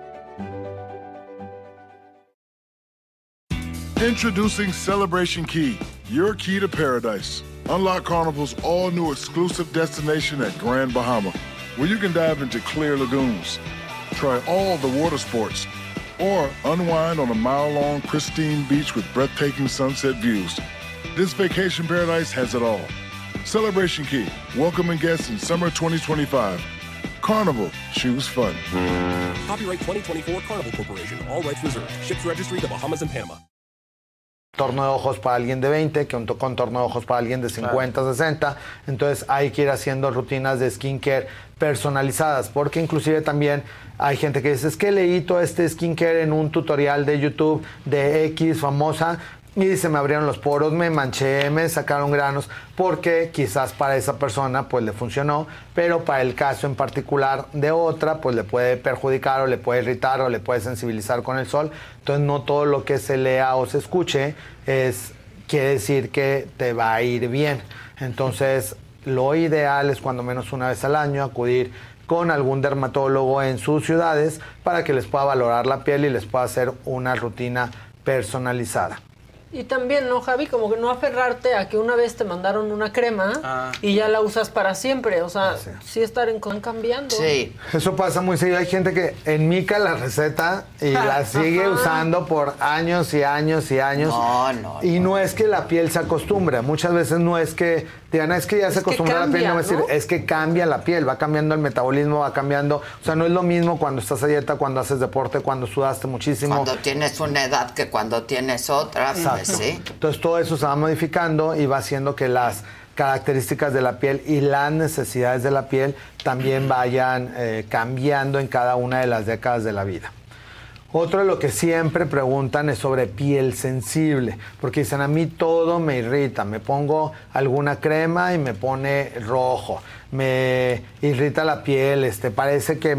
[SPEAKER 2] Introducing Celebration Key, your key to paradise. Unlock Carnival's all-new exclusive destination at Grand Bahama, where you can dive into clear lagoons, try all the water sports, or unwind on a mile-long pristine beach with breathtaking sunset views. This vacation paradise has it all. Celebration Key, welcoming guests in summer 2025. Carnival, choose fun.
[SPEAKER 3] Copyright 2024 Carnival Corporation, all rights reserved. Ships registry, the Bahamas and Panama.
[SPEAKER 22] Contorno de ojos para alguien de 20, que un contorno de ojos para alguien de 50, 60. Entonces hay que ir haciendo rutinas de skincare personalizadas, porque inclusive también hay gente que dice, es que leí todo este skincare en un tutorial de YouTube de X famosa y se me abrieron los poros, me manché, me sacaron granos, porque quizás para esa persona pues le funcionó, pero para el caso en particular de otra pues le puede perjudicar o le puede irritar o le puede sensibilizar con el sol. Entonces no todo lo que se lea o se escuche quiere decir que te va a ir bien. Entonces lo ideal es cuando menos una vez al año acudir con algún dermatólogo en sus ciudades para que les pueda valorar la piel y les pueda hacer una rutina personalizada.
[SPEAKER 13] Y también, ¿no, Javi? Como que no aferrarte a que una vez te mandaron una crema y ya la usas para siempre. O sea, sí estar cambiando.
[SPEAKER 22] Sí. Eso pasa muy seguido. Hay gente que enmica la receta y la sigue usando por años y años y años. Y no es que la piel se acostumbre. Muchas veces no es que digan, es que ya se acostumbra a la piel. No, es que cambia la piel, va cambiando el metabolismo, va cambiando. O sea, no es lo mismo cuando estás a dieta, cuando haces deporte, cuando sudaste muchísimo.
[SPEAKER 5] Cuando tienes una edad que cuando tienes otra.
[SPEAKER 22] Exacto. ¿Sí? Entonces todo eso se va modificando y va haciendo que las características de la piel y las necesidades de la piel también vayan cambiando en cada una de las décadas de la vida. Otro de lo que siempre preguntan es sobre piel sensible, porque dicen, a mí todo me irrita, me pongo alguna crema y me pone rojo, me irrita la piel, parece que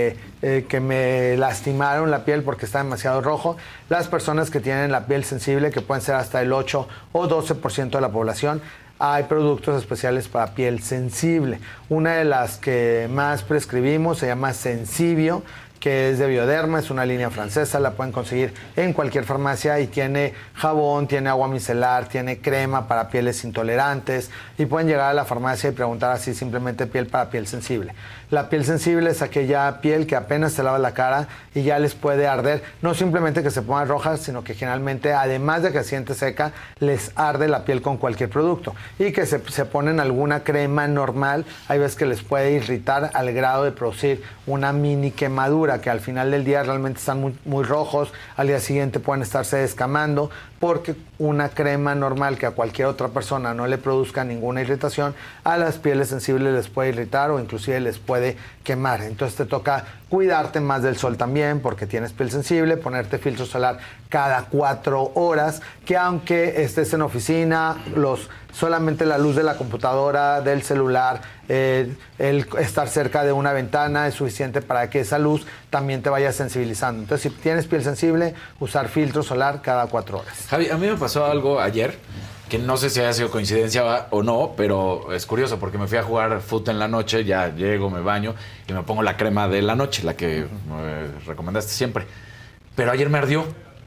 [SPEAKER 22] me lastimaron la piel porque está demasiado rojo. Las personas que tienen la piel sensible, que pueden ser hasta el 8 o 12% de la población, hay productos especiales para piel sensible. Una de las que más prescribimos se llama Sensibio, que es de Bioderma, es una línea francesa, la pueden conseguir en cualquier farmacia y tiene jabón, tiene agua micelar, tiene crema para pieles intolerantes y pueden llegar a la farmacia y preguntar así simplemente piel para piel sensible. La piel sensible es aquella piel que apenas se lava la cara y ya les puede arder, no simplemente que se pongan rojas, sino que generalmente, además de que se siente seca, les arde la piel con cualquier producto y que se ponen alguna crema normal, hay veces que les puede irritar al grado de producir una mini quemadura, que al final del día realmente están muy, muy rojos, al día siguiente pueden estarse descamando, porque una crema normal que a cualquier otra persona no le produzca ninguna irritación, a las pieles sensibles les puede irritar o inclusive les puede quemar. Entonces te toca cuidarte más del sol también, porque tienes piel sensible, ponerte filtro solar cada 4 horas, que aunque estés en oficina, solamente la luz de la computadora, del celular, el estar cerca de una ventana es suficiente para que esa luz también te vaya sensibilizando. Entonces, si tienes piel sensible, usar filtro solar cada 4 horas.
[SPEAKER 14] Javi, a mí me pasó algo ayer, que no sé si haya sido coincidencia o no, pero es curioso porque me fui a jugar fútbol en la noche, ya llego, me baño y me pongo la crema de la noche, la que me recomendaste siempre. Pero ayer me ardió.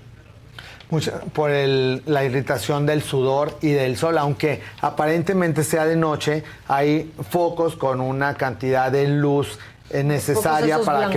[SPEAKER 22] Por la irritación del sudor y del sol, aunque aparentemente sea de noche, hay focos con una cantidad de luz necesaria para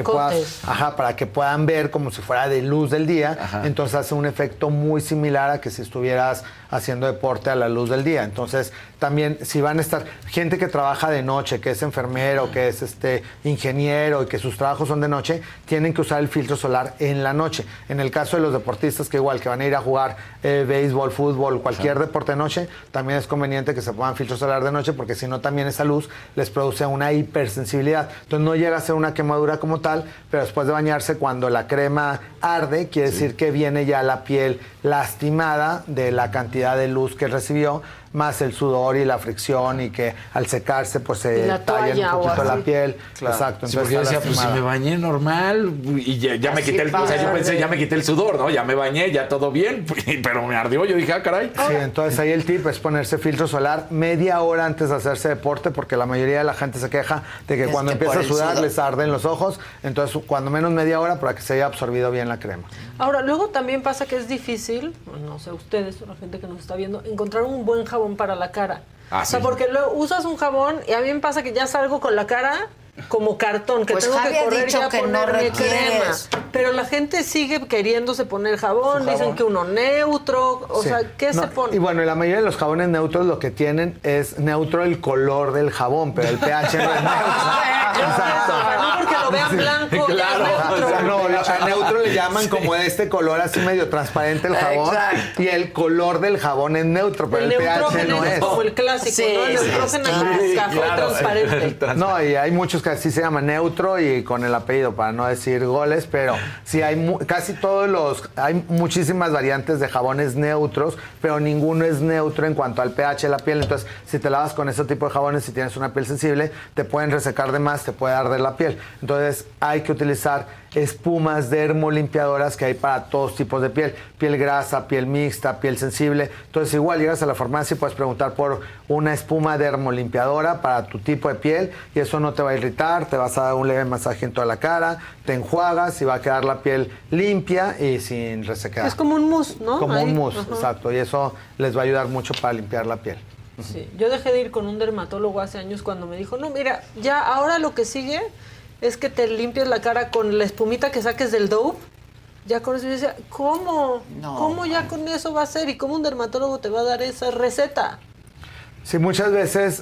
[SPEAKER 22] que puedan ver como si fuera de luz del día. Ajá. Entonces hace un efecto muy similar a que si estuvieras haciendo deporte a la luz del día. Entonces también, si van a estar gente que trabaja de noche, que es enfermero, que es ingeniero y que sus trabajos son de noche, tienen que usar el filtro solar en la noche. En el caso de los deportistas que igual que van a ir a jugar béisbol, fútbol, cualquier deporte de noche, también es conveniente que se pongan filtro solar de noche, porque si no también esa luz les produce una hipersensibilidad. Entonces no llega a ser una quemadura como tal, pero después de bañarse, cuando la crema arde, quiere decir que viene ya la piel lastimada de la cantidad de luz que recibió, más el sudor y la fricción, y que al secarse pues se talla un poquito la piel.
[SPEAKER 14] Claro.
[SPEAKER 22] Exacto.
[SPEAKER 14] Sí, porque yo decía, pues si me bañé normal y ya me quité o sea, yo pensé, ya me quité el sudor, ¿no? Ya me bañé, ya todo bien, pero me ardió, yo dije, caray.
[SPEAKER 22] Sí, entonces ahí el tip es ponerse filtro solar media hora antes de hacerse deporte, porque la mayoría de la gente se queja de que cuando empieza a sudar les arden los ojos, entonces cuando menos media hora para que se haya absorbido bien la crema.
[SPEAKER 13] Ahora, luego también pasa que es difícil, no sé, ustedes o la gente que nos está viendo, encontrar un buen jabón para la cara. O sea, porque luego usas un jabón y a mí me pasa que ya salgo con la cara como cartón, que
[SPEAKER 5] pues
[SPEAKER 13] tengo
[SPEAKER 5] Javi
[SPEAKER 13] que correr
[SPEAKER 5] dicho
[SPEAKER 13] ya
[SPEAKER 5] que
[SPEAKER 13] ponerme
[SPEAKER 5] no requieres.
[SPEAKER 13] crema. Pero la gente sigue queriéndose poner jabón, dicen que uno neutro, o sea, ¿qué se pone?
[SPEAKER 22] Y bueno, la mayoría de los jabones neutros lo que tienen es neutro el color del jabón, pero el pH no es neutro.
[SPEAKER 13] Exacto. No porque lo vean blanco,
[SPEAKER 22] claro.
[SPEAKER 13] neutro.
[SPEAKER 22] O sea, no, a neutro le llaman como este color así medio transparente el jabón. Exacto. Y el color del jabón es neutro, pero el pH no es.
[SPEAKER 13] Como el clásico, ¿no? El neutrógeno es café transparente.
[SPEAKER 22] No, y hay muchos que así se llama neutro y con el apellido, para no decir goles, pero sí hay casi todos hay muchísimas variantes de jabones neutros, pero ninguno es neutro en cuanto al pH de la piel. Entonces, si te lavas con ese tipo de jabones, si tienes una piel sensible, te pueden resecar de más, te puede arder la piel. Entonces, hay que utilizar espumas dermolimpiadoras que hay para todos tipos de piel grasa, piel mixta, piel sensible. Entonces igual llegas a la farmacia y puedes preguntar por una espuma dermolimpiadora para tu tipo de piel y eso no te va a irritar, te vas a dar un leve masaje en toda la cara, te enjuagas y va a quedar la piel limpia y sin resequedad.
[SPEAKER 13] Es como un mousse, ¿no?
[SPEAKER 22] Como un mousse, exacto, y eso les va a ayudar mucho para limpiar la piel.
[SPEAKER 13] Sí, yo dejé de ir con un dermatólogo hace años cuando me dijo, no, mira, ya ahora lo que sigue es que te limpies la cara con la espumita que saques del Dove. Ya con eso yo decía, ¿cómo? No. ¿Cómo ya con eso va a ser? ¿Y cómo un dermatólogo te va a dar esa receta?
[SPEAKER 22] Sí, muchas veces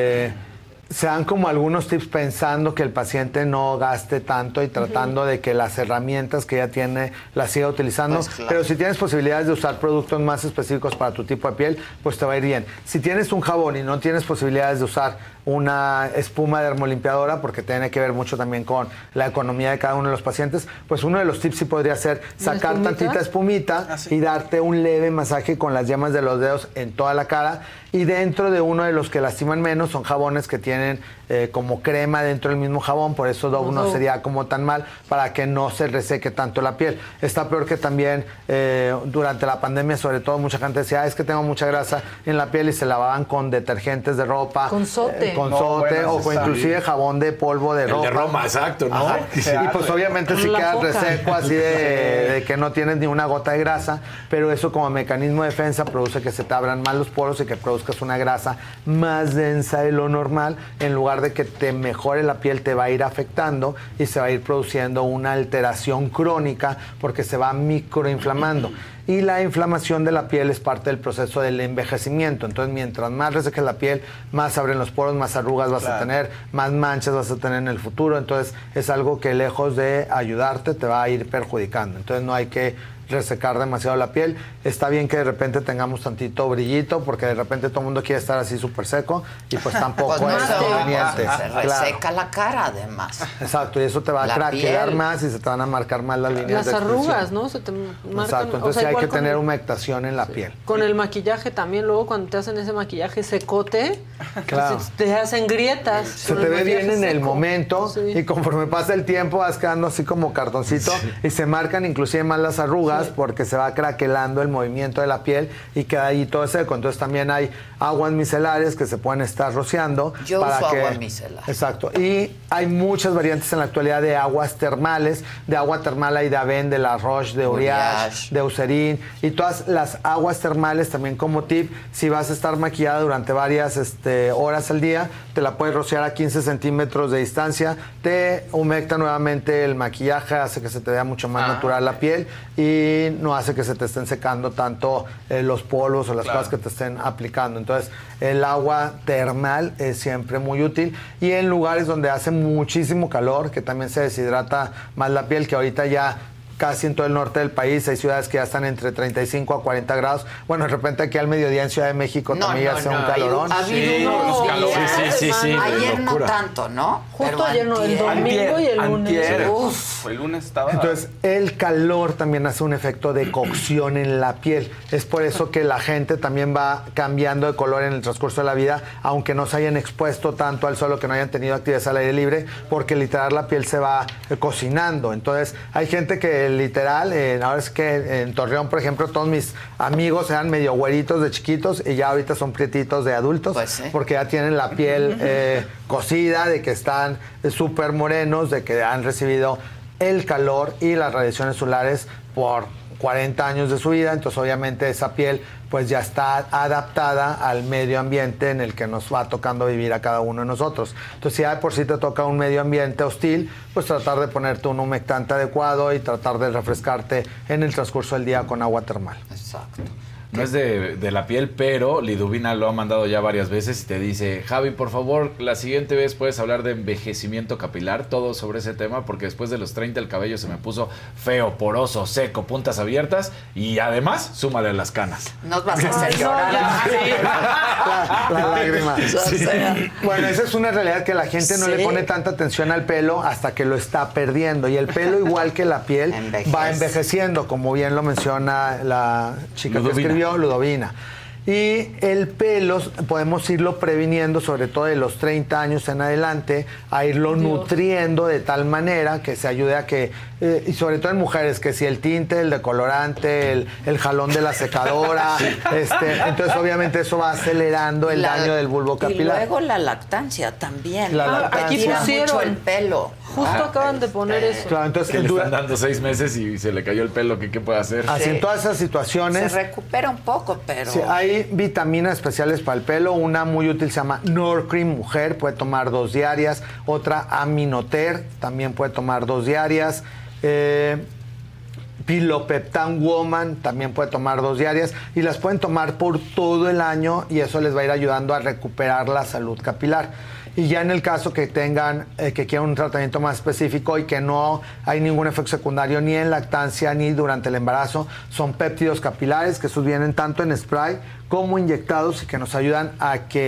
[SPEAKER 22] se dan como algunos tips pensando que el paciente no gaste tanto y tratando de que las herramientas que ya tiene las siga utilizando. Pues claro. Pero si tienes posibilidades de usar productos más específicos para tu tipo de piel, pues te va a ir bien. Si tienes un jabón y no tienes posibilidades de usar una espuma dermolimpiadora, porque tiene que ver mucho también con la economía de cada uno de los pacientes, pues uno de los tips sí podría ser sacar tantita espumita y darte un leve masaje con las yemas de los dedos en toda la cara. Y dentro de uno de los que lastiman menos son jabones que tienen como crema dentro del mismo jabón, por eso Dove no sería como tan mal, para que no se reseque tanto la piel. Está peor que también durante la pandemia, sobre todo, mucha gente decía, es que tengo mucha grasa en la piel, y se lavaban con detergentes de ropa.
[SPEAKER 13] Con sote.
[SPEAKER 22] O con inclusive jabón de polvo de ropa.
[SPEAKER 14] El de Roma, exacto, ¿no?
[SPEAKER 22] Y pues obviamente sí quedas reseco, así de que no tienes ni una gota de grasa, pero eso como mecanismo de defensa produce que se te abran más los poros y que produzcas una grasa más densa de lo normal. En lugar de que te mejore la piel, te va a ir afectando y se va a ir produciendo una alteración crónica porque se va microinflamando. Y la inflamación de la piel es parte del proceso del envejecimiento. Entonces, mientras más reseques la piel, más abren los poros, más arrugas vas a tener, más manchas vas a tener en el futuro. Entonces, es algo que lejos de ayudarte, te va a ir perjudicando. Entonces, no hay que resecar demasiado la piel. Está bien que de repente tengamos tantito brillito, porque de repente todo el mundo quiere estar así súper seco, y pues tampoco
[SPEAKER 5] pues
[SPEAKER 22] es conveniente.
[SPEAKER 5] Se reseca la cara, además.
[SPEAKER 22] Exacto, y eso te va a craquear más y se te van a marcar más las líneas de expresión.
[SPEAKER 13] Las arrugas, ¿no? Se te marcan.
[SPEAKER 22] Exacto, entonces sí hay que tener humectación en la piel.
[SPEAKER 13] Con el maquillaje también, luego cuando te hacen ese maquillaje secote,
[SPEAKER 22] claro,
[SPEAKER 13] te hacen grietas.
[SPEAKER 22] Se te ve bien en el momento, y conforme pasa el tiempo vas quedando así como cartoncito, y se marcan inclusive más las arrugas, porque se va craquelando el movimiento de la piel y queda ahí todo seco. Entonces también hay aguas micelares que se pueden estar rociando.
[SPEAKER 5] Yo uso agua micelar.
[SPEAKER 22] Exacto. Y hay muchas variantes en la actualidad de aguas termales. De agua termal hay de Aven, de La Roche, de Uriage, de Eucerin, y todas las aguas termales también como tip. Si vas a estar maquillada durante varias horas al día, te la puedes rociar a 15 centímetros de distancia. Te humecta nuevamente el maquillaje, hace que se te vea mucho más natural la piel, y no hace que se te estén secando tanto los polvos o las cosas que te estén aplicando. Entonces, el agua termal es siempre muy útil, y en lugares donde hace muchísimo calor, que también se deshidrata más la piel, que ahorita ya casi en todo el norte del país hay ciudades que ya están entre 35 a 40 grados. Bueno, de repente aquí al mediodía en Ciudad de México también ya hace un calorón.
[SPEAKER 5] Ha habido unos calores.
[SPEAKER 22] Sí,
[SPEAKER 5] ayer no tanto, ¿no?
[SPEAKER 13] Justo ayer no, el domingo y el lunes.
[SPEAKER 11] Uf, el lunes estaba...
[SPEAKER 22] Entonces, el calor también hace un efecto de cocción en la piel. Es por eso que la gente también va cambiando de color en el transcurso de la vida, aunque no se hayan expuesto tanto al sol o que no hayan tenido actividades al aire libre, porque literal la piel se va cocinando. Entonces, hay gente que literal, ahora es que en Torreón, por ejemplo, todos mis amigos eran medio güeritos de chiquitos y ya ahorita son prietitos de adultos, pues sí, porque ya tienen la piel cocida, de que están súper morenos, de que han recibido el calor y las radiaciones solares por 40 años de su vida. Entonces obviamente esa piel pues ya está adaptada al medio ambiente en el que nos va tocando vivir a cada uno de nosotros. Entonces si ya de por sí te toca un medio ambiente hostil, pues tratar de ponerte un humectante adecuado y tratar de refrescarte en el transcurso del día con agua termal.
[SPEAKER 5] Exacto.
[SPEAKER 14] No es de la piel, pero Liduvina lo ha mandado ya varias veces y te dice, Javi, por favor, la siguiente vez puedes hablar de envejecimiento capilar, todo sobre ese tema, porque después de los 30 el cabello se me puso feo, poroso, seco, puntas abiertas, y además, súmale las canas.
[SPEAKER 5] Nos vas a hacer llorar.
[SPEAKER 22] La lágrima. Sí. Bueno, esa es una realidad, que la gente no le pone tanta atención al pelo hasta que lo está perdiendo. Y el pelo, igual que la piel, va envejeciendo, como bien lo menciona la chica que escribió, Ludovina. Y el pelo podemos irlo previniendo, sobre todo de los 30 años en adelante, a irlo nutriendo de tal manera que se ayude a que, y sobre todo en mujeres, que si el tinte, el decolorante, el jalón de la secadora, entonces obviamente eso va acelerando el daño del bulbo capilar.
[SPEAKER 5] Y luego la lactancia también.
[SPEAKER 22] La lactancia.
[SPEAKER 13] Aquí pusieron
[SPEAKER 5] mucho el pelo.
[SPEAKER 13] Justo acaban de poner eso.
[SPEAKER 22] Claro, entonces
[SPEAKER 14] que le están dando 6 meses y se le cayó el pelo, ¿qué puede hacer?
[SPEAKER 22] Así en todas esas situaciones.
[SPEAKER 5] Se recupera un poco, pero...
[SPEAKER 22] Sí, hay vitaminas especiales para el pelo. Una muy útil se llama Norcream Mujer, puede tomar 2 diarias. Otra, Aminoter, también puede tomar 2 diarias. Pilopeptan Woman también puede tomar 2 diarias, y las pueden tomar por todo el año, y eso les va a ir ayudando a recuperar la salud capilar. Y ya en el caso que tengan, que quieran un tratamiento más específico y que no hay ningún efecto secundario ni en lactancia ni durante el embarazo, son péptidos capilares, que esos vienen tanto en spray como inyectados y que nos ayudan a que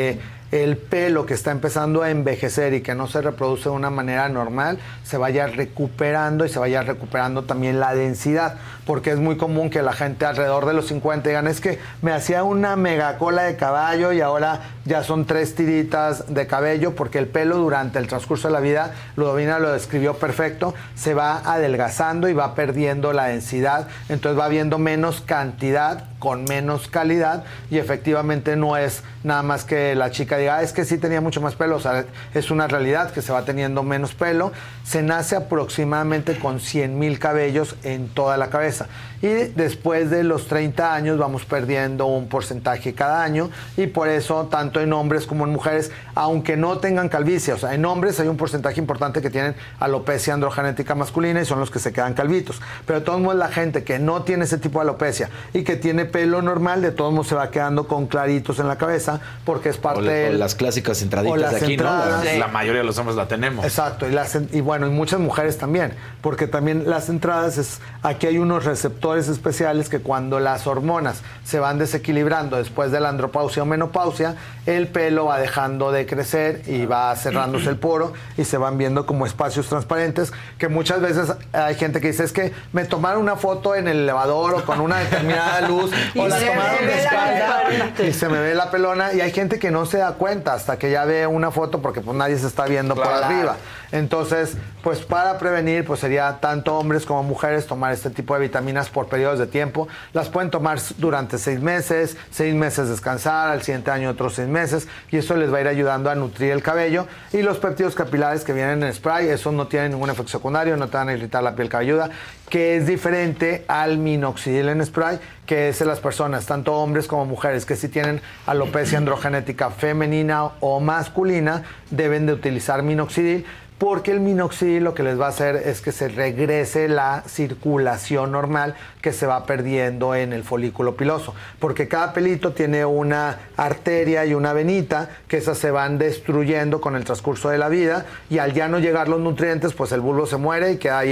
[SPEAKER 22] el pelo que está empezando a envejecer y que no se reproduce de una manera normal, se vaya recuperando y se vaya recuperando también la densidad, porque es muy común que la gente alrededor de los 50 digan, es que me hacía una mega cola de caballo y ahora ya son 3 tiritas de cabello, porque el pelo durante el transcurso de la vida, Ludovina lo describió perfecto, se va adelgazando y va perdiendo la densidad, entonces va habiendo menos cantidad con menos calidad, y efectivamente no es nada más que la chica diga, es que sí tenía mucho más pelo, o sea, es una realidad que se va teniendo menos pelo. Se nace aproximadamente con 100,000 cabellos en toda la cabeza, y después de los 30 años vamos perdiendo un porcentaje cada año, y por eso tanto en hombres como en mujeres, aunque no tengan calvicie, o sea, en hombres hay un porcentaje importante que tienen alopecia androgenética masculina y son los que se quedan calvitos, pero de todos modos la gente que no tiene ese tipo de alopecia y que tiene pelo normal, de todos modos se va quedando con claritos en la cabeza, porque es parte de
[SPEAKER 14] las clásicas entraditas de aquí,
[SPEAKER 22] entradas,
[SPEAKER 14] ¿no? La mayoría de los hombres la tenemos.
[SPEAKER 22] Exacto, y bueno, y muchas mujeres también, porque también las entradas, aquí hay unos receptores especiales que cuando las hormonas se van desequilibrando después de la andropausia o menopausia, el pelo va dejando de crecer y va cerrándose el poro y se van viendo como espacios transparentes, que muchas veces hay gente que dice, es que me tomaron una foto en el elevador o con una determinada luz o la tomaron descalza y se me ve la pelona, y hay gente que no se da cuenta hasta que ya ve una foto, porque pues nadie se está viendo por arriba. Entonces, pues para prevenir, pues sería tanto hombres como mujeres tomar este tipo de vitaminas por periodos de tiempo. Las pueden tomar durante 6 meses descansar, al siguiente año otros 6 meses, y eso les va a ir ayudando a nutrir el cabello. Y los péptidos capilares que vienen en spray, eso no tiene ningún efecto secundario, no te van a irritar la piel cabelluda, que es diferente al minoxidil en spray, que es en las personas, tanto hombres como mujeres, que si tienen alopecia androgenética femenina o masculina, deben de utilizar minoxidil, porque el minoxidil lo que les va a hacer es que se regrese la circulación normal que se va perdiendo en el folículo piloso, porque cada pelito tiene una arteria y una venita que esas se van destruyendo con el transcurso de la vida, y al ya no llegar los nutrientes, pues el bulbo se muere y queda ahí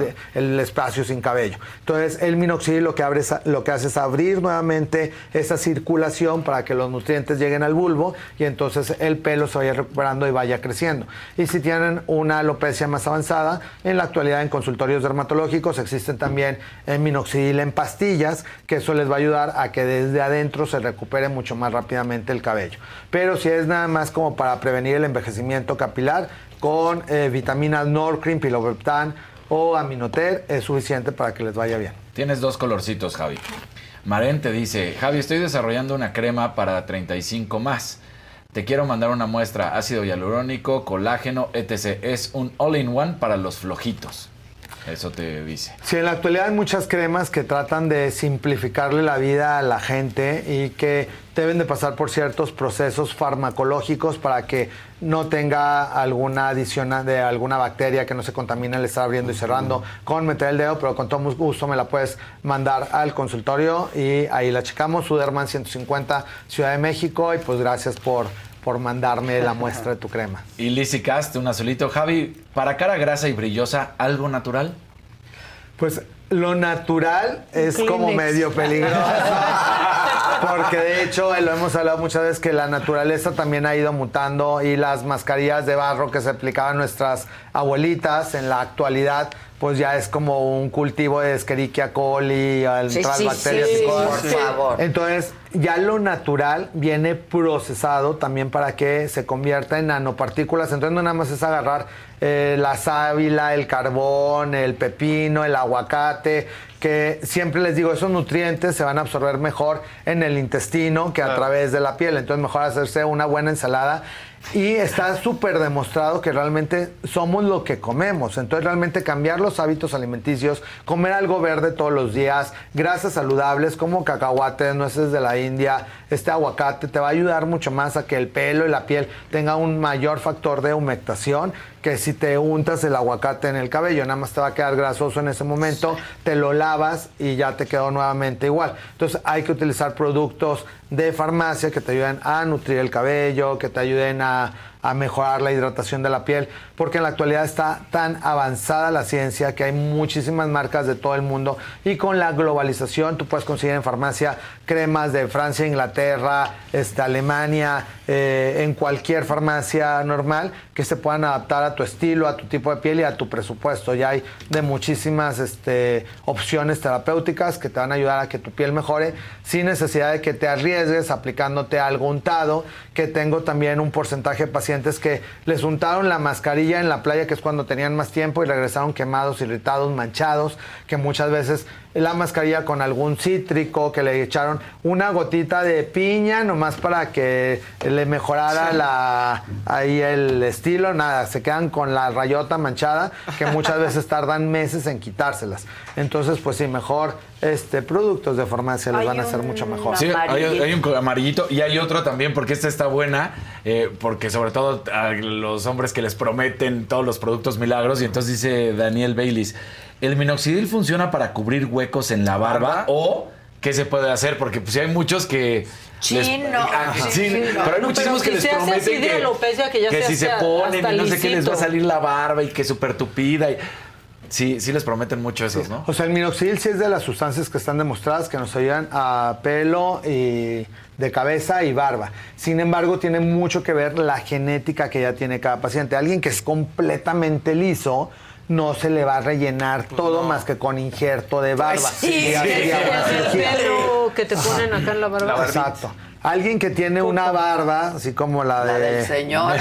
[SPEAKER 22] el espacio sin cabello. Entonces el minoxidil lo que hace es abrir nuevamente esa circulación para que los nutrientes lleguen al bulbo, y entonces el pelo se vaya recuperando y vaya creciendo. Y si tienen una alopecia más avanzada, en la actualidad en consultorios dermatológicos existen también minoxidil en pastillas, que eso les va a ayudar a que desde adentro se recupere mucho más rápidamente el cabello. Pero si es nada más como para prevenir el envejecimiento capilar, con vitaminas Norcrim, Pilobeptan o Aminoter es suficiente para que les vaya bien.
[SPEAKER 14] Tienes 2 colorcitos, Javi. Maren te dice, Javi, estoy desarrollando una crema para 35 más. Te quiero mandar una muestra, ácido hialurónico, colágeno, etc. Es un all-in-one para los flojitos. Eso te dice.
[SPEAKER 22] Sí, en la actualidad hay muchas cremas que tratan de simplificarle la vida a la gente y que deben de pasar por ciertos procesos farmacológicos para que no tenga alguna adición de alguna bacteria, que no se contamine al estar abriendo y cerrando con meter el dedo, pero con todo gusto me la puedes mandar al consultorio y ahí la checamos. Suderman 150, Ciudad de México, y pues gracias por mandarme la muestra de tu crema.
[SPEAKER 14] Y Lizzy Cast, un azulito. Javi, para cara grasa y brillosa, ¿algo natural?
[SPEAKER 22] Pues lo natural es como medio peligroso. Porque de hecho, lo hemos hablado muchas veces, que la naturaleza también ha ido mutando, y las mascarillas de barro que se aplicaban nuestras abuelitas en la actualidad, pues ya es como un cultivo de Escherichia coli, otras bacterias y cosas.
[SPEAKER 5] Por favor.
[SPEAKER 22] Entonces, ya lo natural viene procesado también para que se convierta en nanopartículas. Entonces, no nada más es agarrar la sábila, el carbón, el pepino, el aguacate, que siempre les digo, esos nutrientes se van a absorber mejor en el intestino que a través de la piel. Entonces, mejor hacerse una buena ensalada. Y está súper demostrado que realmente somos lo que comemos. Entonces, realmente cambiar los hábitos alimenticios, comer algo verde todos los días, grasas saludables como cacahuates, nueces de la India, aguacate, te va a ayudar mucho más a que el pelo y la piel tenga un mayor factor de humectación, que si te untas el aguacate en el cabello, nada más te va a quedar grasoso en ese momento, te lo lavas y ya te quedó nuevamente igual. Entonces hay que utilizar productos de farmacia que te ayuden a nutrir el cabello, que te ayuden a a mejorar la hidratación de la piel, porque en la actualidad está tan avanzada la ciencia que hay muchísimas marcas de todo el mundo y con la globalización tú puedes conseguir en farmacia cremas de Francia, Inglaterra, Alemania, en cualquier farmacia normal que se puedan adaptar a tu estilo, a tu tipo de piel y a tu presupuesto. Ya hay de muchísimas opciones terapéuticas que te van a ayudar a que tu piel mejore sin necesidad de que te arriesgues aplicándote algo untado, que tengo también un porcentaje de pacientes que les untaron la mascarilla en la playa, que es cuando tenían más tiempo, y regresaron quemados, irritados, manchados, que muchas veces la mascarilla con algún cítrico, que le echaron una gotita de piña nomás para que le mejorara ahí el estilo, nada, se quedan con la rayota manchada, que muchas veces tardan meses en quitárselas. Entonces, pues sí, mejor productos de farmacia les van a hacer mucho mejor.
[SPEAKER 14] Sí, hay un amarillito y hay otro también, porque esta está buena, porque sobre todo a los hombres que les prometen todos los productos milagros, y entonces dice Daniel Baylis, ¿el minoxidil funciona para cubrir huecos en la barba o qué se puede hacer? Porque pues hay muchos que... pero hay muchísimos que les prometen que si se ponen y no sé qué les va a salir la barba y que súper tupida y... Sí les prometen mucho esos, ¿no?
[SPEAKER 22] O sea, el minoxidil sí es de las sustancias que están demostradas que nos ayudan a pelo y de cabeza y barba. Sin embargo, tiene mucho que ver la genética que ya tiene cada paciente. Alguien que es completamente liso no se le va a rellenar todo más que con injerto de barba.
[SPEAKER 13] Sí, el pelo que te ponen acá en la barba.
[SPEAKER 22] Exacto. Alguien que tiene una barba, así como la
[SPEAKER 5] del señor.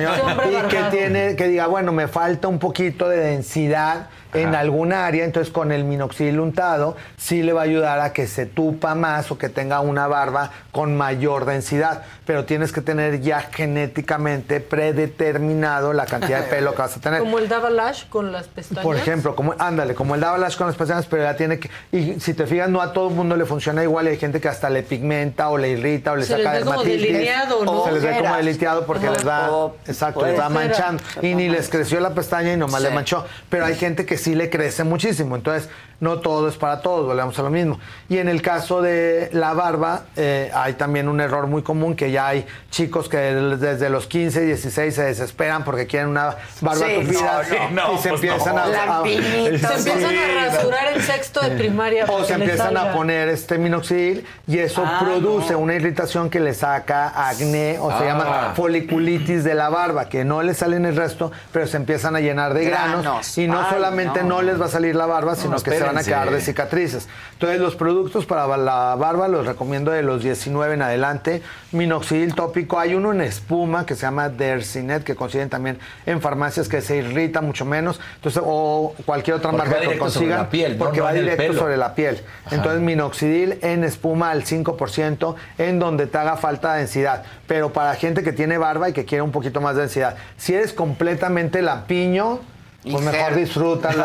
[SPEAKER 22] Y que diga, bueno, me falta un poquito de densidad en alguna área, entonces con el minoxidil untado sí le va a ayudar a que se tupa más o que tenga una barba con mayor densidad, pero tienes que tener ya genéticamente predeterminado la cantidad de pelo que vas a tener.
[SPEAKER 13] Como el Davalash con las pestañas.
[SPEAKER 22] Por ejemplo, como el Davalash con las pestañas, pero ya tiene que... Y si te fijas, no a todo el mundo le funciona igual, hay gente que hasta le pigmenta o le irrita o le saca dermatitis.
[SPEAKER 13] Como delineado, ¿no?
[SPEAKER 22] Se les ve como delineado porque les va, les va manchando. Y ni les creció la pestaña y nomás le manchó. Pero hay gente que sí le crece muchísimo, entonces no todo es para todos, volvemos a lo mismo. Y en el caso de la barba, hay también un error muy común, que ya hay chicos que desde los 15, 16 se desesperan porque quieren una barba tupida y se empiezan a
[SPEAKER 13] rasurar el sexto de primaria.
[SPEAKER 22] O se empiezan a poner minoxidil y eso produce una irritación que le saca acné, o se llama foliculitis de la barba, que no le salen el resto, pero se empiezan a llenar de granos y no solamente no les va a salir la barba, sino que se van a quedar de cicatrices. Entonces, los productos para la barba los recomiendo de los 19 en adelante. Minoxidil tópico, hay uno en espuma que se llama Dercinet, que consiguen también en farmacias, que se irrita mucho menos. Entonces, o cualquier otra marca que consigan, porque va directo sobre la piel. Entonces, minoxidil en espuma al 5%, en donde te haga falta densidad. Pero para gente que tiene barba y que quiere un poquito más de densidad. Si eres completamente lampiño, pues mejor disfrútalo.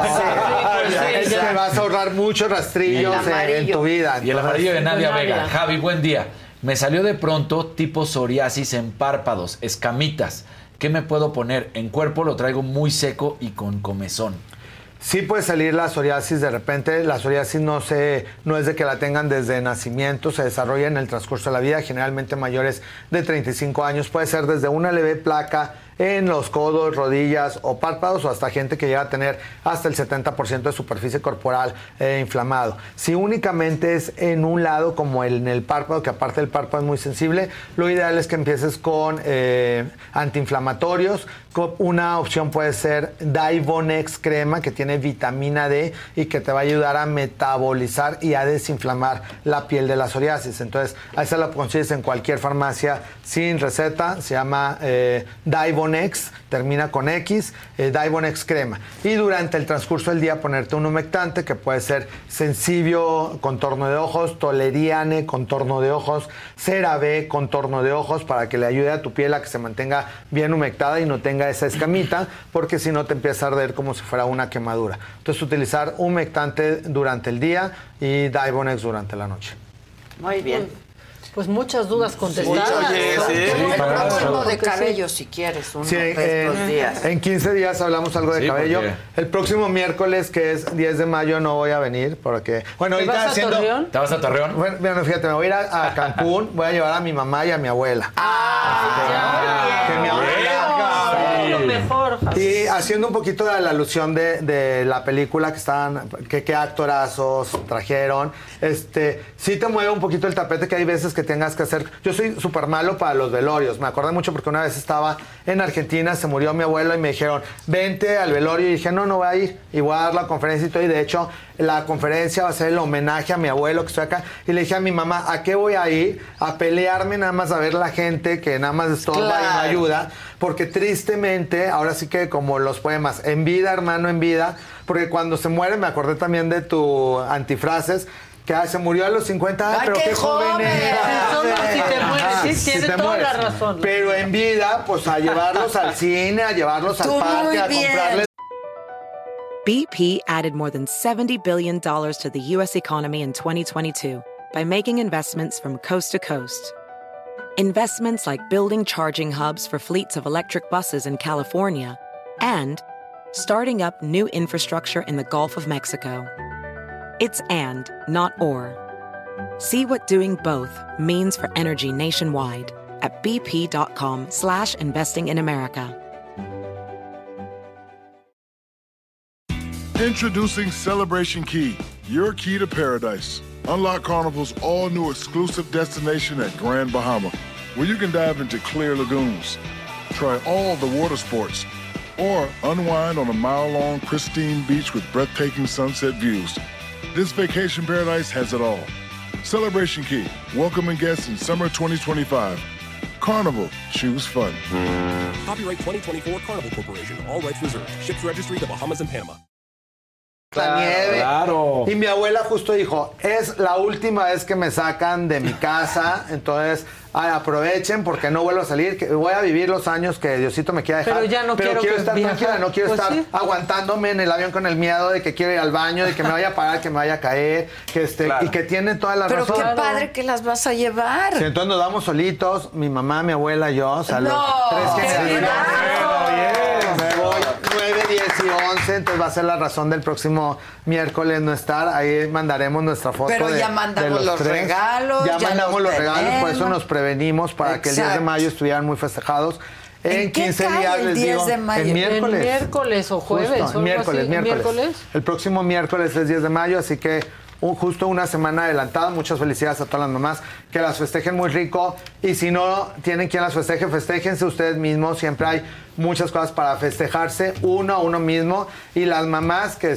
[SPEAKER 22] Te vas a ahorrar muchos rastrillos en tu vida.
[SPEAKER 14] Y el amarillo de Nadia Vega. Javi, buen día. Me salió de pronto tipo psoriasis en párpados, escamitas. ¿Qué me puedo poner? En cuerpo lo traigo muy seco y con comezón.
[SPEAKER 22] Sí puede salir la psoriasis de repente. La psoriasis no es de que la tengan desde nacimiento, se desarrolla en el transcurso de la vida, generalmente mayores de 35 años. Puede ser desde una leve placa en los codos, rodillas o párpados, o hasta gente que llega a tener hasta el 70% de superficie corporal inflamado. Si únicamente es en un lado, como en el párpado, que aparte el párpado es muy sensible, lo ideal es que empieces con antiinflamatorios. Una opción puede ser Divonex crema, que tiene vitamina D y que te va a ayudar a metabolizar y a desinflamar la piel de la psoriasis. Entonces, a esa la consigues en cualquier farmacia sin receta. Se llama Divonex, termina con X, Divonex crema. Y durante el transcurso del día ponerte un humectante, que puede ser Sensibio, contorno de ojos, Toleriane, contorno de ojos, CeraVe, contorno de ojos, para que le ayude a tu piel a que se mantenga bien humectada y no tenga esa escamita, porque si no te empieza a arder como si fuera una quemadura. Entonces, utilizar humectante durante el día y Divonex durante la noche.
[SPEAKER 5] Muy bien.
[SPEAKER 13] Pues muchas dudas contestadas.
[SPEAKER 5] Hablamos uno de cabello si quieres, uno de estos días.
[SPEAKER 22] En 15 días hablamos algo de cabello. El próximo miércoles, que es 10 de mayo, no voy a venir porque... Bueno,
[SPEAKER 13] ¿Te vas a Torreón?
[SPEAKER 14] ¿Te vas a Torreón?
[SPEAKER 22] Bueno, fíjate, me voy a ir a Cancún, voy a llevar a mi mamá y a mi abuela.
[SPEAKER 5] Que
[SPEAKER 22] mi abuela...
[SPEAKER 13] mejor,
[SPEAKER 22] Y haciendo un poquito de la alusión de la película qué actorazos trajeron, sí te mueve un poquito el tapete que hay veces que tengas que hacer. Yo soy súper malo para los velorios, me acordé mucho porque una vez estaba en Argentina, se murió mi abuelo y me dijeron, vente al velorio, y dije, no voy a ir, y voy a dar la conferencia y todo, y de hecho la conferencia va a ser el homenaje a mi abuelo que estoy acá, y le dije a mi mamá, ¿a qué voy a ir? A pelearme nada más a ver la gente que nada más estorba y no ayuda, porque tristemente, ahora sí que como los poemas, en vida, hermano, en vida, porque cuando se muere, me acordé también de tu antifrases, que se murió a los 50, pero qué joven era.
[SPEAKER 13] Si te mueres, sí, tienes toda la razón.
[SPEAKER 22] Pero en vida, pues a llevarlos al cine, a llevarlos al parque, a comprarles.
[SPEAKER 1] BP added more than $70 billion to the U.S. economy in 2022 by making investments from coast to coast. Investments like building charging hubs for fleets of electric buses in California and starting up new infrastructure in the Gulf of Mexico. It's and, not or. See what doing both means for energy nationwide at bp.com/investing in America.
[SPEAKER 2] Introducing Celebration Key, your key to paradise. Unlock Carnival's all-new exclusive destination at Grand Bahama, where you can dive into clear lagoons, try all the water sports, or unwind on a mile-long pristine beach with breathtaking sunset views. This vacation paradise has it all. Celebration Key, welcoming guests in summer 2025. Carnival, choose fun.
[SPEAKER 3] Copyright 2024 Carnival Corporation, all rights reserved. Ships registry the Bahamas and Panama.
[SPEAKER 22] La nieve.
[SPEAKER 14] Claro.
[SPEAKER 22] Y mi abuela justo dijo, es la última vez que me sacan de mi casa, entonces aprovechen porque no vuelvo a salir, que voy a vivir los años que Diosito me quiera dejar.
[SPEAKER 13] Pero ya no quiero
[SPEAKER 22] estar tranquila, no quiero estar aguantándome en el avión con el miedo de que quiero ir al baño, de que me vaya a parar, que me vaya a caer, que y que tiene toda la razón.
[SPEAKER 5] Pero qué padre que las vas a llevar.
[SPEAKER 22] Sí, entonces nos vamos solitos, mi mamá, mi abuela y yo, o sea, los 3 generaciones. Me voy 9, 10 y 11, entonces va a ser la razón del próximo miércoles no estar. Ahí mandaremos nuestra foto.
[SPEAKER 5] Pero ya mandamos los regalos.
[SPEAKER 22] Ya mandamos los regalos, por eso nos prevenimos para que el 10 de mayo estuvieran muy festejados. En 15 días les digo.
[SPEAKER 5] De mayo?
[SPEAKER 22] El miércoles.
[SPEAKER 13] El miércoles o jueves.
[SPEAKER 22] Justo, miércoles. El próximo miércoles es 10 de mayo, así que justo una semana adelantada. Muchas felicidades a todas las mamás, que las festejen muy rico, y si no tienen quien las festeje, festéjense ustedes mismos. Siempre hay muchas cosas para festejarse uno a uno mismo, y las mamás que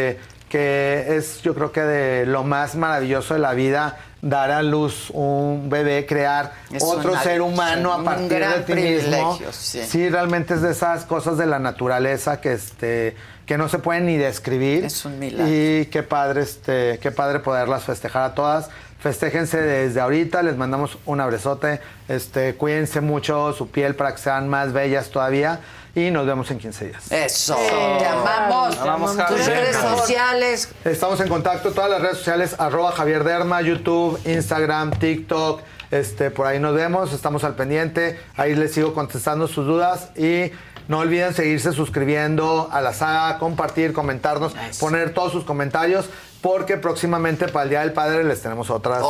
[SPEAKER 22] es, yo creo que de lo más maravilloso de la vida, dar a luz un bebé, crear otro ser humano a partir de ti mismo. Sí, realmente es de esas cosas de la naturaleza que no se pueden ni describir.
[SPEAKER 5] Es un milagro.
[SPEAKER 22] Y qué padre poderlas festejar a todas. Festéjense desde ahorita, les mandamos un abrazote. Cuídense mucho su piel para que sean más bellas todavía. Y nos vemos en 15 días.
[SPEAKER 5] Eso. Te amamos. Tus redes sociales.
[SPEAKER 22] Estamos en contacto, todas las redes sociales, @JavierDerma, YouTube, Instagram, TikTok. Por ahí nos vemos, estamos al pendiente. Ahí les sigo contestando sus dudas. Y no olviden seguirse suscribiendo a la saga, compartir, comentarnos, poner todos sus comentarios, porque próximamente para el Día del Padre les tenemos otras.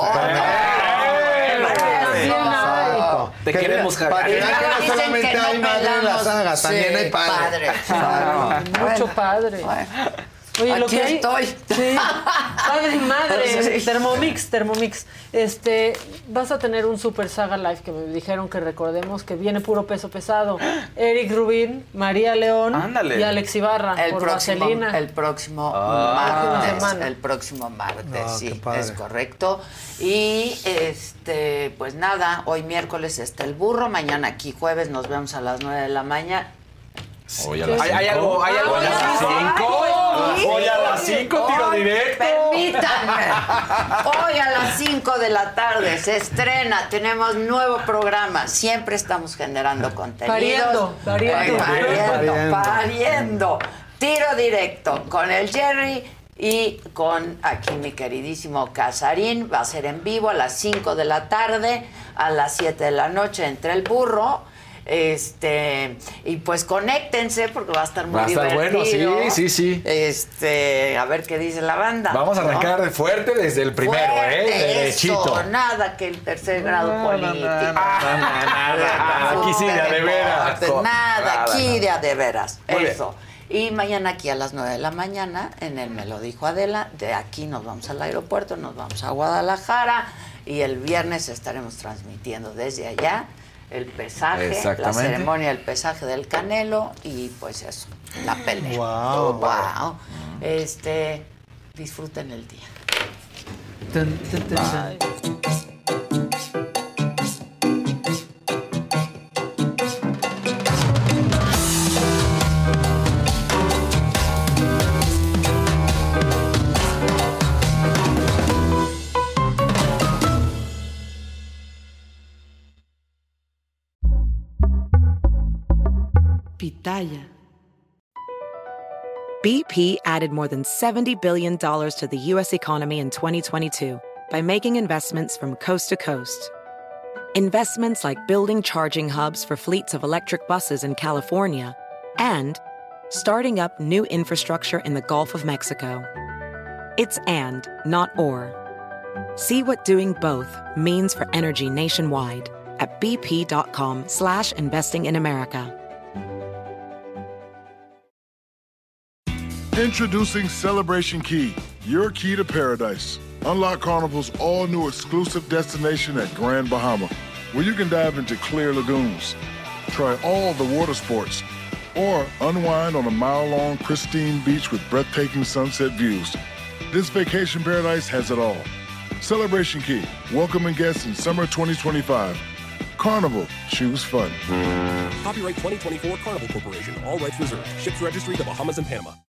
[SPEAKER 12] Te queremos, Javier.
[SPEAKER 22] Para que vean que no solamente hay madre en la saga, también hay padre.
[SPEAKER 13] Mucho padre. Oye,
[SPEAKER 5] Aquí estoy.
[SPEAKER 13] Sí. Padre y madre. Thermomix. Vas a tener un Super Saga Live que me dijeron que recordemos que viene puro peso pesado. Eric Rubin, María León y Alex Ibarra por Vaselina.
[SPEAKER 5] El próximo martes. El próximo martes, sí, es correcto. Y pues nada, hoy miércoles está el burro, mañana aquí jueves nos vemos a las 9 de la mañana.
[SPEAKER 12] Hoy a las 5. ¿Hay algo a las 5? Hoy a las 5, tiro directo.
[SPEAKER 5] Permítanme. Hoy a las 5 de la tarde se estrena. Tenemos nuevo programa. Siempre estamos generando contenidos. Pariendo. Tiro directo con el Jerry y con aquí mi queridísimo Casarín. Va a ser en vivo a las 5 de la tarde, a las 7 de la noche entre el burro. Y pues conéctense porque va a estar muy divertido.
[SPEAKER 14] Va a estar bueno, sí.
[SPEAKER 5] A ver qué dice la banda.
[SPEAKER 14] Vamos a arrancar de fuerte desde el primero, derechito.
[SPEAKER 5] Eso, nada que el tercer grado político.
[SPEAKER 14] Aquí sí, de a de veras.
[SPEAKER 5] Nada, aquí de a de veras. Eso. Y mañana aquí a las 9 de la mañana, en el Me lo dijo Adela, de aquí nos vamos al aeropuerto, nos vamos a Guadalajara y el viernes estaremos transmitiendo desde allá el pesaje, la ceremonia del pesaje del Canelo y pues eso, la pelea. Wow. Disfruten el día. Bye.
[SPEAKER 1] Pitaya. BP added more than $70 billion to the U.S. economy in 2022 by making investments from coast to coast. Investments like building charging hubs for fleets of electric buses in California and starting up new infrastructure in the Gulf of Mexico. It's and, not or. See what doing both means for energy nationwide at bp.com/investing in America.
[SPEAKER 2] Introducing Celebration Key, your key to paradise. Unlock Carnival's all-new exclusive destination at Grand Bahama, where you can dive into clear lagoons, try all the water sports, or unwind on a mile-long pristine beach with breathtaking sunset views. This vacation paradise has it all. Celebration Key, welcoming guests in summer 2025. Carnival, choose fun.
[SPEAKER 3] Copyright 2024 Carnival Corporation, all rights reserved. Ships registry, the Bahamas and Panama.